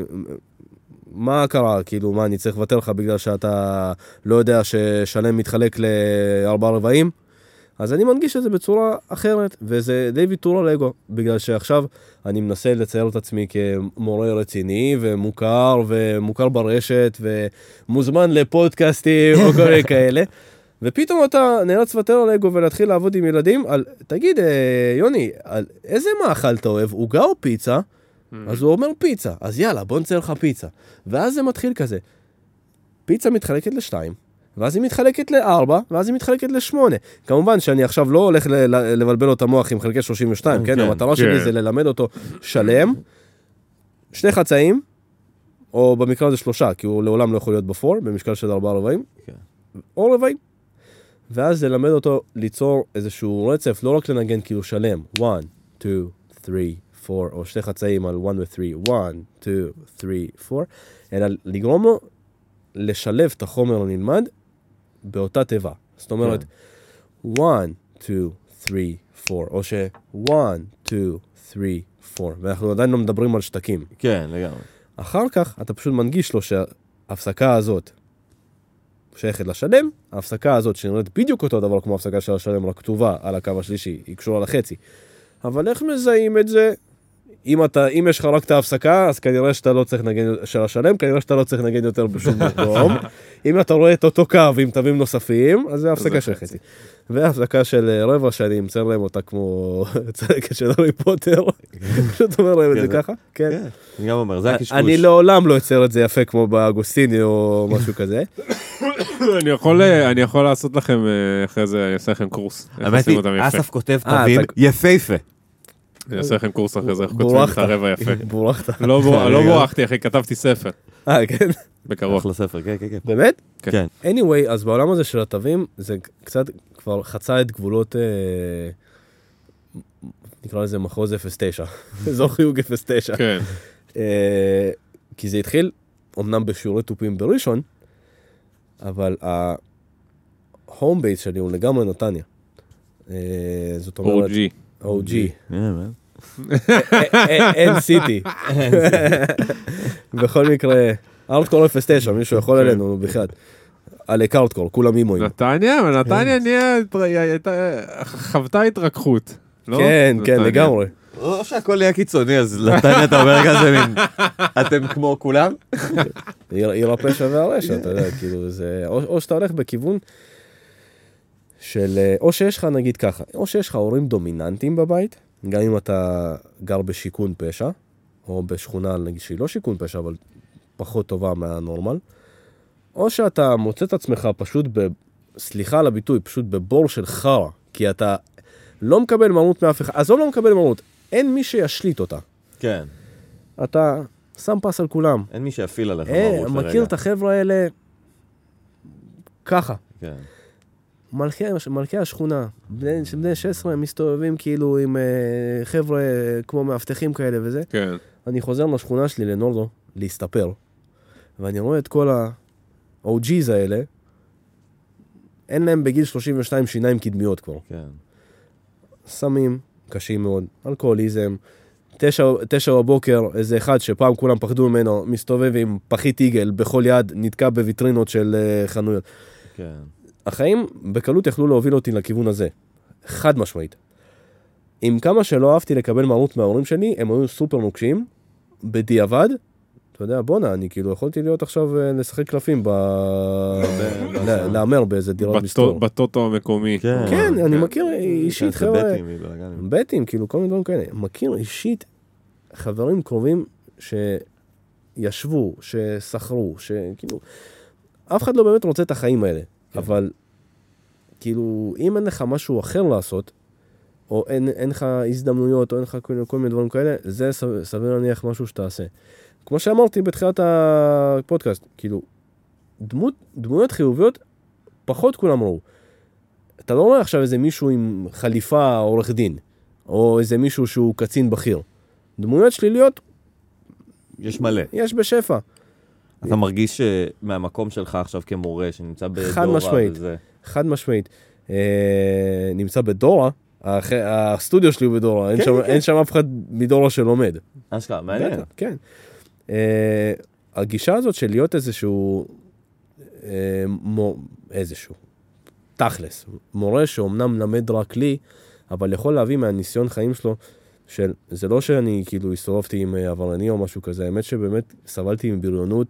מה קרה? כאילו, מה, אני צריך לוותר לך בגלל שאתה לא יודע ששלם מתחלק לארבע רבעים? אז אני מנגיש את זה בצורה אחרת, וזה די ויתור על אגו, בגלל שעכשיו אני מנסה לצייר את עצמי כמורה רציני ומוכר, ומוכר ברשת, ומוזמן לפודקאסטים או כל כאלה, ופתאום אתה נאלץ לוותר על אגו ולהתחיל לעבוד עם ילדים, על, תגיד, יוני, על איזה מאכל אתה אוהב, עוגה או פיצה? אז הוא אומר פיצה, אז יאללה, בוא נצייר לך פיצה. ואז זה מתחיל כזה. פיצה מתחלקת לשתיים, ואז היא מתחלקת לארבע, ואז היא מתחלקת לשמונה. כמובן שאני עכשיו לא הולך לבלבל לו את המוח עם חלקי שלושים ושתיים, כן? המטרה שלי זה ללמד אותו שלם, שני חצאים, או במקרה הזה שלושה, כי הוא לעולם לא יכול להיות בפור, במשקל של ארבעה רבעים, או רבעים. ואז ללמד אותו ליצור איזשהו רצף, לא רק לנגן כאילו שלם, one, two, three, four, או שתי חצאים על one ו three, one, two, three, four, אלא לגרום לו לשלב את החומר הנלמד באותה טבע. זאת אומרת, one, two, three, four, או ש one, two, three, four, ואנחנו עדיין לא מדברים על שתקים. כן, לגמרי. אחר כך אתה פשוט מנגיש לו שההפסקה הזאת שייכת לשלם, ההפסקה הזאת שנראית בדיוק אותו דבר כמו ההפסקה של השלם, רק כתובה על הקו השלישי, היא קשורה לחצי. אבל איך מזהים את זה? אם, אתה, אם יש לך רק את ההפסקה, אז כנראה שאתה לא צריך נגן של השלם, כנראה שאתה לא צריך נגן יותר בשום מקום. אם אתה רואה את אותו קו עם תווים נוספים, אז זה ההפסקה של חצי. וההפסקה של רבע שאני אמצר להם אותה כמו צלקת של הארי פוטר. פשוט אומר להם את זה ככה. כן. אני גם אומר, זה הקשקוש. אני לעולם לא אצר את זה יפה כמו באגוסטיני או משהו כזה. אני יכול, אני יכול לעשות לכם, אחרי זה, אני אעשה לכם קורס. האמת היא, אסף כותב תווים יפהפה. אני אעשה לכם קורס אחרי זה, איך כותבים את הרבע יפה. בורחת. לא בורחתי, אחי, כתבתי ספר. אה, כן? בקרוב. אחלה ספר, כן, כן, כן. באמת? כן. anyway, אז בעולם הזה של התווים, זה קצת כבר חצה את גבולות, נקרא לזה מחוז אפס תשע. אזור חיוג אפס תשע. כן. כי זה התחיל, אמנם בשיעורי תופים בראשון, אבל ההום בייס שלי הוא לגמרי נתניה. זאת אומרת... או ג'י. או ג'י. כן, אין סיטי. בכל מקרה, ארטקור אפס תשע, מישהו יכול עלינו בכלל. עלי קארטקור, כולם אימואים. נתניה, אבל נתניה נהיה, חוותה התרככות. כן, כן, לגמרי. או שהכל נהיה קיצוני, אז נתניה אתה אומר כזה מין, אתם כמו כולם? עיר הפשע והרשע, אתה יודע, כאילו זה, או שאתה הולך בכיוון של, או שיש לך נגיד ככה, או שיש לך הורים דומיננטיים בבית, גם אם אתה גר בשיקון פשע, או בשכונה, נגיד שהיא לא שיקון פשע, אבל פחות טובה מהנורמל, או שאתה מוצא את עצמך פשוט, ב, סליחה על הביטוי, פשוט בבור של חרה, כי אתה לא מקבל מרות מאף אחד, אז לא מקבל מרות, אין מי שישליט אותה. כן. אתה שם פס על כולם. אין מי שיפיל עליך אה, מרות מכיר לרגע. את החבר'ה האלה ככה. כן. מלכי, מלכי השכונה, בני, בני שש עשרה מסתובבים כאילו עם uh, חבר'ה כמו מאבטחים כאלה וזה. כן. אני חוזר לשכונה שלי לנורדו, להסתפר, ואני רואה את כל ה-או ג'יז האלה, אין להם בגיל שלושים ושתיים שיניים קדמיות כבר. כן. סמים, קשים מאוד, אלכוהוליזם, תשע, תשע בבוקר, איזה אחד שפעם כולם פחדו ממנו, מסתובב עם פחית איגל בכל יד, נתקע בוויטרינות של uh, חנויות. כן. החיים בקלות יכלו להוביל אותי לכיוון הזה, חד משמעית. עם כמה שלא אהבתי לקבל מרות מההורים שלי, הם היו סופר נוקשים, בדיעבד, אתה יודע, בונה, אני כאילו יכולתי להיות עכשיו לשחק קלפים, לאמר באיזה דירת מסתור. בטוטו המקומי. כן, אני מכיר אישית חבר'ה, בטים, בטים, כאילו כל מיני דברים כאלה, מכיר אישית חברים קרובים שישבו, שסחרו, שכאילו, אף אחד לא באמת רוצה את החיים האלה. אבל, כאילו, אם אין לך משהו אחר לעשות, או אין, אין לך הזדמנויות, או אין לך כל, כל מיני דברים כאלה, זה סביר להניח משהו שתעשה. כמו שאמרתי בתחילת הפודקאסט, כאילו, דמות, דמויות חיוביות, פחות כולם ראו. אתה לא רואה עכשיו איזה מישהו עם חליפה עורך דין, או איזה מישהו שהוא קצין בכיר. דמויות שליליות, יש מלא. יש בשפע. אתה מרגיש מהמקום שלך עכשיו כמורה, שנמצא בדורה חד משמעית, וזה... חד משמעית. אה, נמצא בדורה, הח... הסטודיו שלי הוא בדורה, אין, שם, אין שם אף אחד מדורה שלומד. אשכרה, מעניין. כן. אה, הגישה הזאת של להיות איזשהו, אה, מו, איזשהו, תכלס, מורה שאומנם למד רק לי, אבל יכול להביא מהניסיון חיים שלו, של, זה לא שאני כאילו הסתובבתי עם עברני או משהו כזה, האמת שבאמת סבלתי עם בריונות,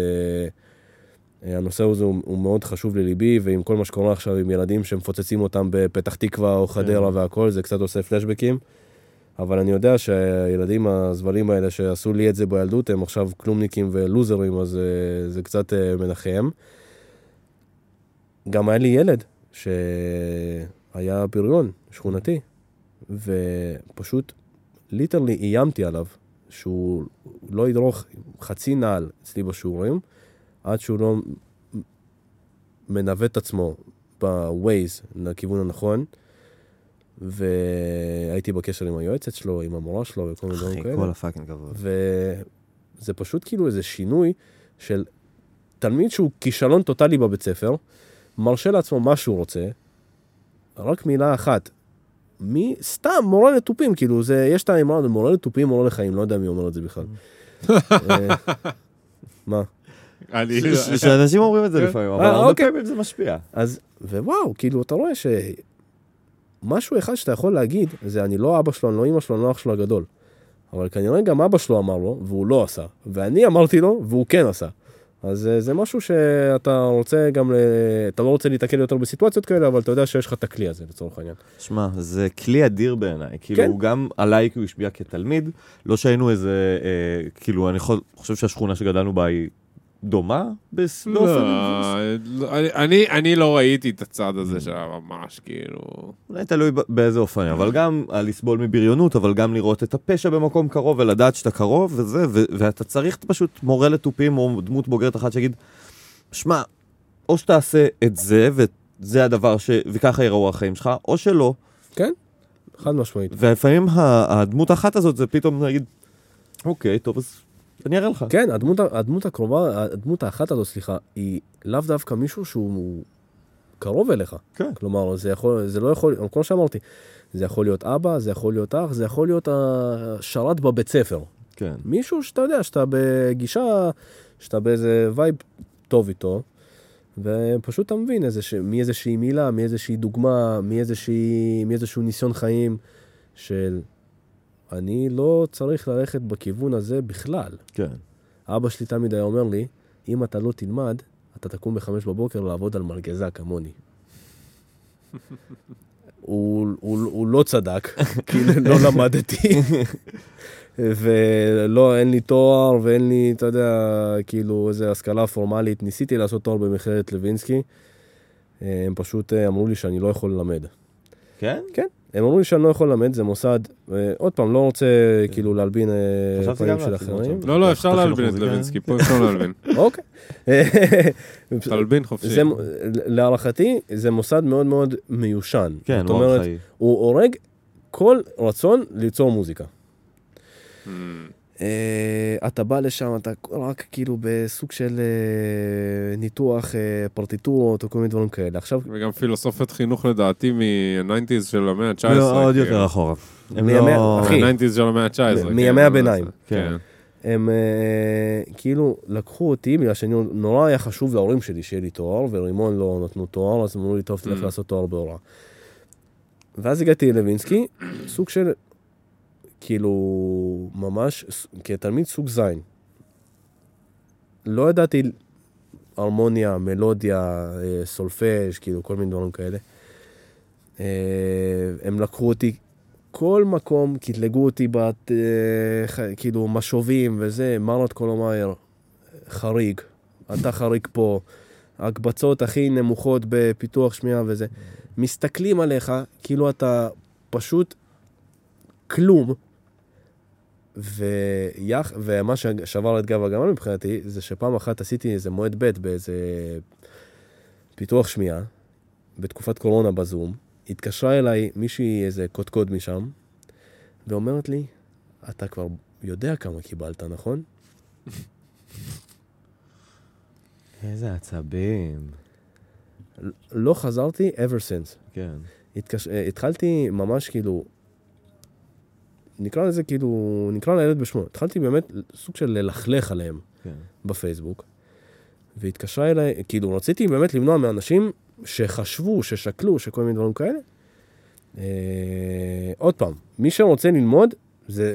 והנושא הזה הוא, הוא מאוד חשוב לליבי, ועם כל מה שקורה עכשיו עם ילדים שמפוצצים אותם בפתח תקווה או חדרה והכל, זה קצת עושה פלשבקים, אבל אני יודע שהילדים הזבלים האלה שעשו לי את זה בילדות, הם עכשיו כלומניקים ולוזרים, אז זה קצת מנחם. גם היה לי ילד שהיה בריון שכונתי, ופשוט ליטרלי איימתי עליו שהוא לא ידרוך חצי נעל אצלי בשיעורים, עד שהוא לא מנווט את עצמו בווייז לכיוון הנכון, והייתי בקשר עם היועצת שלו, עם המורה שלו וכל מיני דברים כאלה. כל הפאקינג כבוד. וזה פשוט כאילו איזה שינוי של תלמיד שהוא כישלון טוטלי בבית ספר, מרשה לעצמו מה שהוא רוצה, רק מילה אחת, מי, סתם, מורה לטופים, כאילו, זה, יש את האמרה, מורה לטופים, מורה לחיים, לא יודע מי אומר את זה בכלל. מה? אני... ש- ש- שאנשים אומרים את זה לפעמים, אבל אה, הרבה אוקיי. פעמים זה משפיע. אז, ווואו, כאילו, אתה רואה שמשהו אחד שאתה יכול להגיד, זה אני לא אבא שלו, אני לא אמא שלו, אני לא אח שלו הגדול. אבל כנראה גם אבא שלו אמר לו, והוא לא עשה. ואני אמרתי לו, והוא כן עשה. אז אה, זה משהו שאתה רוצה גם, ל... אתה לא רוצה להתקל יותר בסיטואציות כאלה, אבל אתה יודע שיש לך את הכלי הזה, לצורך העניין. שמע, זה כלי אדיר בעיניי. כאילו, כן. הוא גם עליי כי הוא השפיע כתלמיד, לא שהיינו איזה, אה, כאילו, אני יכול- חושב שהשכונה שגדלנו בה היא דומה בס- לא, באופן... לא, אני- אני- אני לא ראיתי את הצד הזה שהיה ממש כאילו... אולי תלוי ב- באיזה אופן, אבל גם על לסבול מבריונות, אבל גם לראות את הפשע במקום קרוב ולדעת שאתה קרוב וזה, ו- ואתה צריך פשוט מורה לתופים או דמות בוגרת אחת שיגיד, שמע, או שתעשה את זה, וזה הדבר ש... וככה יראו החיים שלך, או שלא. כן? חד משמעית. ולפעמים ה- הדמות האחת הזאת זה פתאום נגיד, אוקיי, טוב, אז אני אראה לך. כן, הדמות, הדמות הקרובה, הדמות האחת הזו, סליחה, היא לאו דווקא מישהו שהוא קרוב אליך. כן. כלומר, זה יכול, זה לא יכול, כמו שאמרתי, זה יכול להיות אבא, זה יכול להיות אח, זה יכול להיות השרת בבית ספר. כן. מישהו שאתה יודע, שאתה בגישה, שאתה באיזה וייב טוב איתו, ופשוט אתה מבין איזה ש... מאיזושהי מילה, מאיזושהי דוגמה, מאיזושהי... מאיזשהו ניסיון חיים של אני לא צריך ללכת בכיוון הזה בכלל. כן. אבא שלי תמיד היה אומר לי, אם אתה לא תלמד, אתה תקום בחמש בבוקר לעבוד על מלגזה כמוני. הוא, הוא, הוא לא צדק, כי לא למדתי, ולא, אין לי תואר, ואין לי, אתה יודע, כאילו, איזו השכלה פורמלית. ניסיתי לעשות תואר במכללת לוינסקי, הם פשוט אמרו לי שאני לא יכול ללמד. כן? כן, הם אמרו לי שאני לא יכול ללמד, זה מוסד, עוד פעם, לא רוצה כאילו להלבין פנים של אחרים. לא, לא, אפשר להלבין את לוינסקי, פה אפשר להלבין. אוקיי. תלבין חופשי. זה, להערכתי, זה מוסד מאוד מאוד מיושן. כן, זאת הוא אומרת, ארכאי. הוא הורג כל רצון ליצור מוזיקה. Hmm. אה, אתה בא לשם, אתה רק כאילו בסוג של אה, ניתוח אה, פרטיטורות או כל מיני דברים כאלה. עכשיו, וגם פילוסופת חינוך לדעתי מה-תשעים של המאה ה-תשע עשרה. לא, עוד כאילו. יותר אחורה. הם מימי- לא... אחי. ה-תשעים של המאה ה-תשע עשרה. מ- מימי כן, הביניים. כן. הם אה, כאילו לקחו אותי, בגלל שנורא היה חשוב להורים שלי שיהיה לי תואר, ורימון לא נתנו תואר, אז אמרו לי, טוב, תלך Mm. לעשות תואר בהוראה. ואז הגעתי לוינסקי, סוג של, כאילו, ממש, ס- כתלמיד סוג זין. לא ידעתי הרמוניה, מלודיה, אה, סולפז', כאילו, כל מיני דברים כאלה. אה, הם לקחו אותי כל מקום, קטלגו אותי בת, אה, ח, כאילו, משובים וזה, מרנט קולומייר, חריג. אתה חריג פה. הקבצות הכי נמוכות בפיתוח שמיעה וזה. מסתכלים עליך, כאילו אתה פשוט כלום. ויח, ומה ששבר את גב הגמל מבחינתי, זה שפעם אחת עשיתי איזה מועד ב' באיזה פיתוח שמיעה, בתקופת קורונה בזום, התקשרה אליי מישהי, איזה קודקוד משם, ואומרת לי, אתה כבר יודע כמה קיבלת, נכון? איזה עצבים. לא חזרתי ever since. כן. התקש... התחלתי ממש כאילו, נקרא לזה כאילו, נקרא לילד בשמו, התחלתי באמת סוג של ללכלך עליהם כן. בפייסבוק, והתקשרה אליי, כאילו רציתי באמת למנוע מאנשים שחשבו, ששקלו, שכל מיני דברים כאלה. אה, עוד פעם, מי שרוצה ללמוד, זה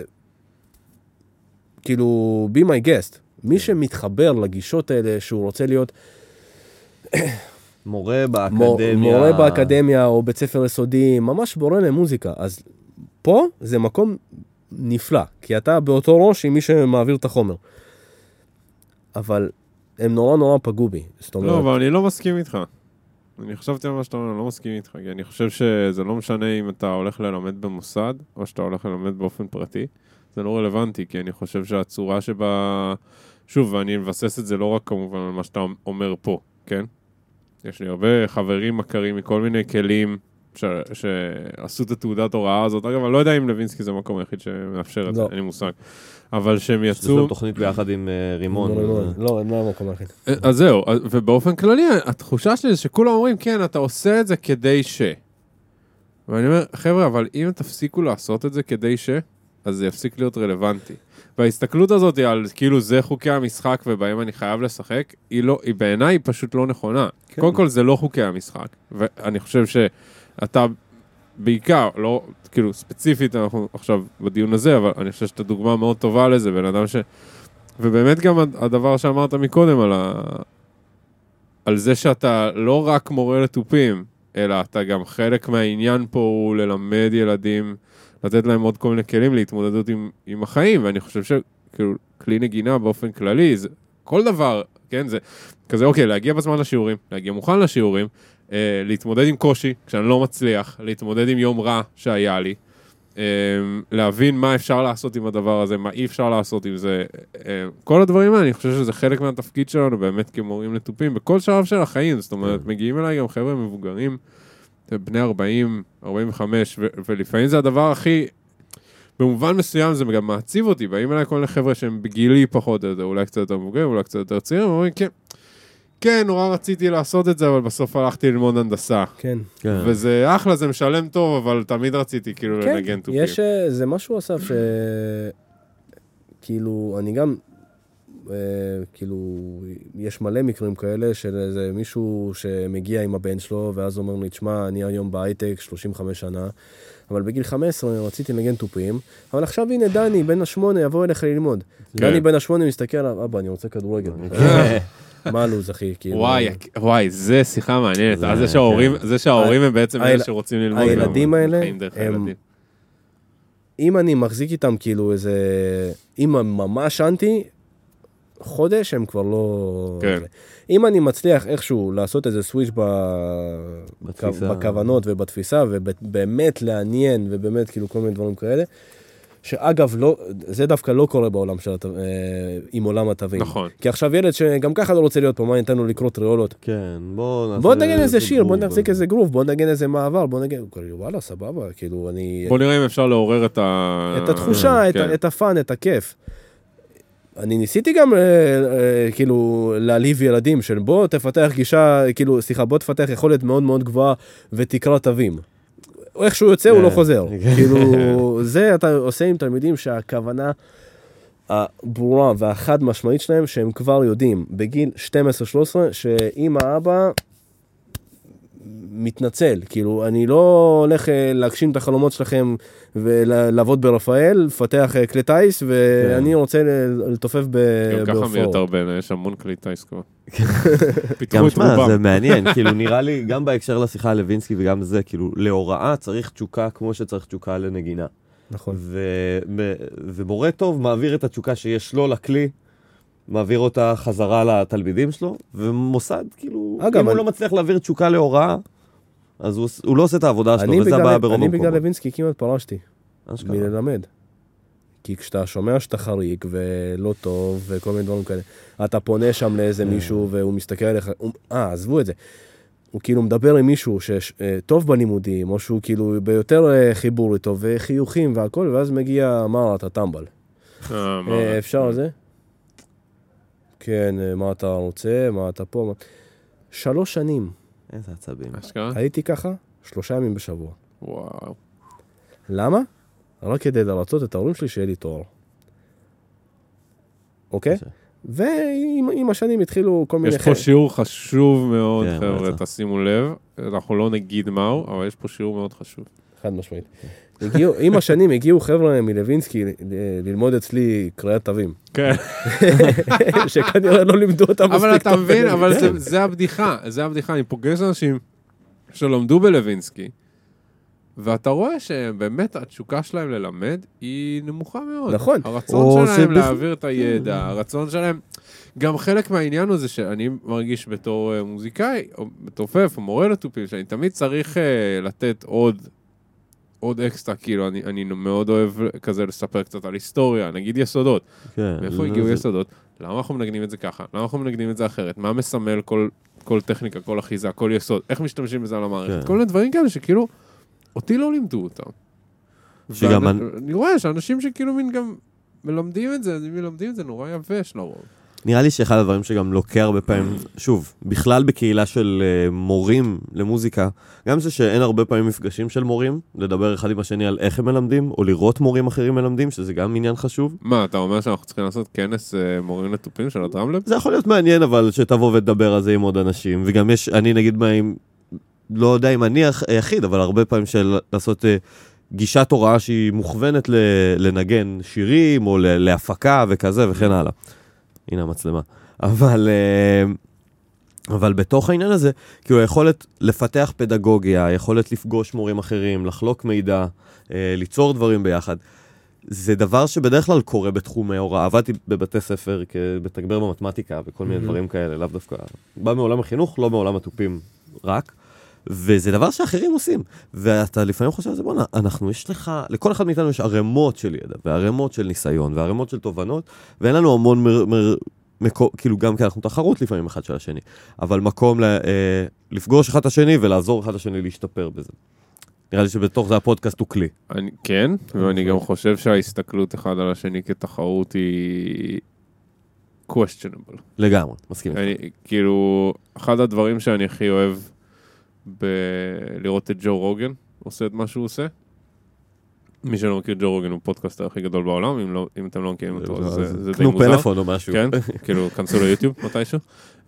כאילו, be my guest. מי שמתחבר לגישות האלה, שהוא רוצה להיות מורה מור, באקדמיה. מורה באקדמיה או בית ספר יסודי, ממש בורא למוזיקה. אז פה זה מקום נפלא, כי אתה באותו ראש עם מי שמעביר את החומר. אבל הם נורא נורא פגעו בי. זאת אומרת, לא, אבל אני לא מסכים איתך. אני חשבתי על מה שאתה אומר, אני לא מסכים איתך, כי אני חושב שזה לא משנה אם אתה הולך ללמד במוסד, או שאתה הולך ללמד באופן פרטי. זה לא רלוונטי, כי אני חושב שהצורה שבה... שוב, ואני מבסס את זה לא רק כמובן על מה שאתה אומר פה, כן? יש לי הרבה חברים מכרים מכל מיני כלים ש... שעשו את התעודת הוראה הזאת. אגב, אני לא יודע אם לוינסקי זה המקום היחיד שמאפשר את זה, לא. אין לי מושג. אבל שהם יש יצאו... להם תוכנית ביחד עם אה, רימון. לא, לא, לא, הם לא המקום היחיד. אז זהו, ובאופן כללי, התחושה שלי זה שכולם אומרים, כן, אתה עושה את זה כדי ש... ואני אומר, חבר'ה, אבל אם תפסיקו לעשות את זה כדי ש... אז זה יפסיק להיות רלוונטי. וההסתכלות הזאת על כאילו זה חוקי המשחק ובהם אני חייב לשחק, היא, לא, היא בעיניי פשוט לא נכונה. כן. קודם כל זה לא חוקי המשחק, ואני חושב שאתה בעיקר, לא, כאילו ספציפית אנחנו עכשיו בדיון הזה, אבל אני חושב שאתה דוגמה מאוד טובה לזה, בן אדם ש... ובאמת גם הדבר שאמרת מקודם על, ה... על זה שאתה לא רק מורה לטופים, אלא אתה גם חלק מהעניין פה הוא ללמד ילדים, לתת להם עוד כל מיני כלים להתמודדות עם, עם החיים, ואני חושב שכאילו כלי נגינה באופן כללי, זה כל דבר, כן, זה כזה, אוקיי, להגיע בזמן לשיעורים, להגיע מוכן לשיעורים, אה, להתמודד עם קושי, כשאני לא מצליח, להתמודד עם יום רע שהיה לי, אה, להבין מה אפשר לעשות עם הדבר הזה, מה אי אפשר לעשות עם זה, אה, כל הדברים האלה, אני חושב שזה חלק מהתפקיד שלנו, באמת כמורים לטופים, בכל שלב של החיים, זאת אומרת, מגיעים אליי גם חבר'ה מבוגרים, בני ארבעים, ארבעים וחמש, ו- ולפעמים זה הדבר הכי, במובן מסוים זה גם מעציב אותי, באים אליי כל מיני חבר'ה שהם בגילי פחות, אולי קצת יותר מבוגרים, אולי קצת יותר צעירים, אומרים, כן, כן, נורא רציתי לעשות את זה, אבל בסוף הלכתי ללמוד הנדסה. כן. כן. וזה אחלה, זה משלם טוב, אבל תמיד רציתי כאילו כן, לנגן טופים. יש, זה משהו אסף ש... כאילו, אני גם, אה, כאילו, יש מלא מקרים כאלה של איזה מישהו שמגיע עם הבן שלו, ואז אומר לי, תשמע, אני היום בהייטק שלושים וחמש שנה, אבל בגיל חמש עשרה רציתי לנגן טופים, אבל עכשיו הנה דני, בן השמונה, יבוא אליך ללמוד. כן. דני בן השמונה מסתכל עליו, אבא, אני רוצה כדורגל. מה הלו"ז, אחי? כאילו... וואי, וואי, זה שיחה מעניינת. אז זה שההורים, זה שההורים הם בעצם אלה שרוצים ללמוד. הילדים האלה, חיים דרך הם... הילדים. אם אני מחזיק איתם כאילו איזה... אם הם ממש אנטי, חודש הם כבר לא... כן. אם אני מצליח איכשהו לעשות איזה סוויץ' ב... בתפיסה. בכוונות ובתפיסה, ובאמת לעניין, ובאמת כאילו כל מיני דברים כאלה, שאגב, לא, זה דווקא לא קורה בעולם של, התו... עם עולם התווים. נכון. כי עכשיו ילד שגם ככה לא רוצה להיות פה, מה ניתן לו לקרוא טריולות? כן, בוא נעשה... בוא נגן איזה שיר, בוא גרוב. נחזיק איזה גרוב, בוא נגן איזה מעבר, בוא נגן... וואלה, סבבה, כאילו אני... בוא נראה אם אפשר לעורר את ה... את התחושה, את, כן. את הפן, את הכיף. אני ניסיתי גם אה, אה, כאילו להעליב ילדים של בוא תפתח גישה, כאילו, סליחה, בוא תפתח יכולת מאוד מאוד גבוהה ותקרא תווים. איך שהוא יוצא הוא לא חוזר. כאילו, זה אתה עושה עם תלמידים שהכוונה הברורה והחד משמעית שלהם, שהם כבר יודעים בגיל שתים עשרה שלוש עשרה, שאמא אבא מתנצל, כאילו, אני לא הולך להגשים את החלומות שלכם ולעבוד ברפאל, לפתח כלי טייס, ואני רוצה לתופף בהופעות. גם ככה מיותר בין, יש המון כלי טייס כבר. גם שמה, זה מעניין, כאילו נראה לי, גם בהקשר לשיחה על לוינסקי וגם זה, כאילו, להוראה צריך תשוקה כמו שצריך תשוקה לנגינה. נכון. ומורה טוב מעביר את התשוקה שיש לו לכלי, מעביר אותה חזרה לתלמידים שלו, ומוסד, כאילו, אם הוא לא מצליח להעביר תשוקה להוראה, אז הוא, הוא לא עושה את העבודה שלו, וזה הבעיה ברוב אני המקומות. בגלל לוינסקי כמעט פרשתי, מללמד. כי כשאתה שומע שאתה חריג ולא טוב וכל מיני דברים כאלה, אתה פונה שם לאיזה מישהו והוא מסתכל עליך, אה, עזבו את זה. הוא כאילו מדבר עם מישהו שטוב בלימודים, או שהוא כאילו ביותר חיבור איתו וחיוכים והכל, ואז מגיע, מה אתה טמבל? אפשר על זה? כן, מה אתה רוצה, מה אתה פה? שלוש שנים. איזה עצבים. הייתי ככה, שלושה ימים בשבוע. וואו. למה? רק כדי לרצות את ההורים שלי שיהיה לי תואר. אוקיי? ועם השנים התחילו כל מיני... יש פה שיעור חשוב מאוד, חבר'ה, תשימו לב. אנחנו לא נגיד מהו, אבל יש פה שיעור מאוד חשוב. חד משמעית. עם השנים הגיעו חבר'ה מלוינסקי ללמוד אצלי קריאת תווים. כן. שכנראה לא לימדו אותם מספיק טוב. אבל אתה מבין, אבל זה הבדיחה, זה הבדיחה. אני פוגש אנשים שלומדו בלוינסקי, ואתה רואה שבאמת התשוקה שלהם ללמד היא נמוכה מאוד. נכון. הרצון שלהם להעביר את הידע, הרצון שלהם, גם חלק מהעניין הוא זה שאני מרגיש בתור מוזיקאי, או מתופף, או מורה לטופים, שאני תמיד צריך לתת עוד, עוד אקסטרה, כאילו, אני, אני מאוד אוהב כזה לספר קצת על היסטוריה, נגיד יסודות. כן, מאיפה הגיעו זה... יסודות? למה אנחנו מנגנים את זה ככה? למה אנחנו מנגנים את זה אחרת? מה מסמל כל, כל טכניקה, כל אחיזה, כל יסוד? איך משתמשים בזה על המערכת? כן. כל מיני דברים כאלה שכאילו, אותי לא לימדו אותם. שגם אני... אני רואה שאנשים שכאילו מין גם מלמדים את זה, אז הם מלמדים את זה נורא יבש לרוב. נראה לי שאחד הדברים שגם לוקח הרבה פעמים, שוב, בכלל בקהילה של uh, מורים למוזיקה, גם זה שאין הרבה פעמים מפגשים של מורים, לדבר אחד עם השני על איך הם מלמדים, או לראות מורים אחרים מלמדים, שזה גם עניין חשוב. מה, אתה אומר שאנחנו צריכים לעשות כנס uh, מורים לתופים של הדרמלב? זה יכול להיות מעניין, אבל שתבוא ודבר על זה עם עוד אנשים, וגם יש, אני נגיד מה עם, לא יודע אם אני היחיד, אבל הרבה פעמים של לעשות uh, גישת הוראה שהיא מוכוונת לנגן שירים, או להפקה וכזה וכן הלאה. הנה המצלמה. אבל, אבל בתוך העניין הזה, כאילו היכולת לפתח פדגוגיה, היכולת לפגוש מורים אחרים, לחלוק מידע, ליצור דברים ביחד, זה דבר שבדרך כלל קורה בתחומי הוראה. עבדתי בבתי ספר כבתגבר במתמטיקה וכל מיני דברים כאלה, לאו דווקא. בא מעולם החינוך, לא מעולם התופים רק. וזה דבר שאחרים עושים. ואתה לפעמים חושב על זה, בוא'נה, אנחנו, יש לך, לכל אחד מאיתנו יש ערימות של ידע, וערימות של ניסיון, וערימות של תובנות, ואין לנו המון, מר, מר, מקו, כאילו גם כי אנחנו תחרות לפעמים אחד של השני, אבל מקום ל, אה, לפגוש אחד השני ולעזור אחד השני להשתפר בזה. נראה לי שבתוך זה הפודקאסט הוא כלי. אני, כן, ואני גם חושב שההסתכלות אחד על השני כתחרות היא questionable. לגמרי, מסכים. אני, כאילו, אחד הדברים שאני הכי אוהב בלראות את ג'ו רוגן עושה את מה שהוא עושה. מי שלא מכיר, ג'ו רוגן הוא פודקאסטר הכי גדול בעולם, אם, לא, אם אתם לא מכירים אותו, אז זה, זה די מוזר. קנו פלאפון או משהו. כן, כאילו, כנסו ליוטיוב מתישהו.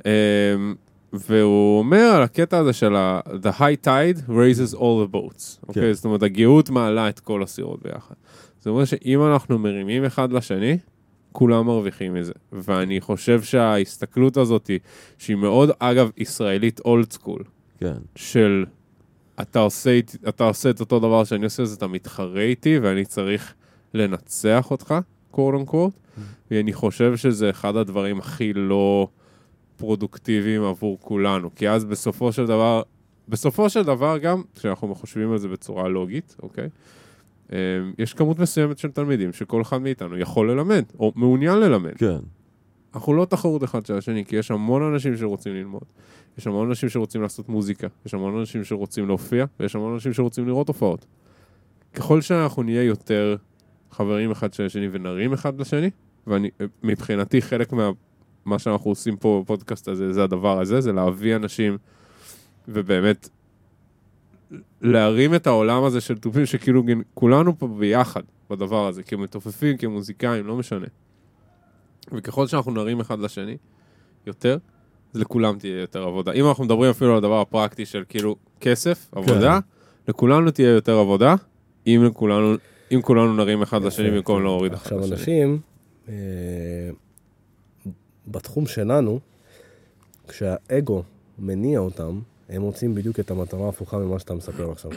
והוא אומר על הקטע הזה של ה- The high tide raises all the boats. אוקיי? זאת אומרת, הגאות מעלה את כל הסירות ביחד. זאת אומרת שאם אנחנו מרימים אחד לשני, כולם מרוויחים מזה. ואני חושב שההסתכלות הזאת, שהיא מאוד, אגב, ישראלית אולד סקול, כן. של אתה עושה, אתה עושה את אותו דבר שאני עושה, אז אתה מתחרה איתי, ואני צריך לנצח אותך, quote unquote, ואני חושב שזה אחד הדברים הכי לא פרודוקטיביים עבור כולנו, כי אז בסופו של דבר, בסופו של דבר גם, כשאנחנו חושבים על זה בצורה לוגית, אוקיי? יש כמות מסוימת של תלמידים שכל אחד מאיתנו יכול ללמד, או מעוניין ללמד. כן. אנחנו לא תחרות אחד של השני, כי יש המון אנשים שרוצים ללמוד. יש המון אנשים שרוצים לעשות מוזיקה, יש המון אנשים שרוצים להופיע, ויש המון אנשים שרוצים לראות הופעות. ככל שאנחנו נהיה יותר חברים אחד של השני ונרים אחד לשני, ואני, מבחינתי, חלק מה, מה שאנחנו עושים פה בפודקאסט הזה, זה הדבר הזה, זה להביא אנשים, ובאמת, להרים את העולם הזה של תופים, שכאילו כולנו פה ביחד בדבר הזה, כמתופפים, כמוזיקאים, לא משנה. וככל שאנחנו נרים אחד לשני יותר, אז לכולם תהיה יותר עבודה. אם אנחנו מדברים אפילו על הדבר הפרקטי של כאילו כסף, עבודה, לכולנו תהיה יותר עבודה, אם לכולנו, אם כולנו נרים אחד לשני במקום להוריד אחד לשני. עכשיו אנשים, בתחום שלנו, כשהאגו מניע אותם, הם רוצים בדיוק את המטרה ההפוכה ממה שאתה מספר עכשיו.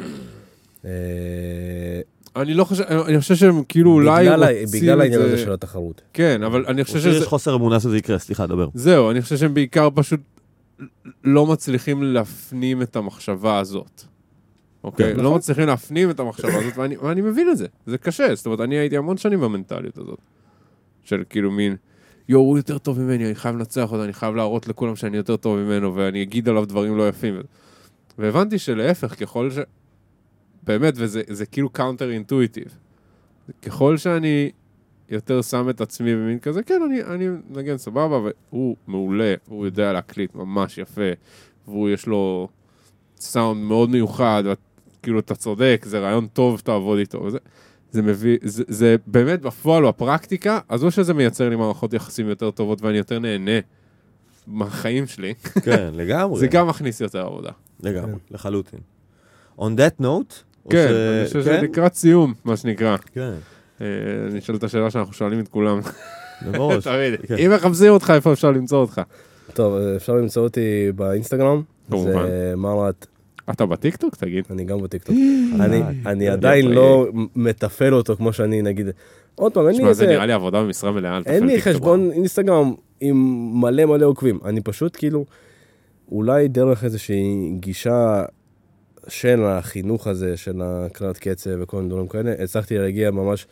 אני לא חושב, אני חושב שהם כאילו אולי רוצים את זה... בגלל העניין הזה של התחרות. כן, אבל אני חושב שזה... יש חוסר אמונה שזה יקרה, סליחה, דבר. זהו, אני חושב שהם בעיקר פשוט לא מצליחים להפנים את המחשבה הזאת. אוקיי? לא מצליחים להפנים את המחשבה הזאת, ואני מבין את זה. זה קשה, זאת אומרת, אני הייתי המון שנים במנטליות הזאת. של כאילו מין, יו, הוא יותר טוב ממני, אני חייב לנצח אותו, אני חייב להראות לכולם שאני יותר טוב ממנו, ואני אגיד עליו דברים לא יפים. והבנתי שלהפך, ככל ש... באמת, וזה זה כאילו קאונטר אינטואיטיב. ככל שאני יותר שם את עצמי במין כזה, כן, אני, אני נגן סבבה, והוא מעולה, הוא יודע להקליט ממש יפה, והוא יש לו סאונד מאוד מיוחד, וכאילו אתה צודק, זה רעיון טוב, תעבוד איתו, וזה, זה מביא, זה, זה באמת בפועל, בפרקטיקה, אז או שזה מייצר לי מערכות יחסים יותר טובות, ואני יותר נהנה מהחיים שלי. כן, לגמרי. זה גם מכניס יותר עבודה. לגמרי, לחלוטין. On that note, כן, אני חושב שזה לקראת סיום, מה שנקרא. כן. אני אשאל את השאלה שאנחנו שואלים את כולם. בראש. אם מחפשים אותך, איפה אפשר למצוא אותך? טוב, אפשר למצוא אותי באינסטגרם. כמובן. זה מרת... אתה בטיקטוק, תגיד? אני גם בטיקטוק. אני עדיין לא מטפל אותו כמו שאני, נגיד... עוד פעם, אין לי איזה... איזה... זה נראה לי עבודה במשרה מלאה, אל תפל טיקטוק. אין לי חשבון אינסטגרם עם מלא מלא עוקבים. אני פשוט כאילו... אולי דרך איזושהי גישה... של החינוך הזה, של הקלט קצב וכל מיני דברים כאלה, הצלחתי להגיע ממש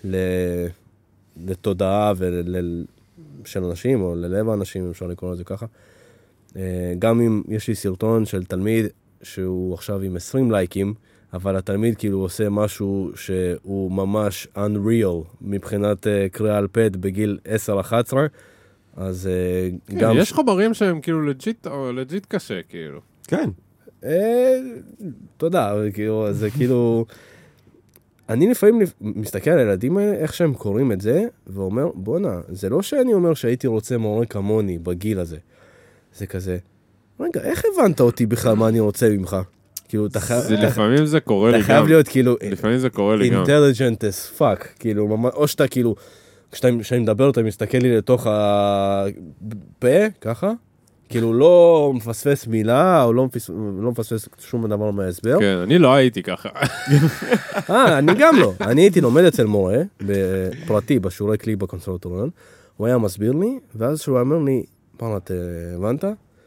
לתודעה של אנשים, או ללב האנשים, אפשר לקרוא לזה ככה. גם אם יש לי סרטון של תלמיד שהוא עכשיו עם עשרים לייקים, אבל התלמיד כאילו עושה משהו שהוא ממש unreal מבחינת קריאה על פד בגיל עשר אחת עשרה, אז אה, כן, גם... יש חומרים שהם כאילו לג'יט, או לג'יט קשה, כאילו. כן. אה, תודה, כאילו, זה כאילו... אני לפעמים מסתכל על הילדים האלה, איך שהם קוראים את זה, ואומר, בונה, זה לא שאני אומר שהייתי רוצה מורה כמוני בגיל הזה. זה כזה, רגע, איך הבנת אותי בכלל מה אני רוצה ממך? כאילו, אתה חייב... זה לפעמים זה קורה לי גם. אתה חייב להיות כאילו... לפעמים זה קורה לי גם. intelligent as fuck, כאילו, או שאתה כאילו, כשאני מדבר, אתה מסתכל לי לתוך הפה, ככה, כאילו לא מפספס מילה, או לא מפספס שום דבר מההסבר. כן, אני לא הייתי ככה. אה, אני גם לא. אני הייתי לומד אצל מורה, בפרטי, בשיעורי קליק בקונסרבטוריון, הוא היה מסביר לי, ואז שהוא אמר לי, פעם את הבנת?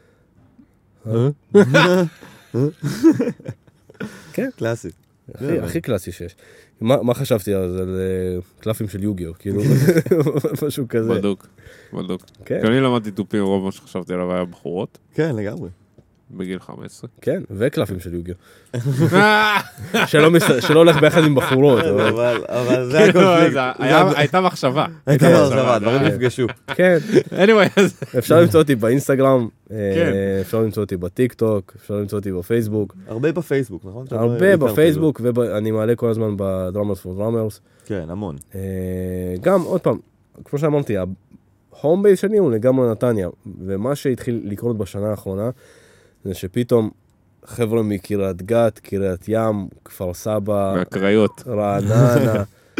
כן. קלאסי. הכי קלאסי שיש. מה חשבתי על זה? על קלפים של יוגיו, כאילו, משהו כזה. בדוק, בדוק. כן. כי אני למדתי טופים, רוב מה שחשבתי עליו היה בחורות, כן, לגמרי. בגיל חמש עשרה. כן, וקלפים של יוגיו. שלא הולך ביחד עם בחורות. אבל זה הקונפליקט. הייתה מחשבה. הייתה מחשבה, דברים נפגשו. כן. anyway, אז... אפשר למצוא אותי באינסטגרם, אפשר למצוא אותי בטיק טוק, אפשר למצוא אותי בפייסבוק. הרבה בפייסבוק, נכון? הרבה בפייסבוק, ואני מעלה כל הזמן בדרמרס פור דרמרס. כן, המון. גם, עוד פעם, כמו שאמרתי, ההום בייס שלי הוא לגמרי נתניה, ומה שהתחיל לקרות בשנה האחרונה, זה שפתאום חבר'ה מקריית גת, קריית ים, כפר סבא, מהקריות. רעננה,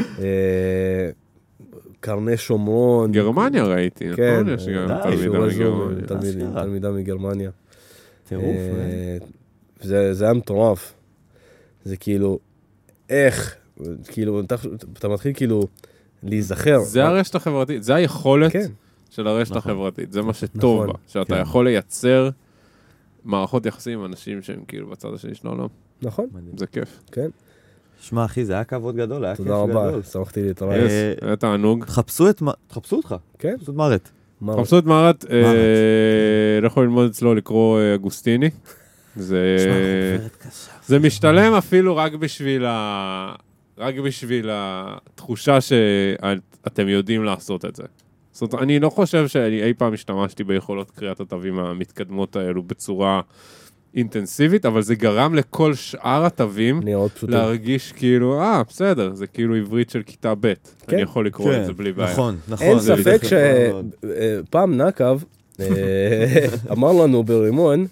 קרני שומרון. גרמניה ראיתי, כן, נכון? יש גם תלמידה מגרמניה. תלמידה מגרמניה. טירוף. זה היה מטורף. זה כאילו, איך, כאילו, אתה מתחיל כאילו להיזכר. זה הרשת החברתית, זה היכולת של הרשת החברתית, זה מה שטוב בה, שאתה יכול לייצר מערכות יחסים עם אנשים שהם כאילו בצד השני של העולם. נכון. זה כיף. כן. שמע, אחי, זה היה כבוד גדול, היה כיף גדול. תודה רבה, שמחתי להתראות. היה תענוג. תחפשו את... תחפשו אותך. כן. תחפשו את מרת. תחפשו את מרת, לכו ללמוד אצלו לקרוא אגוסטיני. זה משתלם אפילו רק בשביל ה... רק בשביל התחושה שאתם יודעים לעשות את זה. זאת אומרת, אני לא חושב שאני אי פעם השתמשתי ביכולות קריאת התווים המתקדמות האלו בצורה אינטנסיבית, אבל זה גרם לכל שאר התווים להרגיש כאילו, אה, בסדר, זה כאילו עברית של כיתה ב', אני יכול לקרוא את זה בלי בעיה. נכון, נכון. אין ספק שפעם נקב אמר לנו ברימון,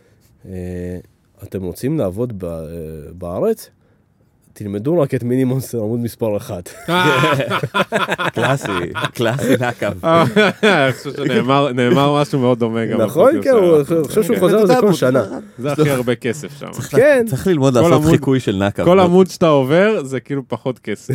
אתם רוצים לעבוד בארץ? תלמדו רק את מיני מונסטר עמוד מספר אחת. קלאסי, קלאסי נקב. אני חושב שנאמר משהו מאוד דומה גם. נכון, כן, אני חושב שהוא חוזר על זה כל שנה. זה הכי הרבה כסף שם. כן. צריך ללמוד לעשות חיקוי של נקב. כל עמוד שאתה עובר זה כאילו פחות כסף.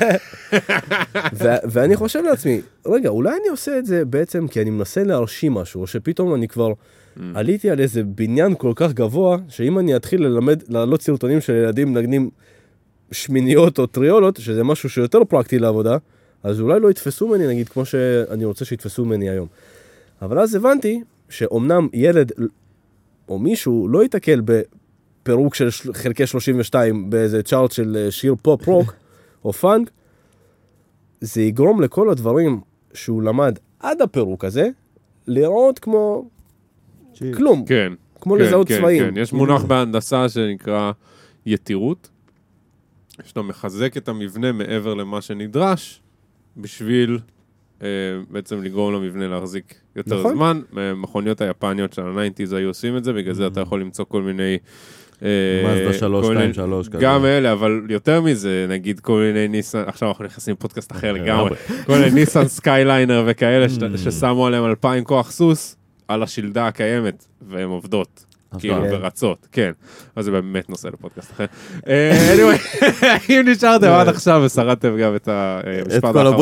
ואני חושב לעצמי, רגע, אולי אני עושה את זה בעצם כי אני מנסה להרשים משהו, או שפתאום אני כבר עליתי על איזה בניין כל כך גבוה, שאם אני אתחיל ללמד, לעלות סרטונים של ילדים נגנים שמיניות או טריולות, שזה משהו שיותר פרקטי לעבודה, אז אולי לא יתפסו ממני, נגיד, כמו שאני רוצה שיתפסו ממני היום. אבל אז הבנתי שאומנם ילד או מישהו לא יתקל בפירוק של חלקי שלושים ושתיים באיזה צ'ארט של שיר פופ רוק או פאנק, זה יגרום לכל הדברים שהוא למד עד הפירוק הזה, לראות כמו כלום. כן. כמו לזהות צבעים. כן, יש מונח בהנדסה שנקרא יתירות, שאתה מחזק את המבנה מעבר למה שנדרש, בשביל אה, בעצם לגרום למבנה להחזיק יותר נכון. זמן. מכוניות היפניות של ה-תשעים היו עושים את זה, בגלל זה אתה יכול למצוא כל מיני... מזדה שלוש שתיים שלוש כזה. גם אלה, אבל יותר מזה, נגיד כל מיני ניסן, עכשיו אנחנו נכנסים לפודקאסט אחר לגמרי, כל מיני ניסן סקייליינר וכאלה ששמו עליהם אלפיים כוח סוס על השלדה הקיימת, והן עובדות. כאילו, ורצות, כן. אז זה באמת נושא לפודקאסט אחר. anyway, אם נשארתם עד עכשיו ושרדתם גם את המשפט האחרון.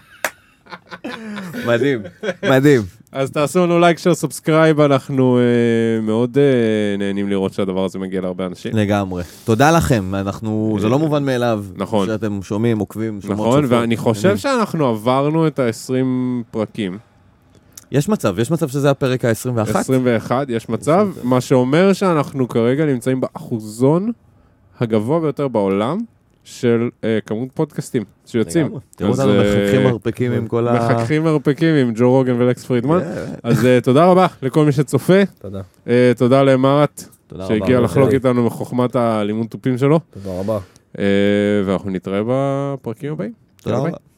מדהים, מדהים. אז תעשו לנו לייק, שייר, סובסקרייב, אנחנו מאוד נהנים לראות שהדבר הזה מגיע להרבה אנשים. לגמרי. תודה לכם, אנחנו, זה לא מובן מאליו. נכון. שאתם שומעים, עוקבים, שומעות. נכון, ואני חושב שאנחנו עברנו את ה-עשרים פרקים. יש מצב, יש מצב שזה הפרק ה-עשרים ואחת? עשרים ואחת, יש מצב, מה שאומר שאנחנו כרגע נמצאים באחוזון הגבוה ביותר בעולם של אה, כמות פודקאסטים שיוצאים. תראו אז, אותנו אה, מחככים מרפקים עם כל ה... מחככים מרפקים עם ג'ו רוגן ולקס פרידמן. אז אה, תודה רבה לכל מי שצופה. תודה. אה, תודה למרת, תודה רבה. שהגיע לחלוק איתנו מחוכמת הלימוד תופים שלו. תודה רבה. אה, ואנחנו נתראה בפרקים הבאים. תודה רבה.